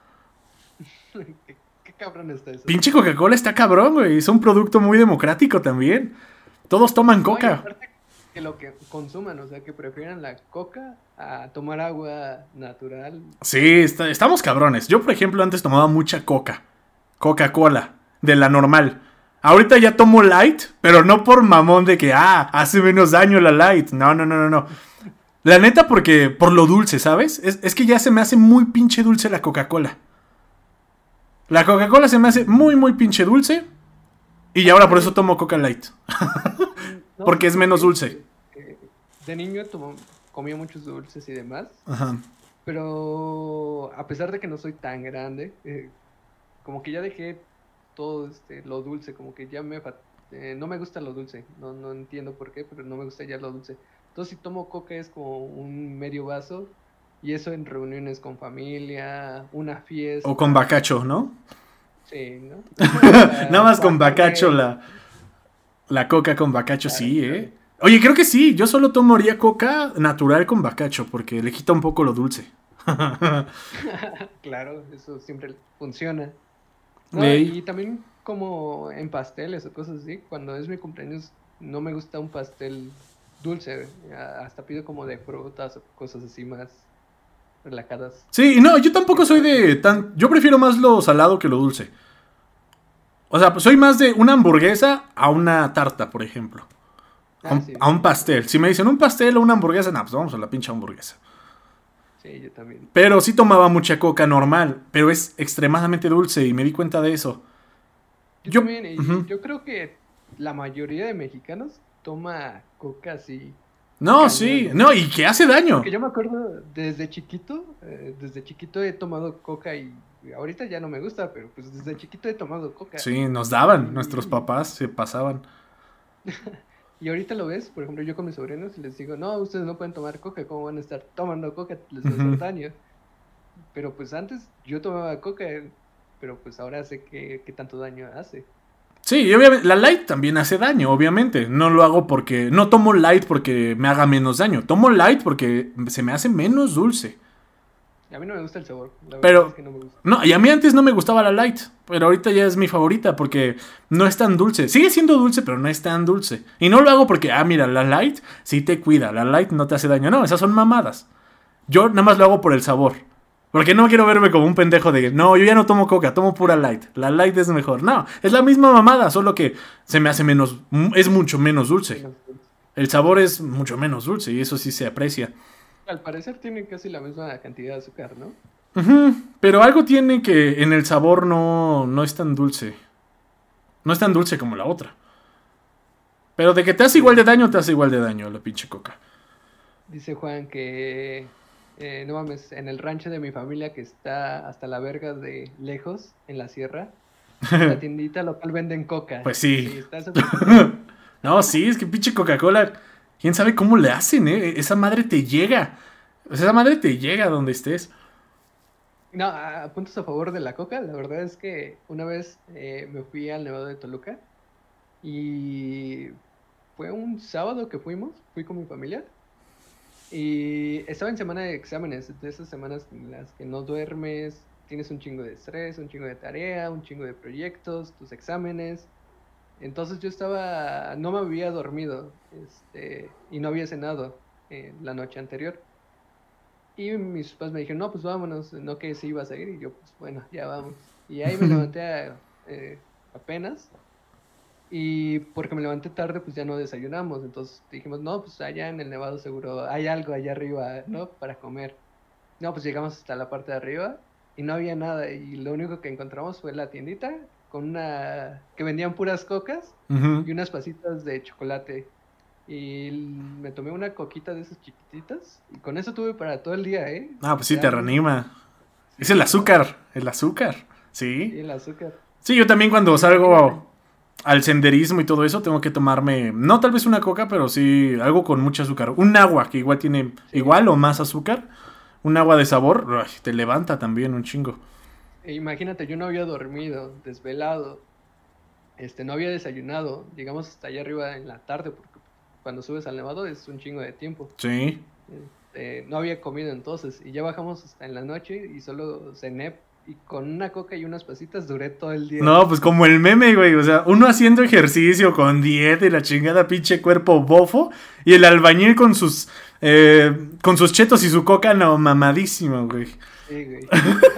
¿Qué cabrón está eso? Pinche Coca-Cola está cabrón, güey. Es un producto muy democrático también. Todos toman coca. No, y aparte que lo que consuman, o sea, que prefieran la coca a tomar agua natural. Sí, estamos cabrones. Yo, por ejemplo, antes tomaba mucha Coca-Cola, de la normal. Ahorita ya tomo light, pero no por mamón de que, hace menos daño la light. No. La neta, porque por lo dulce, ¿sabes? Es que ya se me hace muy pinche dulce la Coca-Cola. La Coca-Cola se me hace muy, muy pinche dulce. Y ahora por eso tomo Coca Light. Porque es menos dulce. De niño comía muchos dulces y demás. Ajá. Pero a pesar de que no soy tan grande, como que ya dejé todo lo dulce, como que ya no me gusta lo dulce, no entiendo por qué, pero no me gusta ya lo dulce. Entonces si tomo coca es como un medio vaso, y eso en reuniones con familia, una O con fiesta, bacacho, ¿no? sí, ¿no? Nada más con bacacho Guacamole, la coca con bacacho, claro, sí, claro. ¿eh? Oye, creo que sí. Yo solo tomaría coca natural con bacacho porque le quita un poco lo dulce. Claro, eso siempre funciona. No, Ey. y también como en pasteles o cosas así, cuando es mi cumpleaños no me gusta un pastel dulce, hasta pido como de frutas o cosas así más relajadas. Sí, no, yo Y tampoco soy para ti, de tan... Yo prefiero más lo salado que lo dulce. O sea, soy más de una hamburguesa a una tarta, por ejemplo. sí, A un yo también. pastel. Si me dicen un pastel o una hamburguesa, no, pues vamos a la pinche hamburguesa. Sí, yo también. Pero sí tomaba mucha coca normal, pero es extremadamente dulce y me di cuenta de eso. Yo Yo... también, y Ujú. yo creo que la mayoría de mexicanos toma coca así No, cañón, sí, ¿eh? no, y que hace daño. Porque yo me acuerdo desde chiquito he tomado coca y ahorita ya no me gusta, pero pues desde chiquito he tomado coca. Sí, nos daban, nuestros Y, papás se pasaban. y ahorita lo ves, por ejemplo, yo con mis sobrinos y les digo, no, ustedes no pueden tomar coca, ¿cómo van a estar tomando coca? Les va a Ujú. hacer daño. Pero pues antes yo tomaba coca, pero pues ahora sé qué tanto daño hace. Sí, y obviamente, la light también hace daño, obviamente. No lo hago porque... No tomo light porque me haga menos daño. Tomo light porque se me hace menos dulce. A mí no me gusta el sabor, la verdad es Pero... que no me gusta. No, y a mí antes no me gustaba la light, pero ahorita ya es mi favorita porque no es tan dulce. Sigue siendo dulce, pero no es tan dulce. Y no lo hago porque, mira, la light sí te cuida, la light no te hace daño. No, esas son mamadas. Yo nada más lo hago por el sabor. Porque no quiero verme como un pendejo de, no, yo ya no tomo coca, tomo pura light. La light es mejor. No, es la misma mamada, solo que se me hace menos, es mucho menos dulce. Menos dulce. El sabor es mucho menos dulce y eso sí se aprecia. Al parecer tienen casi la misma cantidad de azúcar, ¿no? Ujú. Pero algo tiene que en el sabor no es tan dulce. No es tan dulce como la otra. Pero de que te hace igual Sí. de daño, te hace igual de daño la pinche coca. Dice Juan que, no mames, en el rancho de mi familia que está hasta la verga de lejos, en la sierra, en la tiendita local venden coca. Pues sí. Sí, está súper cañón. No, sí, es que pinche Coca-Cola, quién sabe cómo le hacen, ¿eh? Esa madre te llega. O sea, esa madre te llega a donde estés. No, puntos a favor de la coca. La verdad es que una vez me fui al Nevado de Toluca y fue un sábado que fui con mi familia y estaba en semana de exámenes, de esas semanas en las que no duermes, tienes un chingo de estrés, un chingo de tarea, un chingo de proyectos, tus exámenes. Entonces yo no me había dormido, y no había cenado la noche anterior. Y mis papás me dijeron, no, pues vámonos, no que se iba a seguir. Y yo, pues bueno, ya vamos. Y ahí me levanté apenas. Y porque me levanté tarde, pues ya no desayunamos. Entonces dijimos, no, pues allá en el Nevado seguro hay algo allá arriba, ¿no? Para comer. No, pues llegamos hasta la parte de arriba y no había nada. Y lo único que encontramos fue la tiendita que vendían puras cocas Ujú. y unas pasitas de chocolate. Y me tomé una coquita de esas chiquititas y con eso tuve para todo el día, ¿eh? Ah, pues sí, te Literalmente. reanima. Es Sí, ¿no? el azúcar. Sí, Sí. el azúcar. Sí, yo también cuando Imagínate. salgo al senderismo y todo eso, tengo que tomarme, no tal vez una coca, pero sí algo con mucho azúcar. Un agua que igual tiene Sí. igual o más azúcar. Un agua de sabor, ay, te levanta también un chingo. Imagínate, yo no había dormido, desvelado, no había desayunado. Llegamos hasta allá arriba en la tarde porque cuando subes al nevado es un chingo de tiempo. Sí. No había comido entonces y ya bajamos hasta en la noche y solo cené y con una coca y unas pasitas duré todo el día. No, pues como el meme, güey. O sea, uno haciendo ejercicio con dieta y la chingada pinche cuerpo bofo. Y el albañil con sus chetos y su coca, no, mamadísimo, güey. Sí, güey.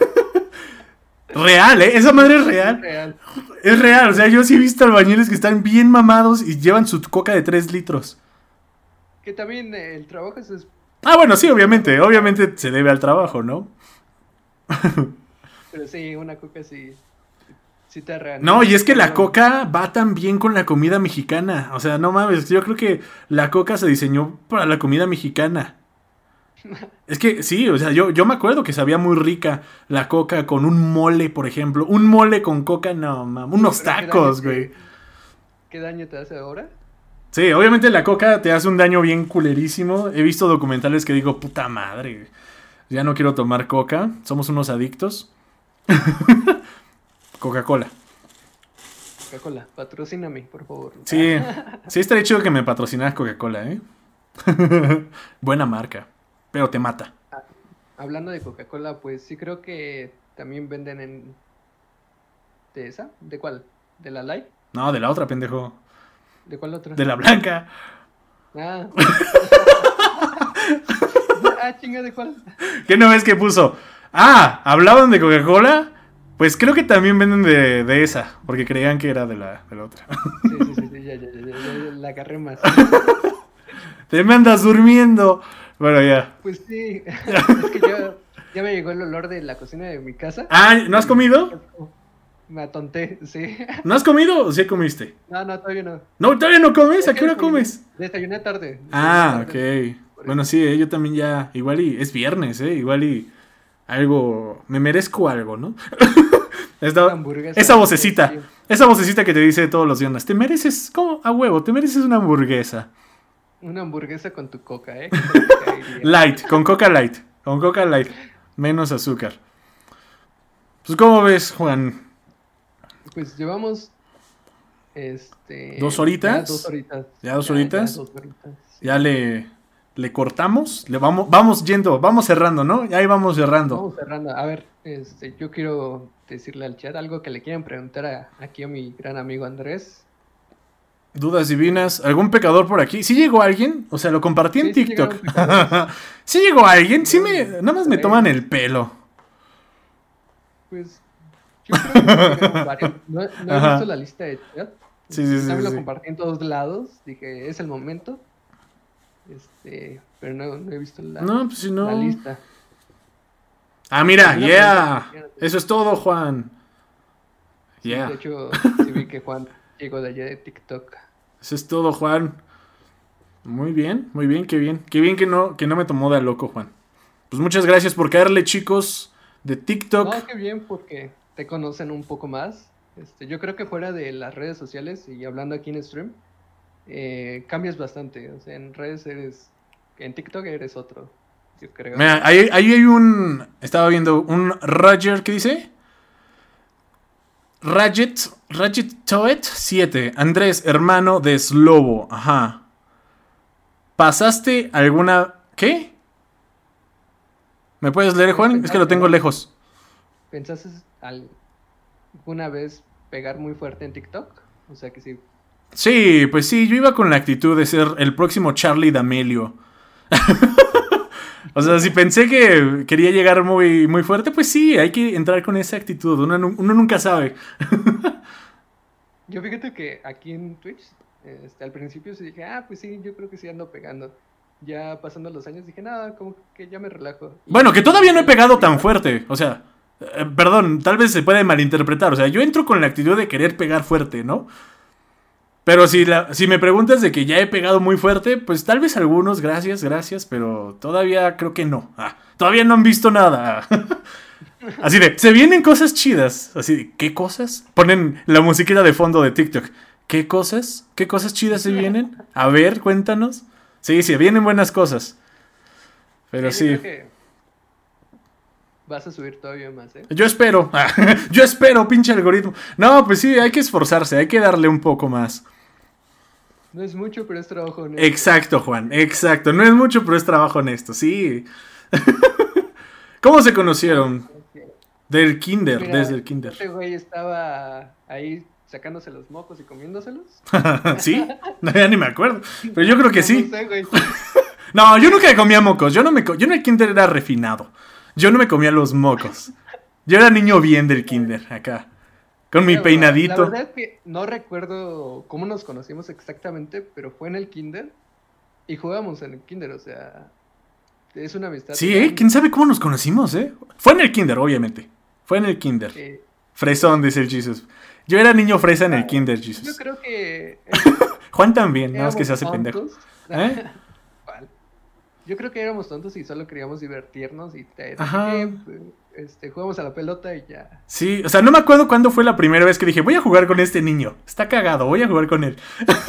Real, ¿eh? Esa madre es Es real. real. Es real. O sea, yo sí he visto albañiles que están bien mamados y llevan su coca de 3 litros. Que también el trabajo es Ah, bueno, sí, extremadamente obviamente. pesado. Obviamente se debe al trabajo, ¿no? Pero sí, una coca sí te No, y reanima, es que la pero coca va tan bien con la comida mexicana. O sea, no mames, yo creo que la coca se diseñó para la comida mexicana. Es que sí, o sea, yo me acuerdo que sabía muy rica la coca con un mole, por ejemplo. Un mole con coca, no, unos Pero tacos, güey. ¿qué daño te hace ahora? Sí, obviamente la coca te hace un daño bien culerísimo. He visto documentales que digo, puta madre, ya no quiero tomar coca. Somos unos adictos. Coca-Cola. Coca-Cola, patrocíname, por favor. Sí, sí estaría chido que me patrocinaras Coca-Cola, ¿eh? Buena marca, pero te mata. Ah, hablando de Coca-Cola, pues sí creo que también venden en... ¿De esa? ¿De cuál? ¿De la Light? No, de la otra, pendejo. ¿De cuál otra? De la blanca. Ah. Chinga, ¿de cuál? ¿Qué no ves que puso? Ah, ¿hablaban de Coca-Cola? Pues creo que también venden de esa, porque creían que era de la otra. Sí, ya, la agarré más. Te me andas durmiendo. Bueno, ya. Pues sí, es que ya me llegó el olor de la cocina de mi casa. Ah, ¿no has comido? Me atonté, sí. ¿No has comido o sí comiste? No, todavía no. No, todavía no comes. ¿A qué hora comes? Desayuné tarde. Ah, ok. Bueno, sí, yo también ya. Igual y es viernes, igual y algo. Me merezco algo, ¿no? Esa vocecita. Esa vocecita que te dice todos los días. Te mereces, ¿cómo? A huevo, te mereces una hamburguesa. Una hamburguesa con tu coca, ¿eh? Light, con coca light. Con coca light. Menos azúcar. Pues, ¿cómo ves, Juan? Pues llevamos 2 horitas. Ya 2 horitas. ¿Ya 2 horitas? Ya 2 horitas. Sí. Ya le cortamos. Vamos yendo, vamos cerrando, ¿no? Ya ahí vamos cerrando. Vamos cerrando. A ver, yo quiero decirle al chat algo que le quieran preguntar aquí a mi gran amigo Andrés. Dudas divinas. ¿Algún pecador por aquí? ¿Sí llegó alguien? O sea, lo compartí en TikTok. ¿Sí llegó alguien? Sí nada más me toman el pelo. Pues yo creo que varios. No he visto la lista de chat. Sí. También lo compartí en todos lados. Dije, es el momento. Pero no he visto la lista. Ah, mira, yeah. Eso es todo, Juan. Yeah. Sí, de hecho, sí vi que Juan llegó de allá de TikTok. Eso es todo, Juan. Muy bien, qué bien. Qué bien que no me tomó de loco, Juan. Pues muchas gracias por caerle, chicos, de TikTok. No, qué bien, porque te conocen un poco más. Yo creo que fuera de las redes sociales y hablando aquí en stream, cambias bastante. O sea, en TikTok eres otro, yo creo. Mira, ahí hay estaba viendo un Roger, ¿qué dice? Rajet Toet 7. Andrés, hermano de Slobo. Ajá. ¿Pasaste alguna... ¿Qué? ¿Me puedes leer, Juan? Es que lo tengo lejos. ¿Pensaste alguna vez pegar muy fuerte en TikTok? O sea que sí. Sí, pues sí, yo iba con la actitud de ser el próximo Charlie D'Amelio. O sea, si pensé que quería llegar muy, muy fuerte, pues sí, hay que entrar con esa actitud. Uno nunca sabe. Yo fíjate que aquí en Twitch, al principio sí dije, pues sí, yo creo que sí ando pegando. Ya pasando los años dije, nada, como que ya me relajo. Bueno, que todavía no he pegado tan fuerte. O sea, perdón, tal vez se puede malinterpretar. O sea, yo entro con la actitud de querer pegar fuerte, ¿no? Pero si me preguntas de que ya he pegado muy fuerte, pues tal vez algunos, gracias, pero todavía creo que no. Todavía no han visto nada. Así de, se vienen cosas chidas. Así de, ¿qué cosas? Ponen la musiquita de fondo de TikTok. ¿Qué cosas? ¿Qué cosas chidas se vienen? A ver, cuéntanos. Sí, vienen buenas cosas. Pero sí. Creo que vas a subir todavía más, ¿eh? Yo espero. Yo espero, pinche algoritmo. No, pues sí, hay que esforzarse, hay que darle un poco más. No es mucho, pero es trabajo honesto. Exacto, Juan, exacto. No es mucho, pero es trabajo honesto, sí. ¿Cómo se conocieron? Del kinder, Mira, desde el kinder. Este güey estaba ahí sacándose los mocos y comiéndoselos. ¿Sí? No, ya ni me acuerdo. Pero yo creo que sí. No sé, güey. No, yo nunca comía mocos. Yo en el kinder era refinado. Yo no me comía los mocos. Yo era niño bien del kinder, acá. Con mi peinadito. La verdad es que no recuerdo cómo nos conocimos exactamente, pero fue en el kinder. Y jugábamos en el kinder, o sea... Es una amistad. Sí, ¿quién sabe cómo nos conocimos, Fue en el kinder, obviamente. Fue en el kinder. Fresón, dice el Jesus. Yo era niño fresa en el kinder, Jesus. Yo creo que... Juan también, no es que se hace pendejo. ¿Cuál? yo creo que éramos tontos y solo queríamos divertirnos y Ajá. jugamos a la pelota y ya. Sí, o sea, no me acuerdo cuándo fue la primera vez que dije, voy a jugar con este niño. Está cagado, voy a jugar con él.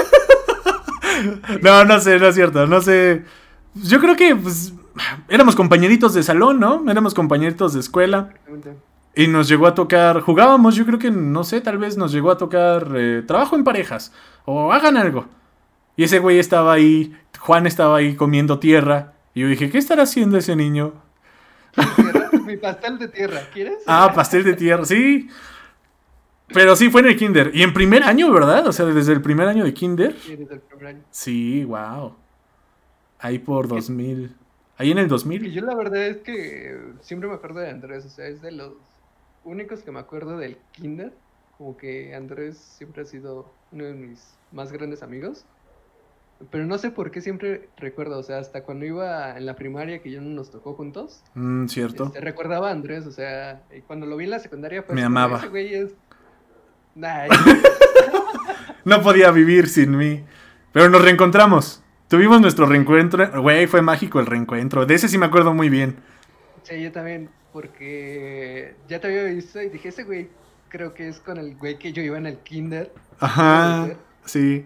No, no sé, no es cierto, no sé. Yo creo que pues, éramos compañeritos de salón, ¿no? Éramos compañeritos de escuela. Exactamente. Y nos llegó a tocar, jugábamos, yo creo que, no sé, tal vez nos llegó a tocar trabajo en parejas. O hagan algo. Y ese güey estaba ahí, Juan estaba ahí comiendo tierra. Y yo dije, ¿qué estará haciendo ese niño? Tierra, mi pastel de tierra, ¿quieres? Ah, pastel de tierra, sí. Pero sí, fue en el kinder. Y en primer año, ¿verdad? O sea, desde el primer año de kinder. Sí, desde el primer año. Sí, wow. Ahí por Que, 2000. Ahí en el que 2000. yo la verdad es que siempre me acuerdo de Andrés, o sea, es de los únicos que me acuerdo del kinder. Como que Andrés siempre ha sido uno de mis más grandes amigos. Pero no sé por qué siempre recuerdo, o sea, hasta cuando iba en la primaria que ya no nos tocó juntos, Cierto. recordaba a Andrés, o sea, y cuando lo vi en la secundaria fue Me así como, ese amaba. güey es... Nah, No podía vivir sin mí. Pero nos reencontramos. Tuvimos nuestro reencuentro. Güey, fue mágico el reencuentro. De ese sí me acuerdo muy bien. sí, yo también, porque ya te había visto y dije, ese güey creo que es con el güey que yo iba en el kinder, debe de Ajá. ser. Sí.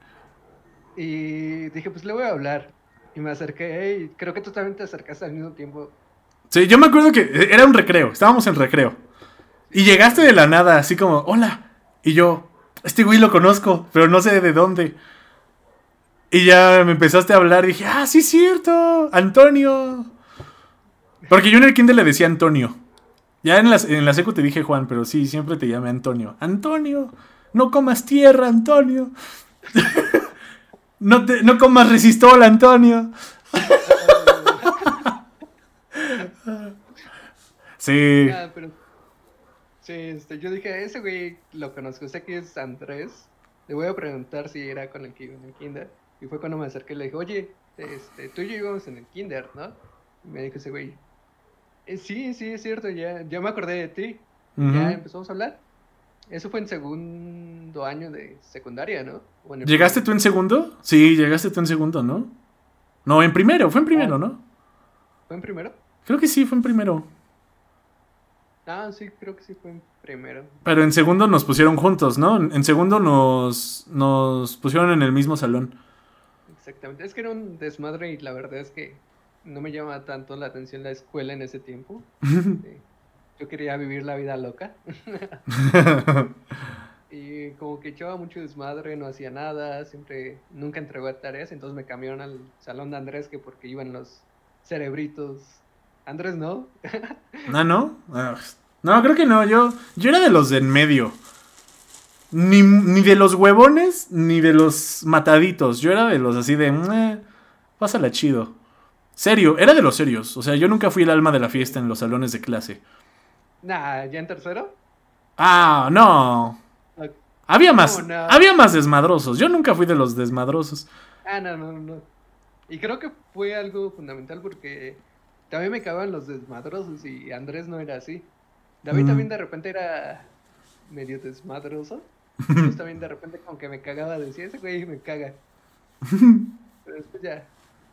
Y dije, pues le voy a hablar. Y me acerqué y creo que tú también te acercaste al mismo tiempo. Sí, yo me acuerdo que era un recreo. Estábamos en recreo. Sí, Y sí, llegaste de exactamente. la nada, así como, hola. Y yo, este güey lo conozco, pero no sé de dónde. Y ya me empezaste a hablar y dije, ah, sí, cierto, Antonio. Porque yo en el kinder le decía Antonio. Ya en la secu te dije Juan, pero sí, siempre te llamé Antonio. Antonio, no comas tierra, Antonio. No comas resistol, Antonio. Sí. Nada, pero sí, yo dije, ese güey lo conozco, sé que es Andrés. Le voy a preguntar si era con el que iba en el kinder. Y fue cuando me acerqué y le dije, oye, tú y yo íbamos en el kinder, ¿no? Y me dijo ese güey, sí, sí, es cierto, ya me acordé de ti. Y ya Ujú. empezamos a hablar. Eso fue en segundo año de secundaria, ¿no? O en el ¿Llegaste primero. tú en segundo? Sí, llegaste tú en segundo, ¿no? No, en primero, fue en Ah, primero, ¿no? ¿fue en primero? Creo que sí, fue en primero. Ah, sí, creo que sí fue en primero. Pero en segundo nos pusieron juntos, ¿no? En segundo nos pusieron en el mismo salón. Exactamente. Es que era un desmadre y la verdad es que no me llama tanto la atención la escuela en ese tiempo. Yo quería vivir la vida loca. Y como que echaba mucho desmadre, no hacía nada, siempre, nunca entregó tareas, entonces me cambiaron al salón de Andrés que porque iban los cerebritos. Andrés no. Ah, ¿no? No, creo que no. Yo era de los de en medio. Ni de los huevones, ni de los mataditos. Yo era de los así de... pásala chido. Serio, era de los serios. O sea, yo nunca fui el alma de la fiesta en los salones de clase. Nah, ¿ya en tercero? Ah, no. Ah, Había ¿cómo más. no? Había más desmadrosos. Yo nunca fui de los desmadrosos. Ah, no, no, no. Y creo que fue algo fundamental porque también me cagaban los desmadrosos y Andrés no era así. David Mm. también de repente era medio desmadroso. Entonces también de repente como que me cagaba, decía, ese güey me caga. Pero después ya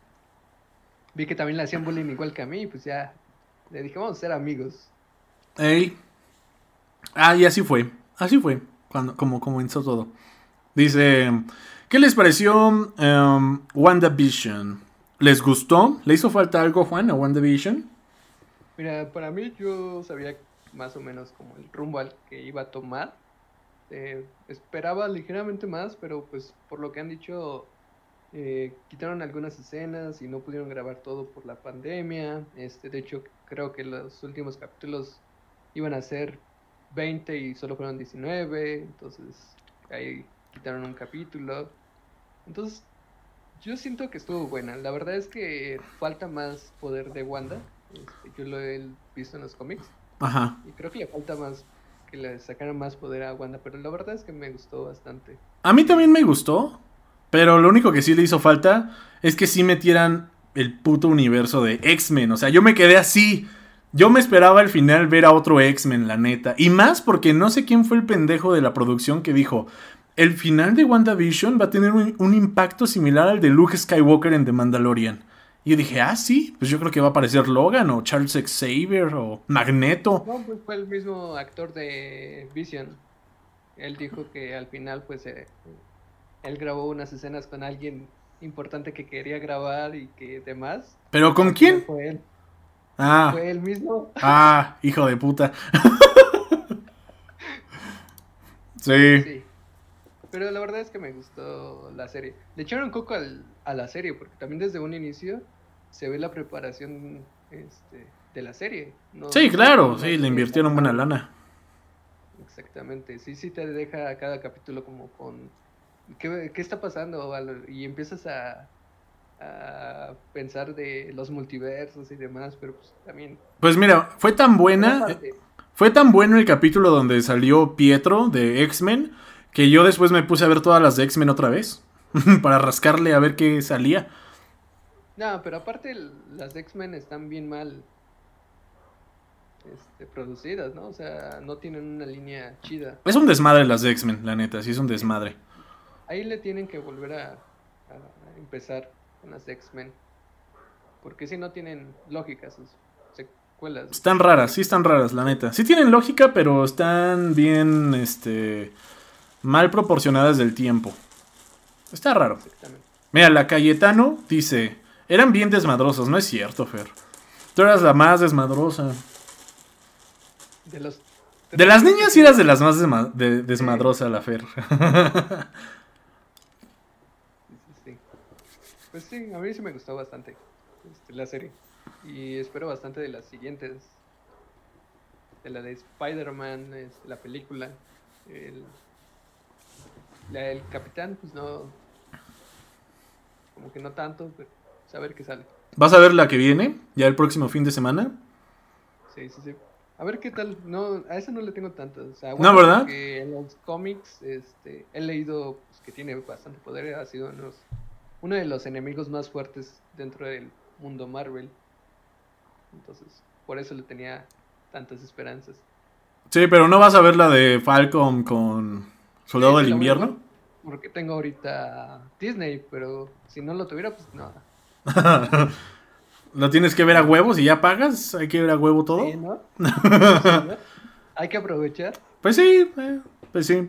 vi que también le hacían bullying igual que a mí, y pues ya le dije, vamos a ser amigos. Ey. Ah, y así fue. Así fue. Como comenzó todo. Dice, ¿qué les pareció WandaVision? ¿Les gustó? ¿Le hizo falta algo, Juan, a WandaVision? Mira, para mí yo sabía más o menos como el rumbo al que iba a tomar. Esperaba ligeramente más, pero pues por lo que han dicho, quitaron algunas escenas y no pudieron grabar todo por la pandemia. De hecho, creo que los últimos capítulos iban a ser 20 y solo fueron 19, entonces ahí quitaron un capítulo. Entonces, yo siento que estuvo buena. La verdad es que falta más poder de Wanda. Yo lo he visto en los cómics Ajá. y creo que le falta más que le sacaran más poder a Wanda, pero la verdad es que me gustó bastante. A mí también Sí, me gustó, pero lo único que sí le hizo falta es que sí metieran el puto universo de X-Men. O sea, yo me quedé así. Yo me esperaba al final ver a otro X-Men, la neta. Y más porque no sé quién fue el pendejo de la producción que dijo, el final de WandaVision va a tener un impacto similar al de Luke Skywalker en The Mandalorian. Y yo dije, sí, pues yo creo que va a aparecer Logan o Charles Xavier o Magneto. No, pues fue el mismo actor de Vision. Él dijo que al final, pues, él grabó unas escenas con alguien importante que quería grabar y que demás. ¿Pero con quién? Fue él. Ah. Fue él mismo. Hijo de puta. Sí. Sí. Pero la verdad es que me gustó la serie. Le echaron coco a la serie, porque también desde un inicio se ve la preparación de la serie. No, sí, claro, sí, le invirtieron buena lana. Exactamente, sí te deja cada capítulo como con ¿qué está pasando? Y empiezas a pensar de los multiversos y demás, pero pues también... Pues mira, fue tan bueno el capítulo donde salió Pietro de X-Men, que yo después me puse a ver todas las de X-Men otra vez, para rascarle a ver qué salía. No, pero aparte las de X-Men están bien mal producidas, ¿no? O sea, no tienen una línea chida. Es un desmadre las de X-Men, la neta, sí es un desmadre. Ahí le tienen que volver a empezar con las de X-Men, porque si no tienen lógica sus secuelas. Están raras, sí están raras, la neta. Sí tienen lógica, pero están bien, mal proporcionadas del tiempo. Está raro. Exactamente. Mira, la Cayetano dice, eran bien desmadrosos, no es cierto, Fer. Tú eras la más desmadrosa. De las niñas sí eras de las más desmadrosa, la Fer. Sí. Pues sí, a mí sí me gustó bastante la serie. Y espero bastante de las siguientes. De la de Spider-Man, la película. El Capitán, pues no. Como que no tanto, pero a ver qué sale. ¿Vas a ver la que viene? ¿Ya el próximo fin de semana? Sí. A ver qué tal. No, a esa no le tengo tanto. O sea, bueno, no, ¿verdad? Porque en los cómics he leído pues, que tiene bastante poder. Ha sido uno de los enemigos más fuertes dentro del mundo Marvel. Entonces, por eso le tenía tantas esperanzas. Sí, pero no vas a ver la de Falcon con Soldado del Invierno. Porque tengo ahorita Disney, pero si no lo tuviera, pues no. ¿Lo tienes que ver a huevos y ya pagas? ¿Hay que ver a huevo todo? Sí, ¿no? Sí, ¿no? Hay que aprovechar. Pues sí, pues sí.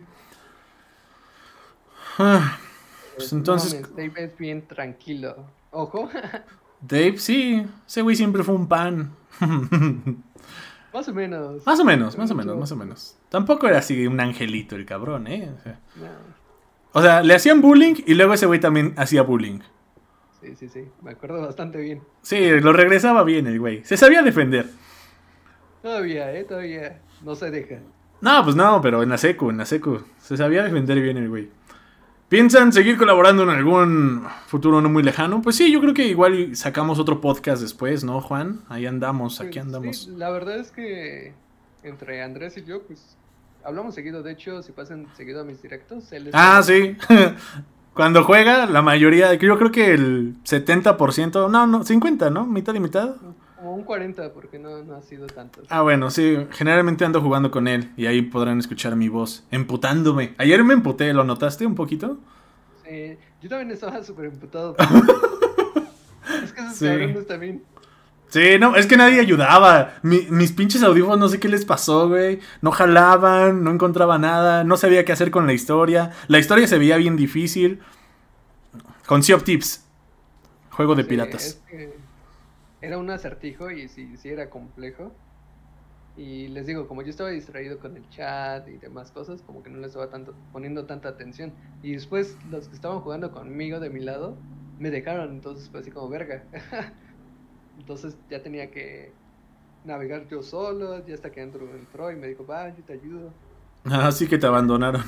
Pues entonces... No, Dave es bien tranquilo. Ojo. Dave, sí. Ese güey siempre fue un pan. Más o menos. Más o menos. Tampoco era así un angelito el cabrón, ¿eh? O sea, le hacían bullying y luego ese güey también hacía bullying. Sí. Me acuerdo bastante bien. Sí, lo regresaba bien el güey. Se sabía defender. Todavía no se deja. No, pues no, pero en la secu. Se sabía defender bien el güey. ¿Piensan seguir colaborando en algún futuro no muy lejano? Pues sí, yo creo que igual sacamos otro podcast después, ¿no, Juan? Ahí andamos, aquí andamos. Sí, la verdad es que entre Andrés y yo, pues, hablamos seguido. De hecho, si pasan seguido a mis directos... sí. Cuando juega, la mayoría, yo creo que el 70%, no, 50, ¿no? Mitad y mitad. Como un 40, porque no ha sido tanto. Bueno, sí, generalmente ando jugando con él y ahí podrán escuchar mi voz, emputándome. Ayer me emputé, ¿lo notaste un poquito? Sí, yo también estaba súper emputado. Es que esos cabrones también. Sí, no, es que nadie ayudaba. Mis pinches audífonos, no sé qué les pasó, güey. No jalaban, no encontraba nada, no sabía qué hacer con la historia. La historia se veía bien difícil. Con Sea of Thieves, juego de piratas. Es que era un acertijo y sí era complejo. Y les digo, como yo estaba distraído con el chat y demás cosas, como que no les estaba poniendo tanta atención. Y después los que estaban jugando conmigo de mi lado, me dejaron, entonces fue así como verga. Entonces ya tenía que navegar yo solo, ya hasta que entró y me dijo, va, yo te ayudo. Así que te abandonaron.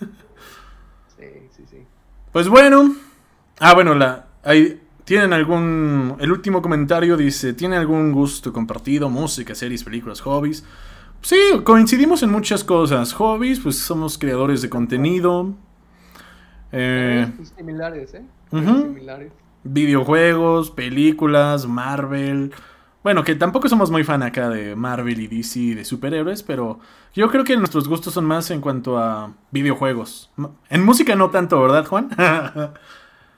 Sí. Pues bueno. Bueno, ¿tienen algún... El último comentario dice, ¿tienen algún gusto compartido? Música, series, películas, hobbies. Sí, coincidimos en muchas cosas. Hobbies, pues somos creadores de contenido. Similares, Similares. Videojuegos, películas, Marvel. Bueno, que tampoco somos muy fan acá de Marvel y DC de superhéroes, pero yo creo que nuestros gustos son más en cuanto a videojuegos. En música no tanto, ¿verdad, Juan?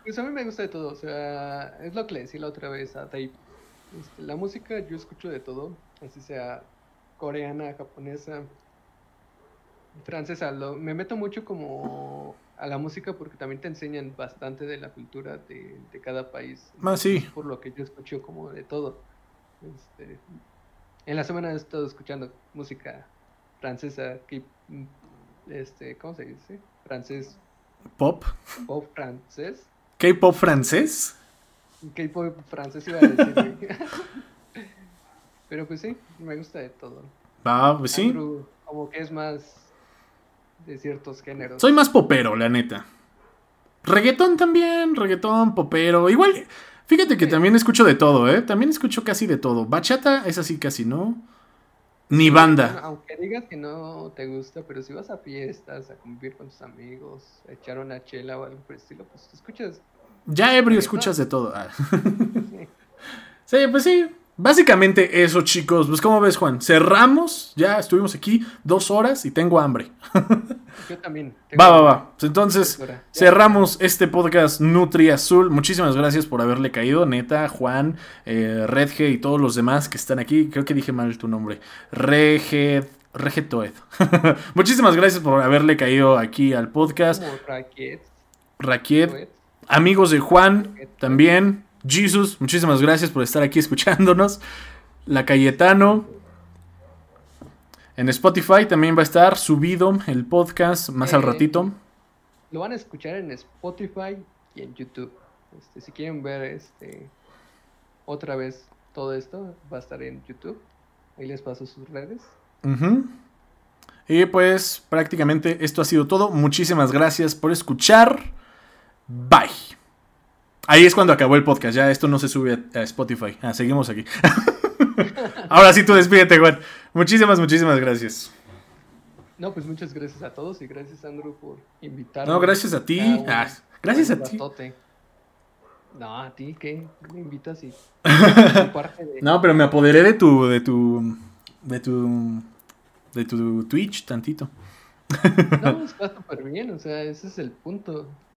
Pues a mí me gusta de todo, o sea, es lo que le decía la otra vez a Dave. La música yo escucho de todo, así sea coreana, japonesa, francesa. Me meto mucho como a la música porque también te enseñan bastante de la cultura de cada país. Ah, Entonces es sí. por lo que yo escucho como de todo. Este, en la semana he estado escuchando música francesa, ¿cómo se dice? Francés, Pop. pop francés. K-pop francés. K-pop francés iba a decir, güey. Pero pues sí, me gusta de todo. Ah, pues sí. Andrew, como que es más de ciertos géneros. Soy más popero, la neta. Reggaetón también, reggaetón, popero. Igual, fíjate que Sí. también escucho de todo, ¿eh? También escucho casi de todo. Bachata es así casi, ¿no? Ni Sí, bueno, banda. aunque digas que no te gusta, pero si vas a fiestas, a convivir con tus amigos, a echar una chela o algo por el estilo, pues escuchas Ya ebrio reggaetón. escuchas de todo. Ah. Sí. Sí, pues sí. Básicamente eso, chicos. Pues como ves, Juan. Cerramos. Ya estuvimos aquí 2 horas y tengo hambre. Yo también Va, tengo va, hambre. va. Pues entonces, Es hora. Ya. cerramos este podcast Nutri Azul. Muchísimas gracias por haberle caído, neta, Juan, Redge y todos los demás que están aquí. Creo que dije mal tu nombre. Regetoed. Muchísimas gracias por haberle caído aquí al podcast. Como Raquet, Raquiet, amigos de Juan, también. Jesus, muchísimas gracias por estar aquí escuchándonos. La Cayetano. En Spotify también va a estar subido el podcast más al ratito. Lo van a escuchar en Spotify y en YouTube. Si quieren ver otra vez todo esto, va a estar en YouTube. Ahí les paso sus redes. Uh-huh. Y pues prácticamente esto ha sido todo. Muchísimas gracias por escuchar. Bye. Ahí es cuando acabó el podcast. Ya esto no se sube a Spotify. Seguimos aquí. Ahora sí tú despídete, Juan. Muchísimas gracias. No, pues muchas gracias a todos y gracias, Andrew, por invitarme. No, gracias a ti. Gracias a ti. No, a ti, ¿qué? Me invitas y parte de... No, pero me apoderé de tu Twitch tantito. No, está súper bien, o sea, ese es el punto.